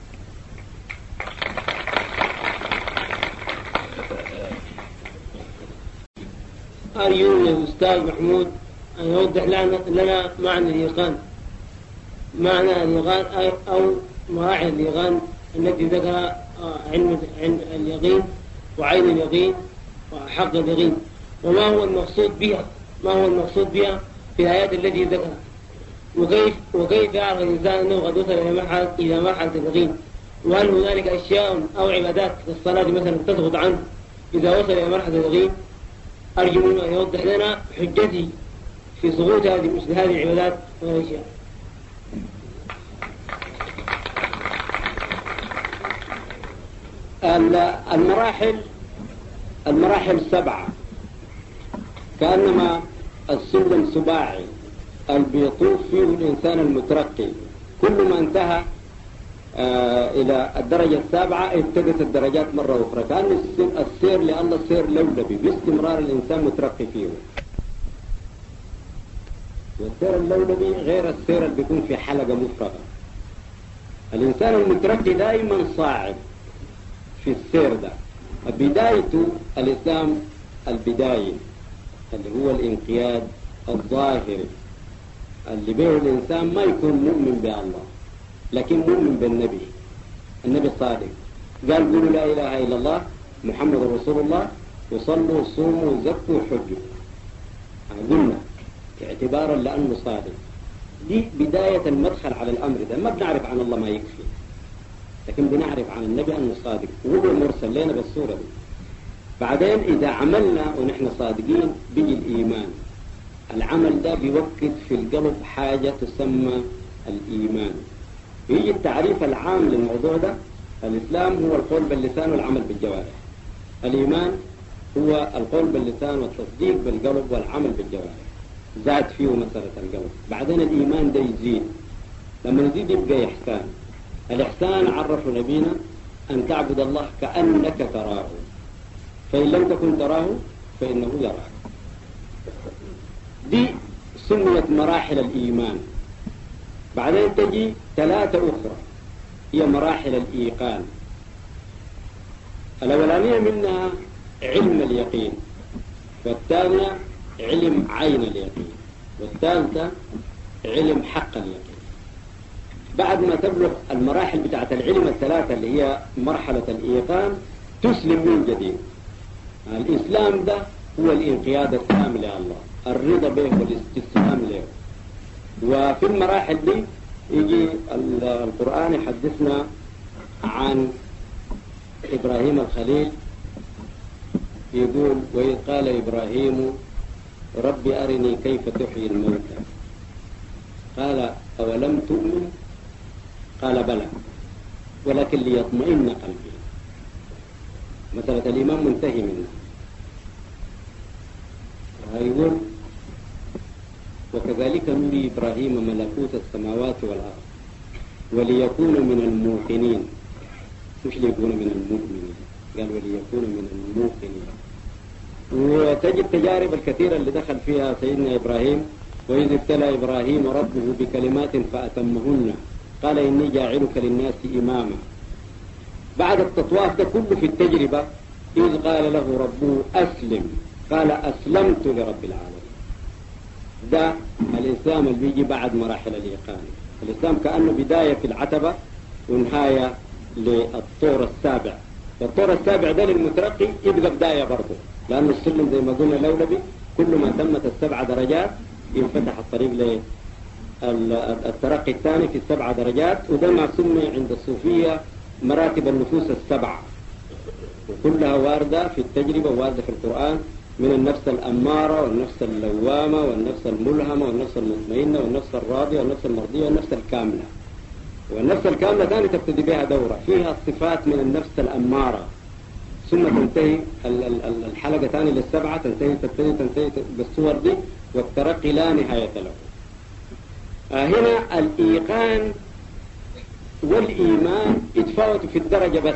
أرجو يا أستاذ محمود أن يوضح لنا معنى الإيقان، معنى الإيقان أو مراحل الإيقان التي ذكر علم اليقين وعين اليقين وحق اليقين، وما هو المقصود بها، ما هو المقصود بها في الآيات التي ذكرها، وكيف يعرف الإنسان أنه قد وصل إلى مرحلة اليقين، وهل هنالك أشياء أو عبادات كالصلاة مثلا تسقط عنه إذا وصل إلى مرحلة اليقين. أرجو منه أن يوضح لنا حجتي في سقوط مثل هذه العبادات والأشياء. المراحل 7 كأنما السلم سباعي اللي بيطوف فيه الإنسان المترقي، كل ما انتهى إلى الدرجة 7 ابتدت الدرجات مرة أخرى، كأن السير لأن السير لولبي باستمرار الإنسان مترقي فيه. والسير اللولبي غير السير اللي بيكون في حلقة مفرغة. الإنسان المترقي دائما صاعد في السير ده. بدايته الإسلام البداية اللي هو الانقياد الظاهري اللي به الإنسان ما يكون مؤمن بالله لكن مؤمن بالنبي، النبي الصادق قال قولوا لا إله إلا الله محمد رسول الله وصلوا وصوموا وزكوا وحجوا. قلنا اعتبارا لأنه صادق. دي بداية المدخل على الأمر ده. ما بنعرف عن الله ما يكفي، لكن بنعرف عن النبي أنه صادق وهو مرسل لنا بالصورة دي. بعدين إذا عملنا ونحن صادقين بيجي الإيمان. العمل ده بيوقت في القلب حاجة تسمى الإيمان. يجي التعريف العام للموضوع ده: الإسلام هو القول باللسان والعمل بالجوارح. الإيمان هو القول باللسان والتصديق بالقلب والعمل بالجوارح. زاد فيه مسألة القلب. بعدين الإيمان ده يزيد، لما يزيد يبقى إحسان. الإحسان عرفه نبينا أن تعبد الله كأنك تراه، فإن لم تكن تراه فإنه يراك. دي سميت مراحل الإيمان. بعدين تجي 3 أخرى هي مراحل الإيقان. الأولانية منها علم اليقين، والثانية علم عين اليقين، والثالثة علم حق اليقين. بعد ما تبلغ المراحل بتاعة العلم ال3 اللي هي مرحلة الإيقان تسلم من جديد. الإسلام ده هو الانقياد التام لله، الرضا به والاستسلام له. وفي المراحل دي يجي القرآن يحدثنا عن إبراهيم الخليل، يقول: وإذ قال إبراهيم رب أرني كيف تحيي الموتى قال أولم تؤمن قال بلى ولكن ليطمئن قلبي. مسألة الإيمان منتهي منها. يقول: وكذلك نري إبراهيم ملكوت السماوات والأرض وليكون من الموقنين، مش ليكون من المؤمنين، قال وليكون من الموقنين. وتجد التجارب الكثيرة اللي دخل فيها سيدنا إبراهيم: وإذ ابتلى إبراهيم ربه بكلمات فأتمهن قال إني جاعلك للناس إماما. بعد التطواف ده كله في التجربة إذ قال له ربه أسلم قال أسلمت لرب العالمين. ده الإسلام اللي بيجي بعد مراحل الإيقان. الإسلام كأنه بداية في العتبة ونهاية للطور السابع، والطور السابع ده للمترقي يبقى بداية برضه، لأن السلم زي ما قلنا لولبي كل ما تمت ال7 درجات ينفتح الطريق للترقي الثاني في ال7 درجات. وده ما سمي عند الصوفية مراتب النفوس ال7، وكلها واردة في التجربة وواردة في القرآن من النفس الأمارة والنفس اللوامة والنفس الملهمة والنفس المطمئنة والنفس الراضية والنفس المرضية والنفس الكاملة. والنفس الكاملة ثاني تبتدي بها دورة فيها الصفات من النفس الأمارة، ثم تنتهي الحلقة ثاني للسبعة، تنتهي بالصور دي، والترقي لا نهاية له. هنا الإيقان والإيمان يتفاوتوا في الدرجة بس،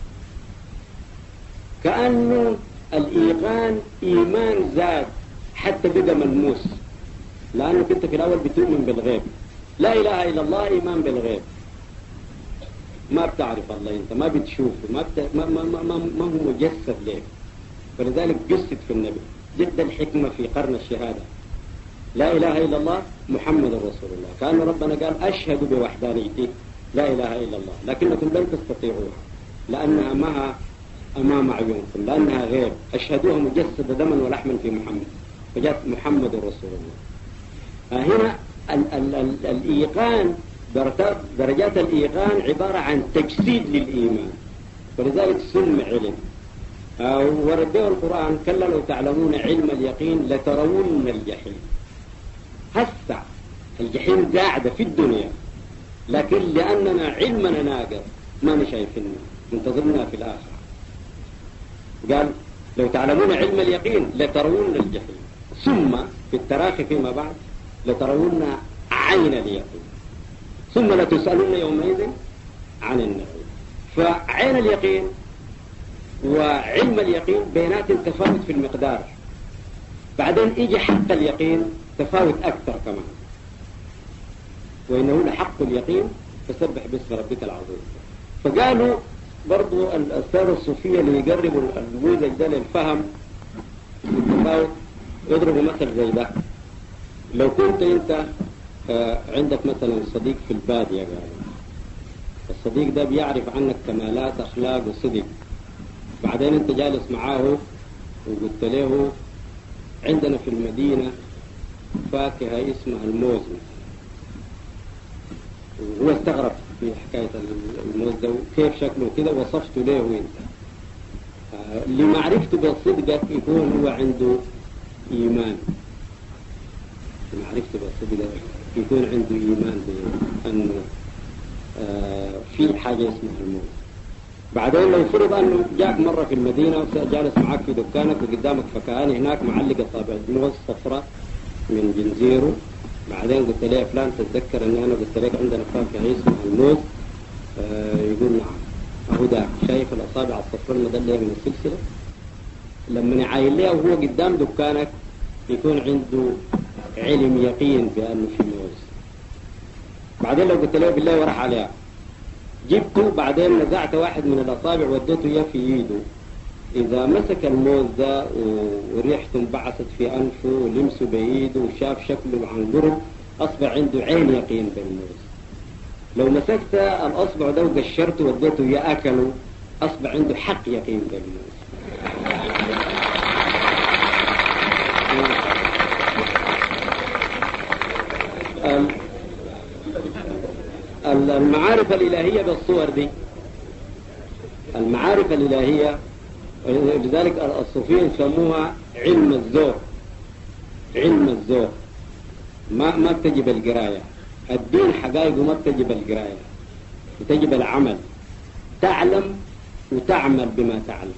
كأنه الإيقان إيمان زاد حتى بقى ملموس، لأنك أنت في الأول بتؤمن بالغيب. لا إله إلا الله إيمان بالغيب، ما بتعرف الله، أنت ما بتشوفه، ما هو مجسد لك، ولذلك جسد في النبي. جد الحكمة في قرن الشهادة، لا إله إلا الله محمد رسول الله، كأن ربنا قال أشهد بوحدانيته لا إله إلا الله، لكنكم لن تستطيعوها لأنها معها أمام عيونكم، لأنها غير، أشهدوها مجسدة دما ولحما في محمد، فجاءت محمد رسول الله. هنا الإيقان، درجات الإيقان عبارة عن تجسيد للإيمان، ولذلك سمي علم. ورديه القرآن كلا لو تعلمون علم اليقين لترون الجحيم. هسه الجحيم قاعدة في الدنيا، لكن لأننا علمنا ناقص ما نشايفنا، منتظرنا في الآخرة. قال لو تعلمون علم اليقين لترون الجحيم، ثم في التراخي فيما بعد لترون عين اليقين، ثم لتسألون يومئذ عن النعيم. فعين اليقين وعلم اليقين بينات تفاوت في المقدار، بعدين يجي حق اليقين تفاوت أكثر كمان، وإنه لحق اليقين فسبح باسم ربك العظيم. فقالوا برضو الأستاذ الصوفية اللي يقربوا النموذج ده للفهم التفاوت يضربوا مثل زي ده. لو كنت أنت عندك مثلا صديق في البادية، قال الصديق ده بيعرف عنك كمالات أخلاق وصدق، بعدين أنت جالس معاه وقلت له عندنا في المدينة فاكهة اسمها الموز، وهو استغرب في حكاية الموز ده وكيف شكله كده، وصفته له وانت لمعرفته بصدقك يكون هو عنده إيمان، لمعرفته بصدقك يكون عنده إيمان بأنه في حاجة اسمها الموز. بعدين لو فرض أنه جاك مرة في المدينة وجالس معك في دكانك وقدامك فكهان هناك معلقة طابع موز صفراء من جنزيره، بعدين قلت له فلان تتذكر أني أنا قلت لك عندنا فاكهة اسمها الموز؟ يقول نعم. أهو ده شايف الأصابع الصفراء المدلية من السلسلة؟ لما يعاين لها وهو قدام دكانك يكون عنده علم يقين بأنه في موز. بعدين لو قلت له بالله وراح عليها جبته، بعدين نزعت واحد من الأصابع وديته إياه في يده، إذا مسك الموز ده وريحته انبعثت في أنفه ولمسه بإيده وشاف شكله عن قرب أصبح عنده عين يقين بالموز. لو مسكت الأصبع ده وقشرته وديته إياه أكله أصبح عنده حق يقين بالموز. المعارف الإلهية بالصور دي، المعارف الإلهية لذلك الصوفيين يسموها علم الذوق. علم الذوق ما بتجي بالقراية، الدين حقائقه ما بتجي بالقراية، بتجي بالعمل، تعلم وتعمل بما تعلم.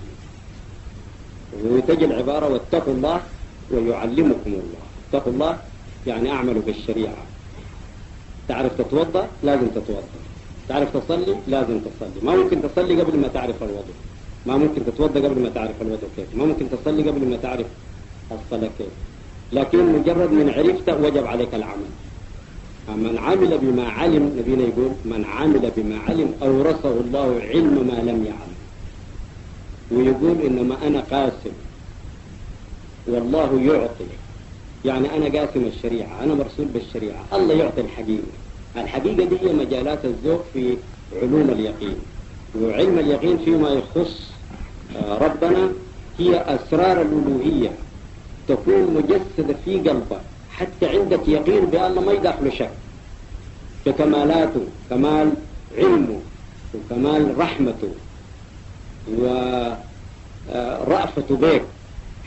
وتجي العبارة واتقوا الله ويعلمكم الله. اتقوا الله يعني أعملوا بالشريعة. تعرف تتوضأ لازم تتوضأ، تعرف تصلي لازم تصلي. ما ممكن تصلي قبل ما تعرف الوضوء، ما ممكن تتوضأ قبل ما تعرف الوضوء كيف، ما ممكن تصلي قبل ما تعرف الصلاة كيف. لكن مجرد من عرفت وجب عليك العمل. من عمل بما علم، نبينا يقول من عمل بما علم أورثه الله علم ما لم يعلم. ويقول إنما أنا قاسم والله يعطي، يعني أنا قاسم الشريعة، أنا مرسول بالشريعة، الله يعطي الحقيقة. الحقيقة دي هي مجالات الذوق في علوم اليقين. وعلم اليقين فيما يخص ربنا هي أسرار الألوهية تكون مجسدة في قلبك، حتى عندك يقين بأن ما يدخل شك، ككمالاته، كمال علمه وكمال رحمته ورأفته بك،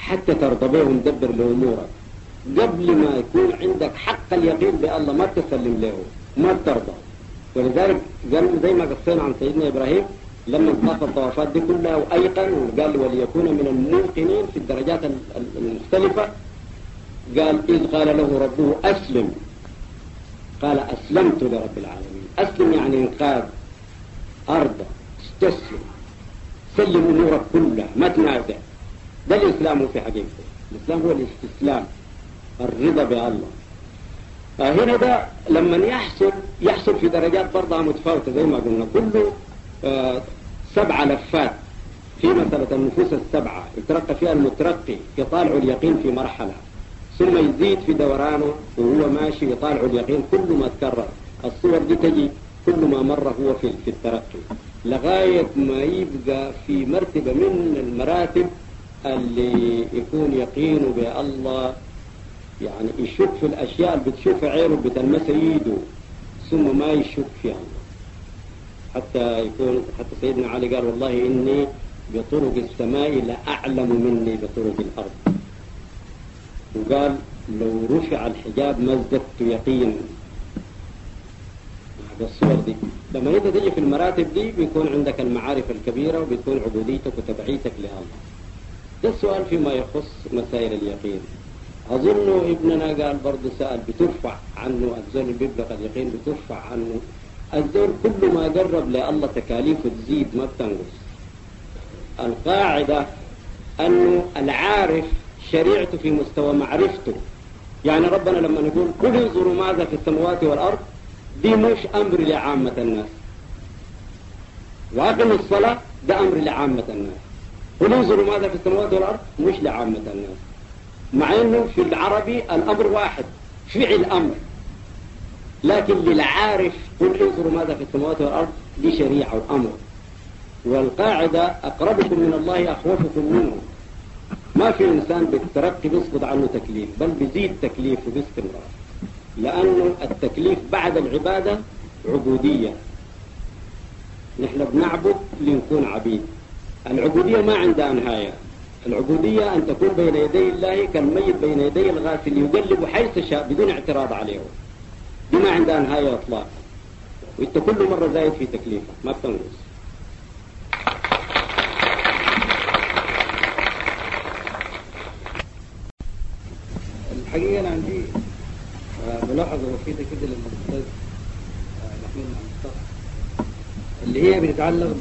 حتى ترضى به ومدبر لأمورك قبل ما يكون عندك حق اليقين بالله ما تسلم له ما ترضى. ولذلك قال زي ما قصينا عن سيدنا إبراهيم لما انطاف الطوافات دي كلها وأيقن وقال وليكون من الموقنين في الدرجات المختلفة، قال إذ قال له ربه أسلم، قال أسلمت لرب العالمين. أسلم يعني انقاذ، أرضى، استسلم، سلم أمورك كلها ما تنازع. ده الإسلام في حقيقته. الإسلام هو الاستسلام، الرضا بالله. هنا ده لما يحصل في درجات برضها متفاوتة زي ما قلنا، كله 7 لفات في مسألة النفوس السبعة يترقى فيها المترقي يطالع اليقين في مرحلة، ثم يزيد في دورانه وهو ماشي يطالع اليقين كل ما تكرر. الصور دي تجي كل ما مر هو في الترقي لغاية ما يبقى في مرتبة من المراتب اللي يكون يقينه بالله، يعني يشك في الأشياء اللي بتشوف عينه بتلمسها يده ثم ما يشك فيها. حتى سيدنا علي قال والله إني بطرق السماء لأعلم مني بطرق الأرض، وقال لو رفع الحجاب ما ازددت يقينا. بالصور دي لما انت تيجي في المراتب دي بيكون عندك المعارف الكبيرة وبيكون عبوديتك وتبعيتك لله. ده السؤال فيما يخص مسائل اليقين. أظن ابننا قال برضه سأل بترفع عنه الزول اللي بيبلغ اليقين بترفع عنه الزول كل ما قرب لله تكاليفه تزيد ما بتنقص. القاعدة أنه العارف شريعته في مستوى معرفته. يعني ربنا لما نقول قل انظروا ماذا في السماوات والأرض دي مش أمر لعامة الناس، وأقم الصلاة ده أمر لعامة الناس. قل انظروا ماذا في السماوات والأرض مش لعامة الناس، مع أنه في العربي الأمر واحد فعل أمر، لكن للعارف قل انظروا ماذا في السماوات والأرض دي شريعة وأمر. والقاعدة أقربكم من الله أخوفكم منه. ما في إنسان بالترقي بيسقط عنه تكليف، بل بيزيد تكليفه باستمرار، لأنه التكليف بعد العبادة عبودية. نحن بنعبد لنكون عبيد. العبودية ما عندها نهاية. العبودية أن تكون بين يدي الله كالميت بين يدي الغاسل يقلب حيث شاء بدون اعتراض عليه. دي ما عندها نهاية إطلاقا، وانت كل مرة زايد في تكليفك ما بتنقص. الحقيقة أنا عندي ملاحظة بسيطة كده للأستاذ محمود مصطفى اللي هي بتتعلق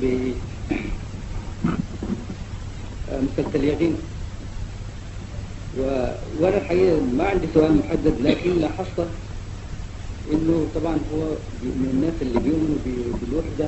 بمسألة اليقين. وأنا الحقيقة ما عندي سؤال محدد، لكن لاحظت إنه طبعا هو من الناس اللي بيؤمنوا بالوحدة،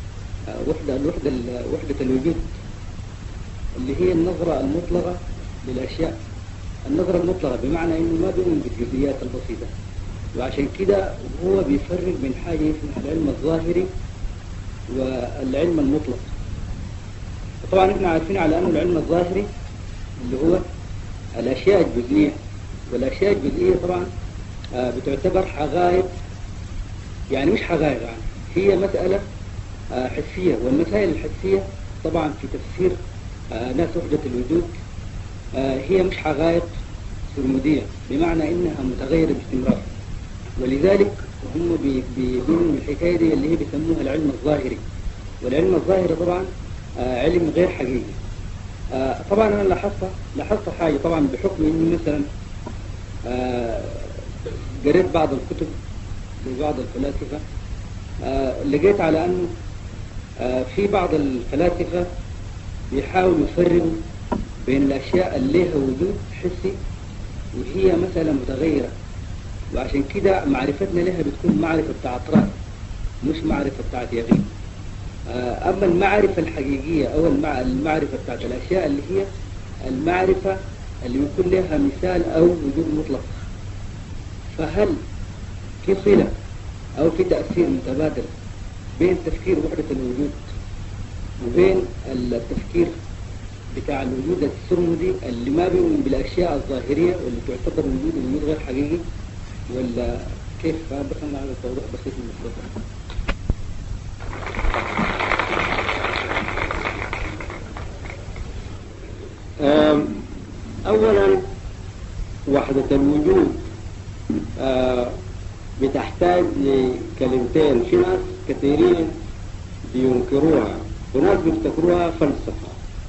وحدة الوجود اللي هي النظرة المطلقة للأشياء. النظرة المطلقة بمعنى إنه ما بيؤمن بالجزئيات البسيطة، وعشان كده هو بيفرق بين حاجة اسمها العلم الظاهري والعلم المطلق. طبعا احنا عارفين على أنه العلم الظاهري اللي هو الأشياء الجزئية، والأشياء الجزئية طبعا بتعتبر حقائق، يعني مش حقائق، يعني هي مسألة حسية. والمسائل الحسية طبعا في تفسير ناس وحدة الوجود هي مش حقائق سرمدية، بمعنى إنها متغيرة باستمرار. ولذلك هم بيقولوا الحكاية دي اللي هي بيسموها العلم الظاهري. والعلم الظاهري طبعا علم غير حقيقي. طبعا أنا لاحظت حاجة طبعا بحكم إني مثلا قريت بعض الكتب لبعض الفلاسفة، لقيت على أنه في بعض الفلاسفة بيحاولوا يفرقوا بين الأشياء اللي لها وجود حسي وهي مسألة متغيرة، وعشان كده معرفتنا لها بتكون معرفة بتاعت رأي مش معرفة بتاعت يقين. أما المعرفة الحقيقية أو المعرفة بتاعت الأشياء اللي هي المعرفة اللي يكون لها مثال أو وجود مطلق. فهل في صلة أو في تأثير متبادل بين تفكير وحدة الوجود وبين التفكير بتاع الوجود السرمدي اللي ما بيؤمن بالأشياء الظاهرية واللي تعتبر وجود غير حقيقي، ولا كيف؟ بس أنا على توضيح بسيط من الصوت. وحدة الوجود بتحتاج لكلمتين، في ناس كثيرين بينكروها وناس بيفتكروها فلسفة،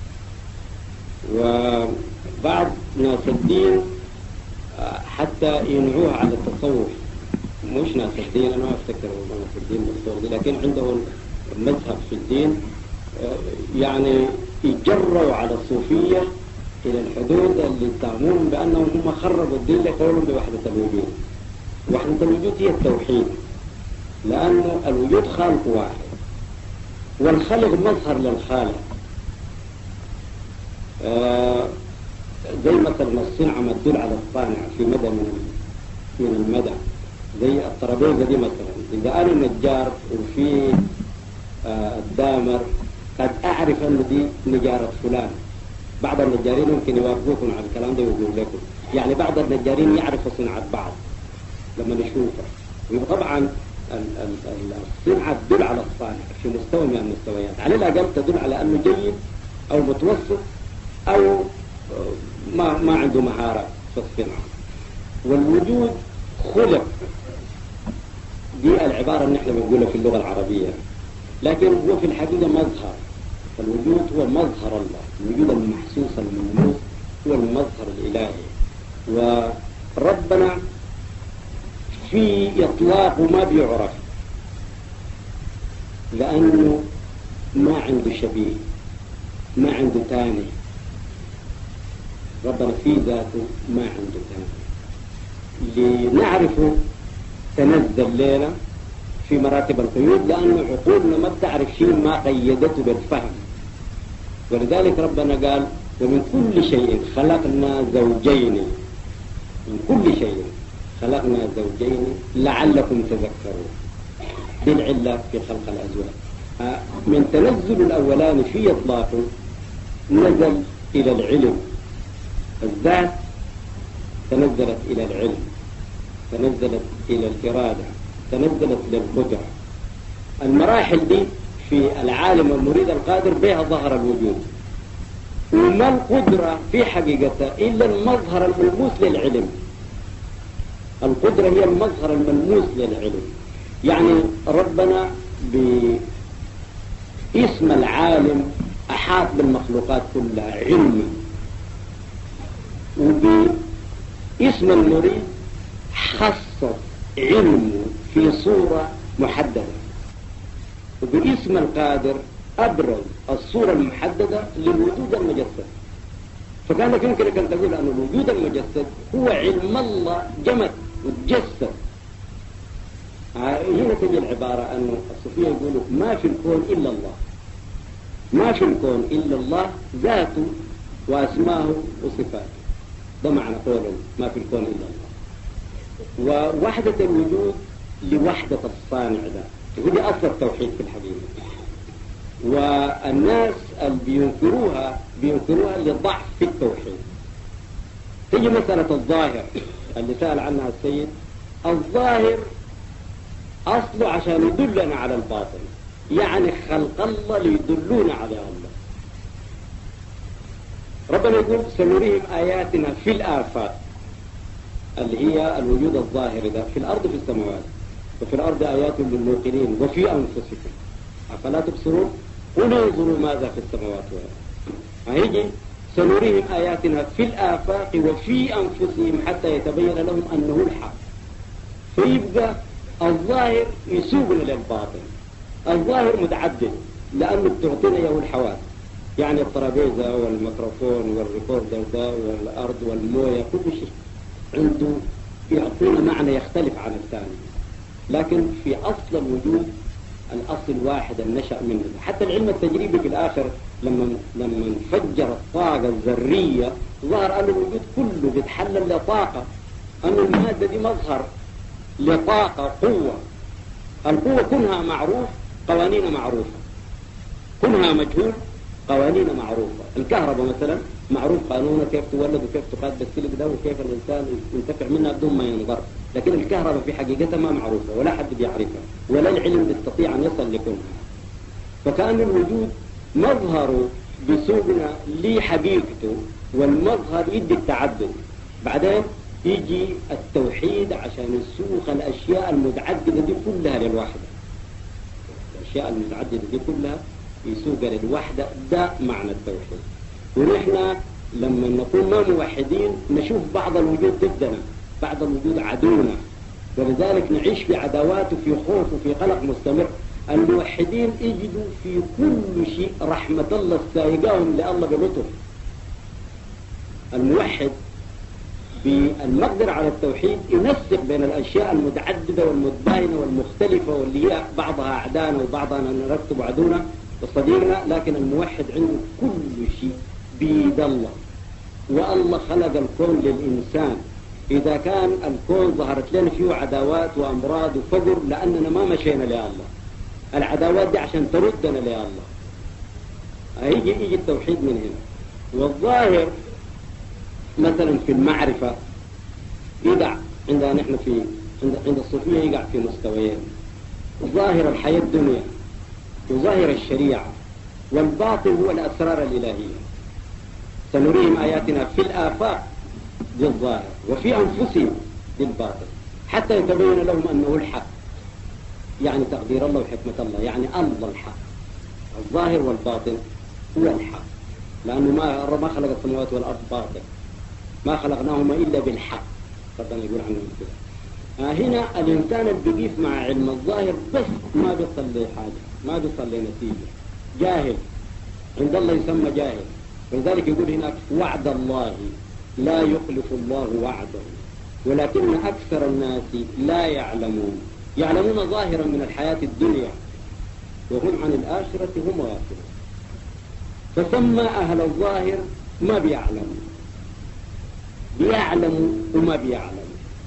وبعض ناس الدين حتى ينعوها على التصوف. مش ناس الدين، أنا ما أفتكر ناس الدين بالصور دي، لكن عندهم مذهب في الدين يعني يجروا على الصوفية إلى الحدود اللي تأمرهم بأنهم هم خربوا الدين لقولهم بوحدة الوجود. وحدة الوجود هي التوحيد، لأنه الوجود خالق واحد، والخلق مظهر للخالق. زي مثلا الصنعة ما تدل على الصانع في مدى من المدى. زي الترابيزة دي مثلا، إذا أنا نجار وفي الدامر قد أعرف أن دي نجارة فلان. بعض النجارين ممكن يوافقوكم على الكلام ده ويقول لكم، يعني بعض النجارين يعرفوا صنعة بعض لما نشوفها. وطبعا الصنعة تدل على الصانع في مستوى من المستويات، على الأقل تدل على أنه جيد أو متوسط أو ما عنده مهارة في الصنعة. والوجود خلق، دي العبارة اللي نحن بنقولها في اللغة العربية، لكن هو في الحقيقة مظهر. الوجود هو مظهر الله، الوجود المحسوس الملموس هو المظهر الإلهي. وربنا في إطلاق ما بيعرف، لأنه ما عنده شبيه، ما عنده تاني. ربنا في ذاته ما عنده تاني. لنعرفه تنزل لنا في مراتب القيود، لأنه عقولنا ما بتعرف شيء ما قيدته بالفهم. ولذلك ربنا قال ومن كل شيء خلقنا زوجين، من كل شيء خلقنا زوجين لعلكم تذكرون. دي العلة في خلق الأزواج. من تنزل الأولاني في إطلاقه نزل إلى العلم، الذات تنزلت إلى العلم، تنزلت إلى الإرادة، تنزلت إلى القدرة. المراحل دي في العالم المريد القادر بها ظهر الوجود. وما القدرة في حقيقتها إلا المظهر الملموس للعلم. القدرة هي المظهر الملموس للعلم. يعني ربنا باسم العالم أحاط بالمخلوقات كلها علما، وباسم المريد خصص علمه في صورة محددة، وباسم القادر أبرز الصورة المحددة للوجود المجسد. فكانت يمكنك أن تقول أن الوجود المجسد هو علم الله جمد وتجسد. هنا تجي العبارة أن الصوفية يقولوا ما في الكون إلا الله، ما في الكون إلا الله ذاته وأسماه وصفاته. ده معنى قولهم ما في الكون إلا الله. ووحدة الوجود لوحدة الصانع ده، ودي أصل التوحيد في الحقيقة. والناس اللي بينكروها لضعف في التوحيد. تيجي مسألة الظاهر اللي سأل عنها السيد. الظاهر أصله عشان يدلنا على الباطن، يعني خلق الله ليدلونا على الله. ربنا يقول سنريهم آياتنا في الآفاق، اللي هي الوجود الظاهر ده في الأرض في السماوات. وفي الأرض آيات للموقنين وفي أنفسكم أفلا تبصرون قل انظروا ماذا في السماوات والأرض. هيجي سنريهم آياتنا في الآفاق وفي أنفسهم حتى يتبين لهم أنه الحق. فيبقى الظاهر يسوقنا للباطن. الظاهر متعدد لأنه بتعطينا يه الحواس، يعني الترابيزة والميكروفون والريكوردر ده والأرض والموية كل شيء عنده يعطينا معنى يختلف عن الثاني. لكن في أصل الوجود الأصل واحد النشأ منه. حتى العلم التجريبي في الآخر لما انفجر الطاقة الذرية ظهر أن الوجود كله بيتحلل لطاقة، أن المادة دي مظهر لطاقة قوة. القوة كونها معروف قوانين معروفة، كونها مجهول قوانين معروفة. الكهرباء مثلا معروف قانونها كيف تولد وكيف تقاد بالسلك ده وكيف الإنسان ينتفع منها بدون ما ينضر. لكن الكهرباء في حقيقتها ما معروفة ولا حد بيعرفها ولا العلم يستطيع أن يصل لكونها. فكان الوجود مظهر بسوقنا لحقيقته، والمظهر يدي التعدد. بعدين يجي التوحيد عشان يسوق الأشياء المتعددة دي كلها للوحدة. الأشياء المتعددة دي كلها يسوق للوحدة، ده معنى التوحيد. ونحن لما نكون ما موحدين نشوف بعض الوجود ضدنا، بعض الوجود عدونا، ولذلك نعيش في عداوات وفي خوف وفي قلق مستمر. الموحدين يجدوا في كل شيء رحمة الله السائقاهم لله بلطف. الموحد بالمقدر على التوحيد ينسق بين الأشياء المتعددة والمتباينة والمختلفة واللي هي بعضها أعدانا وبعضها نرتب عدونا وصديقنا، لكن الموحد عنده كل شيء بيد الله. والله خلق الكون للإنسان. إذا كان الكون ظهرت لنا فيه عداوات وأمراض وفقر لأننا ما مشينا لله، العداوات دي عشان تردنا لله. يجي التوحيد من هنا. والظاهر مثلا في المعرفة يقع عندنا نحن في عند الصوفية يقع في مستويين: ظاهر الحياة الدنيا وظاهر الشريعة، والباطل هو الأسرار الإلهية. سنريهم آياتنا في الآفاق بالظاهر وفي أنفسهم بالباطل حتى يتبين لهم أنه الحق، يعني تقدير الله وحكمة الله، يعني الله الحق. الظاهر والباطن هو الحق، لأنه ما خلق السماوات والأرض باطل، ما خلقناهما إلا بالحق، ربنا يقول عنهم كده. هنا الإنسان اللي بيقيف مع علم الظاهر بس ما بيصل لحاجة، ما بيصل لنتيجة، جاهل عند الله يسمى جاهل. ولذلك يقول هناك: وعد الله لا يخلف الله وعده ولكن أكثر الناس لا يعلمون. يعلمون ظاهرا من الحياة الدنيا وهم عن الآخرة هم غافلون. فسمى أهل الظاهر ما بيعلموا، بيعلموا وما بيعلموا.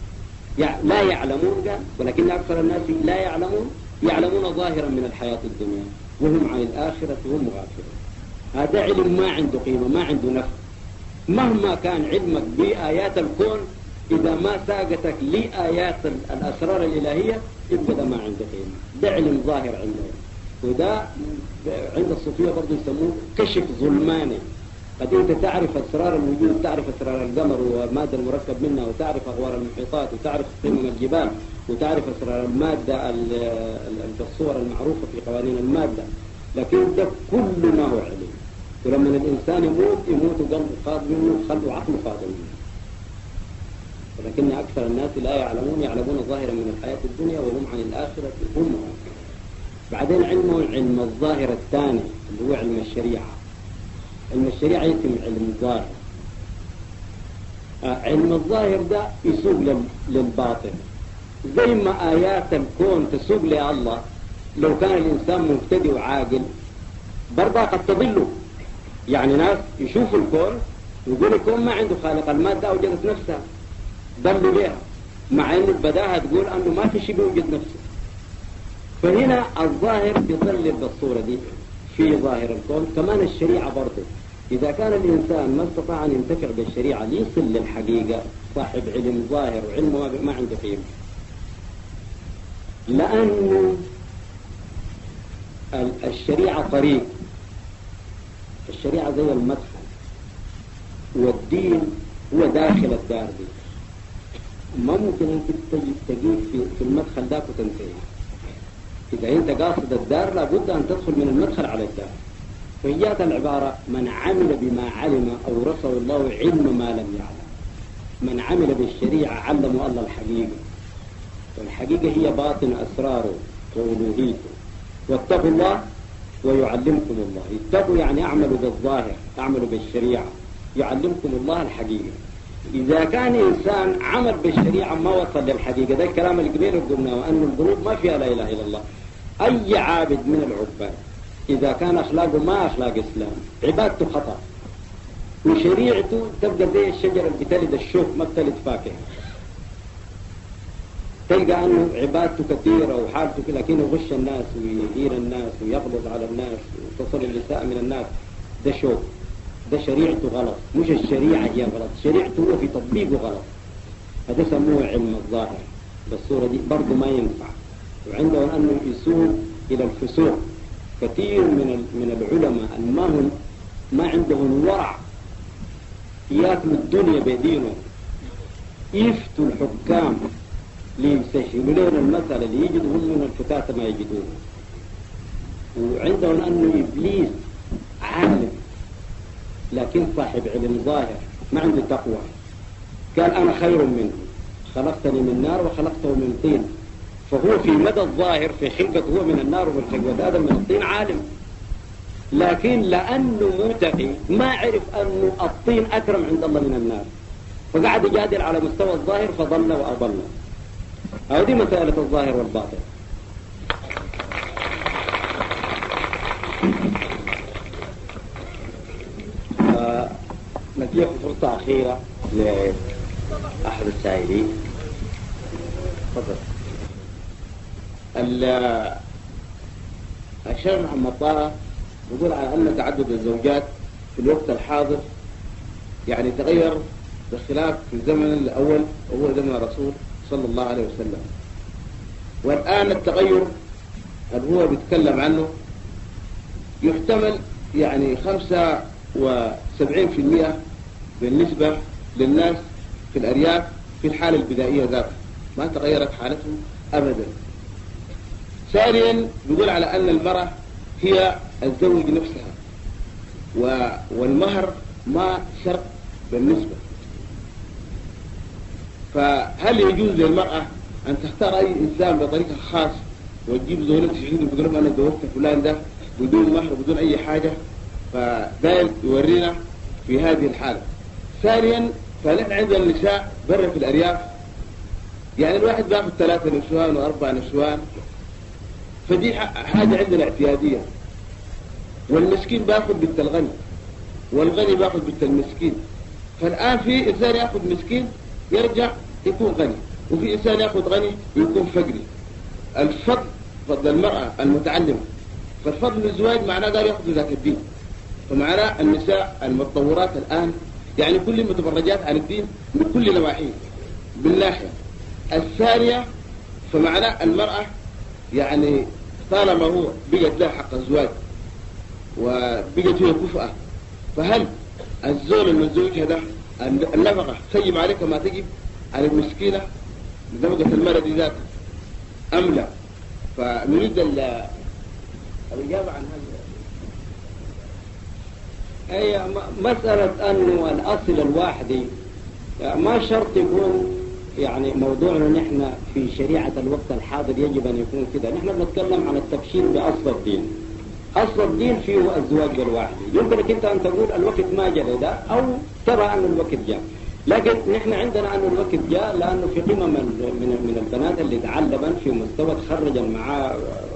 لا يعلمون قال، ولكن أكثر الناس لا يعلمون، يعلمون ظاهرا من الحياة الدنيا وهم عن الآخرة هم غافلون. هذا علم ما عنده قيمة، ما عنده نفع. مهما كان علمك بآيات الكون، إذا ما ساقتك لآيات الأسرار الإلهية يبقى ده ما عنده قيمة. ده علم ظاهر عندهم. وده عند الصوفية برضو يسموه كشف ظلماني. قد أنت تعرف أسرار الوجود، تعرف أسرار القمر والمادة المركب منها، وتعرف أغوار المحيطات، وتعرف قمم الجبال، وتعرف أسرار المادة الصور المعروفة في قوانين المادة، لكن ده كل ما هو علم. ولما الإنسان يموت وقلبه فاض منه، خلوا عقله فاض منه. ولكن أكثر الناس لا يعلمون ظاهرا من الحياة الدنيا وهم عن الآخرة هم غافلون. بعدين علم الظاهر الثاني اللي هو علم الشريعة. علم الشريعة يسمى علم الظاهر. علم الظاهر ده يسوق للباطن، زي ما آيات الكون تسوق لله. لو كان الإنسان مبتدئ وعاقل برضه قد تضله. يعني ناس يشوفوا الكون ويقول الكون ما عنده خالق، المادة أوجدت نفسها، ضلوا بها، مع أنه بداها تقول أنه ما في شيء بيوجد نفسه. فهنا الظاهر بيظلل بالصورة دي في ظاهر الكون. كمان الشريعة برضه، إذا كان الإنسان ما استطاع أن ينتفع بالشريعة ليصل للحقيقة، صاحب علم ظاهر وعلمه ما عنده قيمة. لأنه الشريعة طريق، الشريعة زي المدخل، والدين هو داخل الدار دي. ما ممكن أنت تجيب في المدخل ذاك وتنتهي. إذا أنت قاصد الدار لابد أن تدخل من المدخل على الدار. فهي العبارة: من عمل بما علم أورثه الله علم ما لم يعلم. من عمل بالشريعة علمه الله الحقيقة، والحقيقة هي باطن أسراره وألوهيته. واتقوا الله ويعلمكم الله. اتقوا يعني اعملوا بالظاهر، اعملوا بالشريعة، يعلمكم الله الحقيقة. إذا كان إنسان عمل بالشريعة ما وصل للحقيقة، ده الكلام الكبير اللي قلناه، أن القلوب ما فيها لا إله إلا الله. أي عابد من العباد إذا كان أخلاقه ما أخلاق إسلام، عبادته خطأ، وشريعته تبقى زي الشجرة اللي بتلد الشوك ما بتلد فاكهة. تلقى أنه عبادته كثيرة وحالته كده، لكنه يغش الناس ويهين الناس ويغلظ على الناس وتصل النساء من الناس. ده شوك، ده شريعته غلط، مش الشريعة هي غلط، شريعته هو في تطبيقه غلط. هذا سموه علم الظاهر. بالصورة دي برضه ما ينفع. وعنده أنه يسوق إلى الفسوق. كثير من العلماء ما عندهم ورع، ياكلوا الدنيا بدينهم، يفتوا الحكام ليسهلوا لنا المسألة اللي يجدوا هم من الفتاة ما يجدون. وعندهم أنه إبليس عالم لكن صاحب علم ظاهر ما عنده تقوى، قال أنا خير منه، خلقتني من نار وخلقته من طين. فهو في مدى الظاهر في خلقته هو من النار وفي خلقة آدم من الطين عالم، لكن لأنه متقي ما عرف أنه الطين أكرم عند الله من النار، فقعد يجادل على مستوى الظاهر فضل وأضل. هذه مسألة الظاهر والباطن. نتيجة فرصة أخيرة لأحد السائلين. تفضل. الشيخ محمد طه يقول على أن تعدد الزوجات في الوقت الحاضر يعني تغير بخلاف في الزمن الأول وهو زمن الرسول صلى الله عليه وسلم، والآن التغير اللي هو بيتكلم عنه يحتمل يعني 75% بالنسبة للناس في الأرياف في الحالة البدائية ذاتها، ما تغيرت حالتهم أبدا. ثانيا بيقول على أن المرأة هي الزوج نفسها والمهر ما شرط بالنسبة. فهل يجوز للمرأة أن تختار أي إنسان بطريقة خاص وتجيب زوجته تشهد وتقول لهم أنا زوجت فلان ده بدون مهر بدون أي حاجة؟ فده يورينا في هذه الحالة. ثانيا فنحن عندنا النساء برا في الأرياف يعني الواحد بياخذ 3 نسوان و4 نسوان، فدي حاجة عندنا اعتيادية. والمسكين بياخذ بنت الغني والغني بياخذ بنت المسكين. فالآن في إنسان ياخذ مسكين يرجع يكون غني، وفي إنسان ياخذ غني يكون فقري. الفضل فضل المرأة المتعلمة، فالفضل الزواج معناه قال ياخذ ذاك الدين. فمعناه النساء المتطورات الآن يعني كل متفرجات عن الدين من كل نواحيه بالناحية الثانية. فمعناه المرأة يعني طالما هو بقت لها حق الزواج وبقت هي كفءة، فهل الزول المتزوج هذا النفقة تجب عليك ما تجب على المسكينة نفقة المرأة دي ذاتها أم لا؟ فنريد الإجابة عن هذا. أي مسألة أنه الأصل الواحدي ما شرط يكون يعني موضوعنا نحن في شريعة الوقت الحاضر يجب أن يكون كده. نحن بنتكلم عن التبشير بأصل الدين. أصل الدين فيه الزواج بالواحد. يمكنك أنت أن تقول الوقت ما جاء ده أو ترى أن الوقت جاء، لكن نحن عندنا أن الوقت جاء لأنه في قمة من البنات اللي تعلمن في مستوى تخرجا مع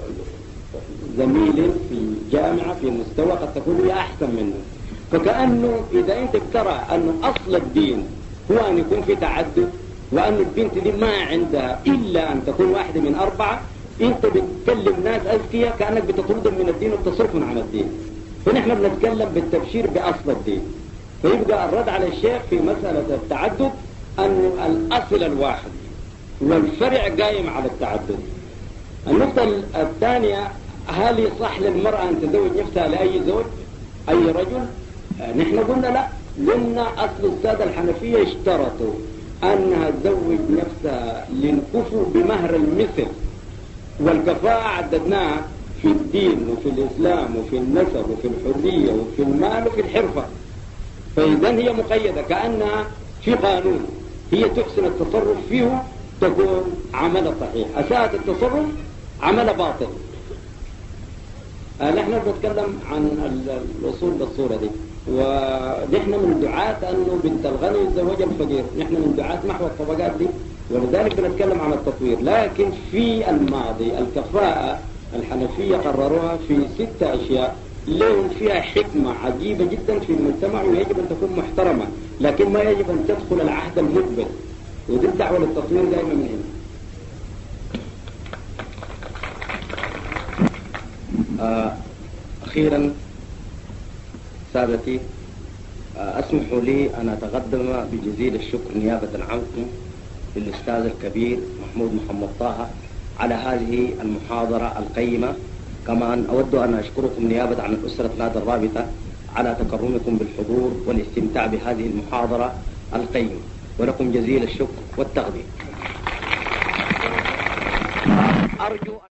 زميل في الجامعة في مستوى قد تكون هي أحسن منه. فكأنه إذا أنت ترى أن أصل الدين هو أن يكون في تعدد وأن البنت دي ما عندها إلا أن تكون واحدة من 4، أنت بتكلم ناس أذكياء كأنك بتطردهم من الدين وبتصرفهم عن الدين. فنحن بنتكلم بالتبشير بأصل الدين. فيبقى الرد على الشيخ في مسألة التعدد أن الأصل الواحد والفرع قائم على التعدد. النقطة الثانية، هل يصح للمرأة أن تزوج نفسها لأي زوج أي رجل؟ نحن قلنا لا، قلنا أصل السادة الحنفية اشترطوا أنها تزوج نفسها للكفو بمهر المثل، والكفاءة عددناها في الدين وفي الإسلام وفي النسب وفي الحرية وفي المال وفي الحرفة. فإذا هي مقيدة كأنها في قانون، هي تحسن التصرف فيه تكون عمل صحيح، أساءت التصرف عمل باطل. نحن نتكلم عن الوصول بالصورة دي، ونحن من دعاة أنه بنت الغني يتزوج الفقير، نحن من دعاة محو الطبقات دي، ولذلك بنتكلم عن التطوير. لكن في الماضي الكفاءة الحنفية قرروها في 6 أشياء لهم فيها حكمة عجيبة جدا في المجتمع ويجب أن تكون محترمة، لكن ما يجب أن تدخل العهد المقبل، ودي الدعوة للتطوير دائما من هنا. أخيرا سادتي، أسمحوا لي أن أتقدم بجزيل الشكر نيابة عنكم للأستاذ الكبير محمود محمد طه على هذه المحاضرة القيمة. كما أن أود أن أشكركم نيابة عن الأسرة نادي الرابطة على تكرمكم بالحضور والاستمتاع بهذه المحاضرة القيمة. ولكم جزيل الشكر والتقدير. أرجو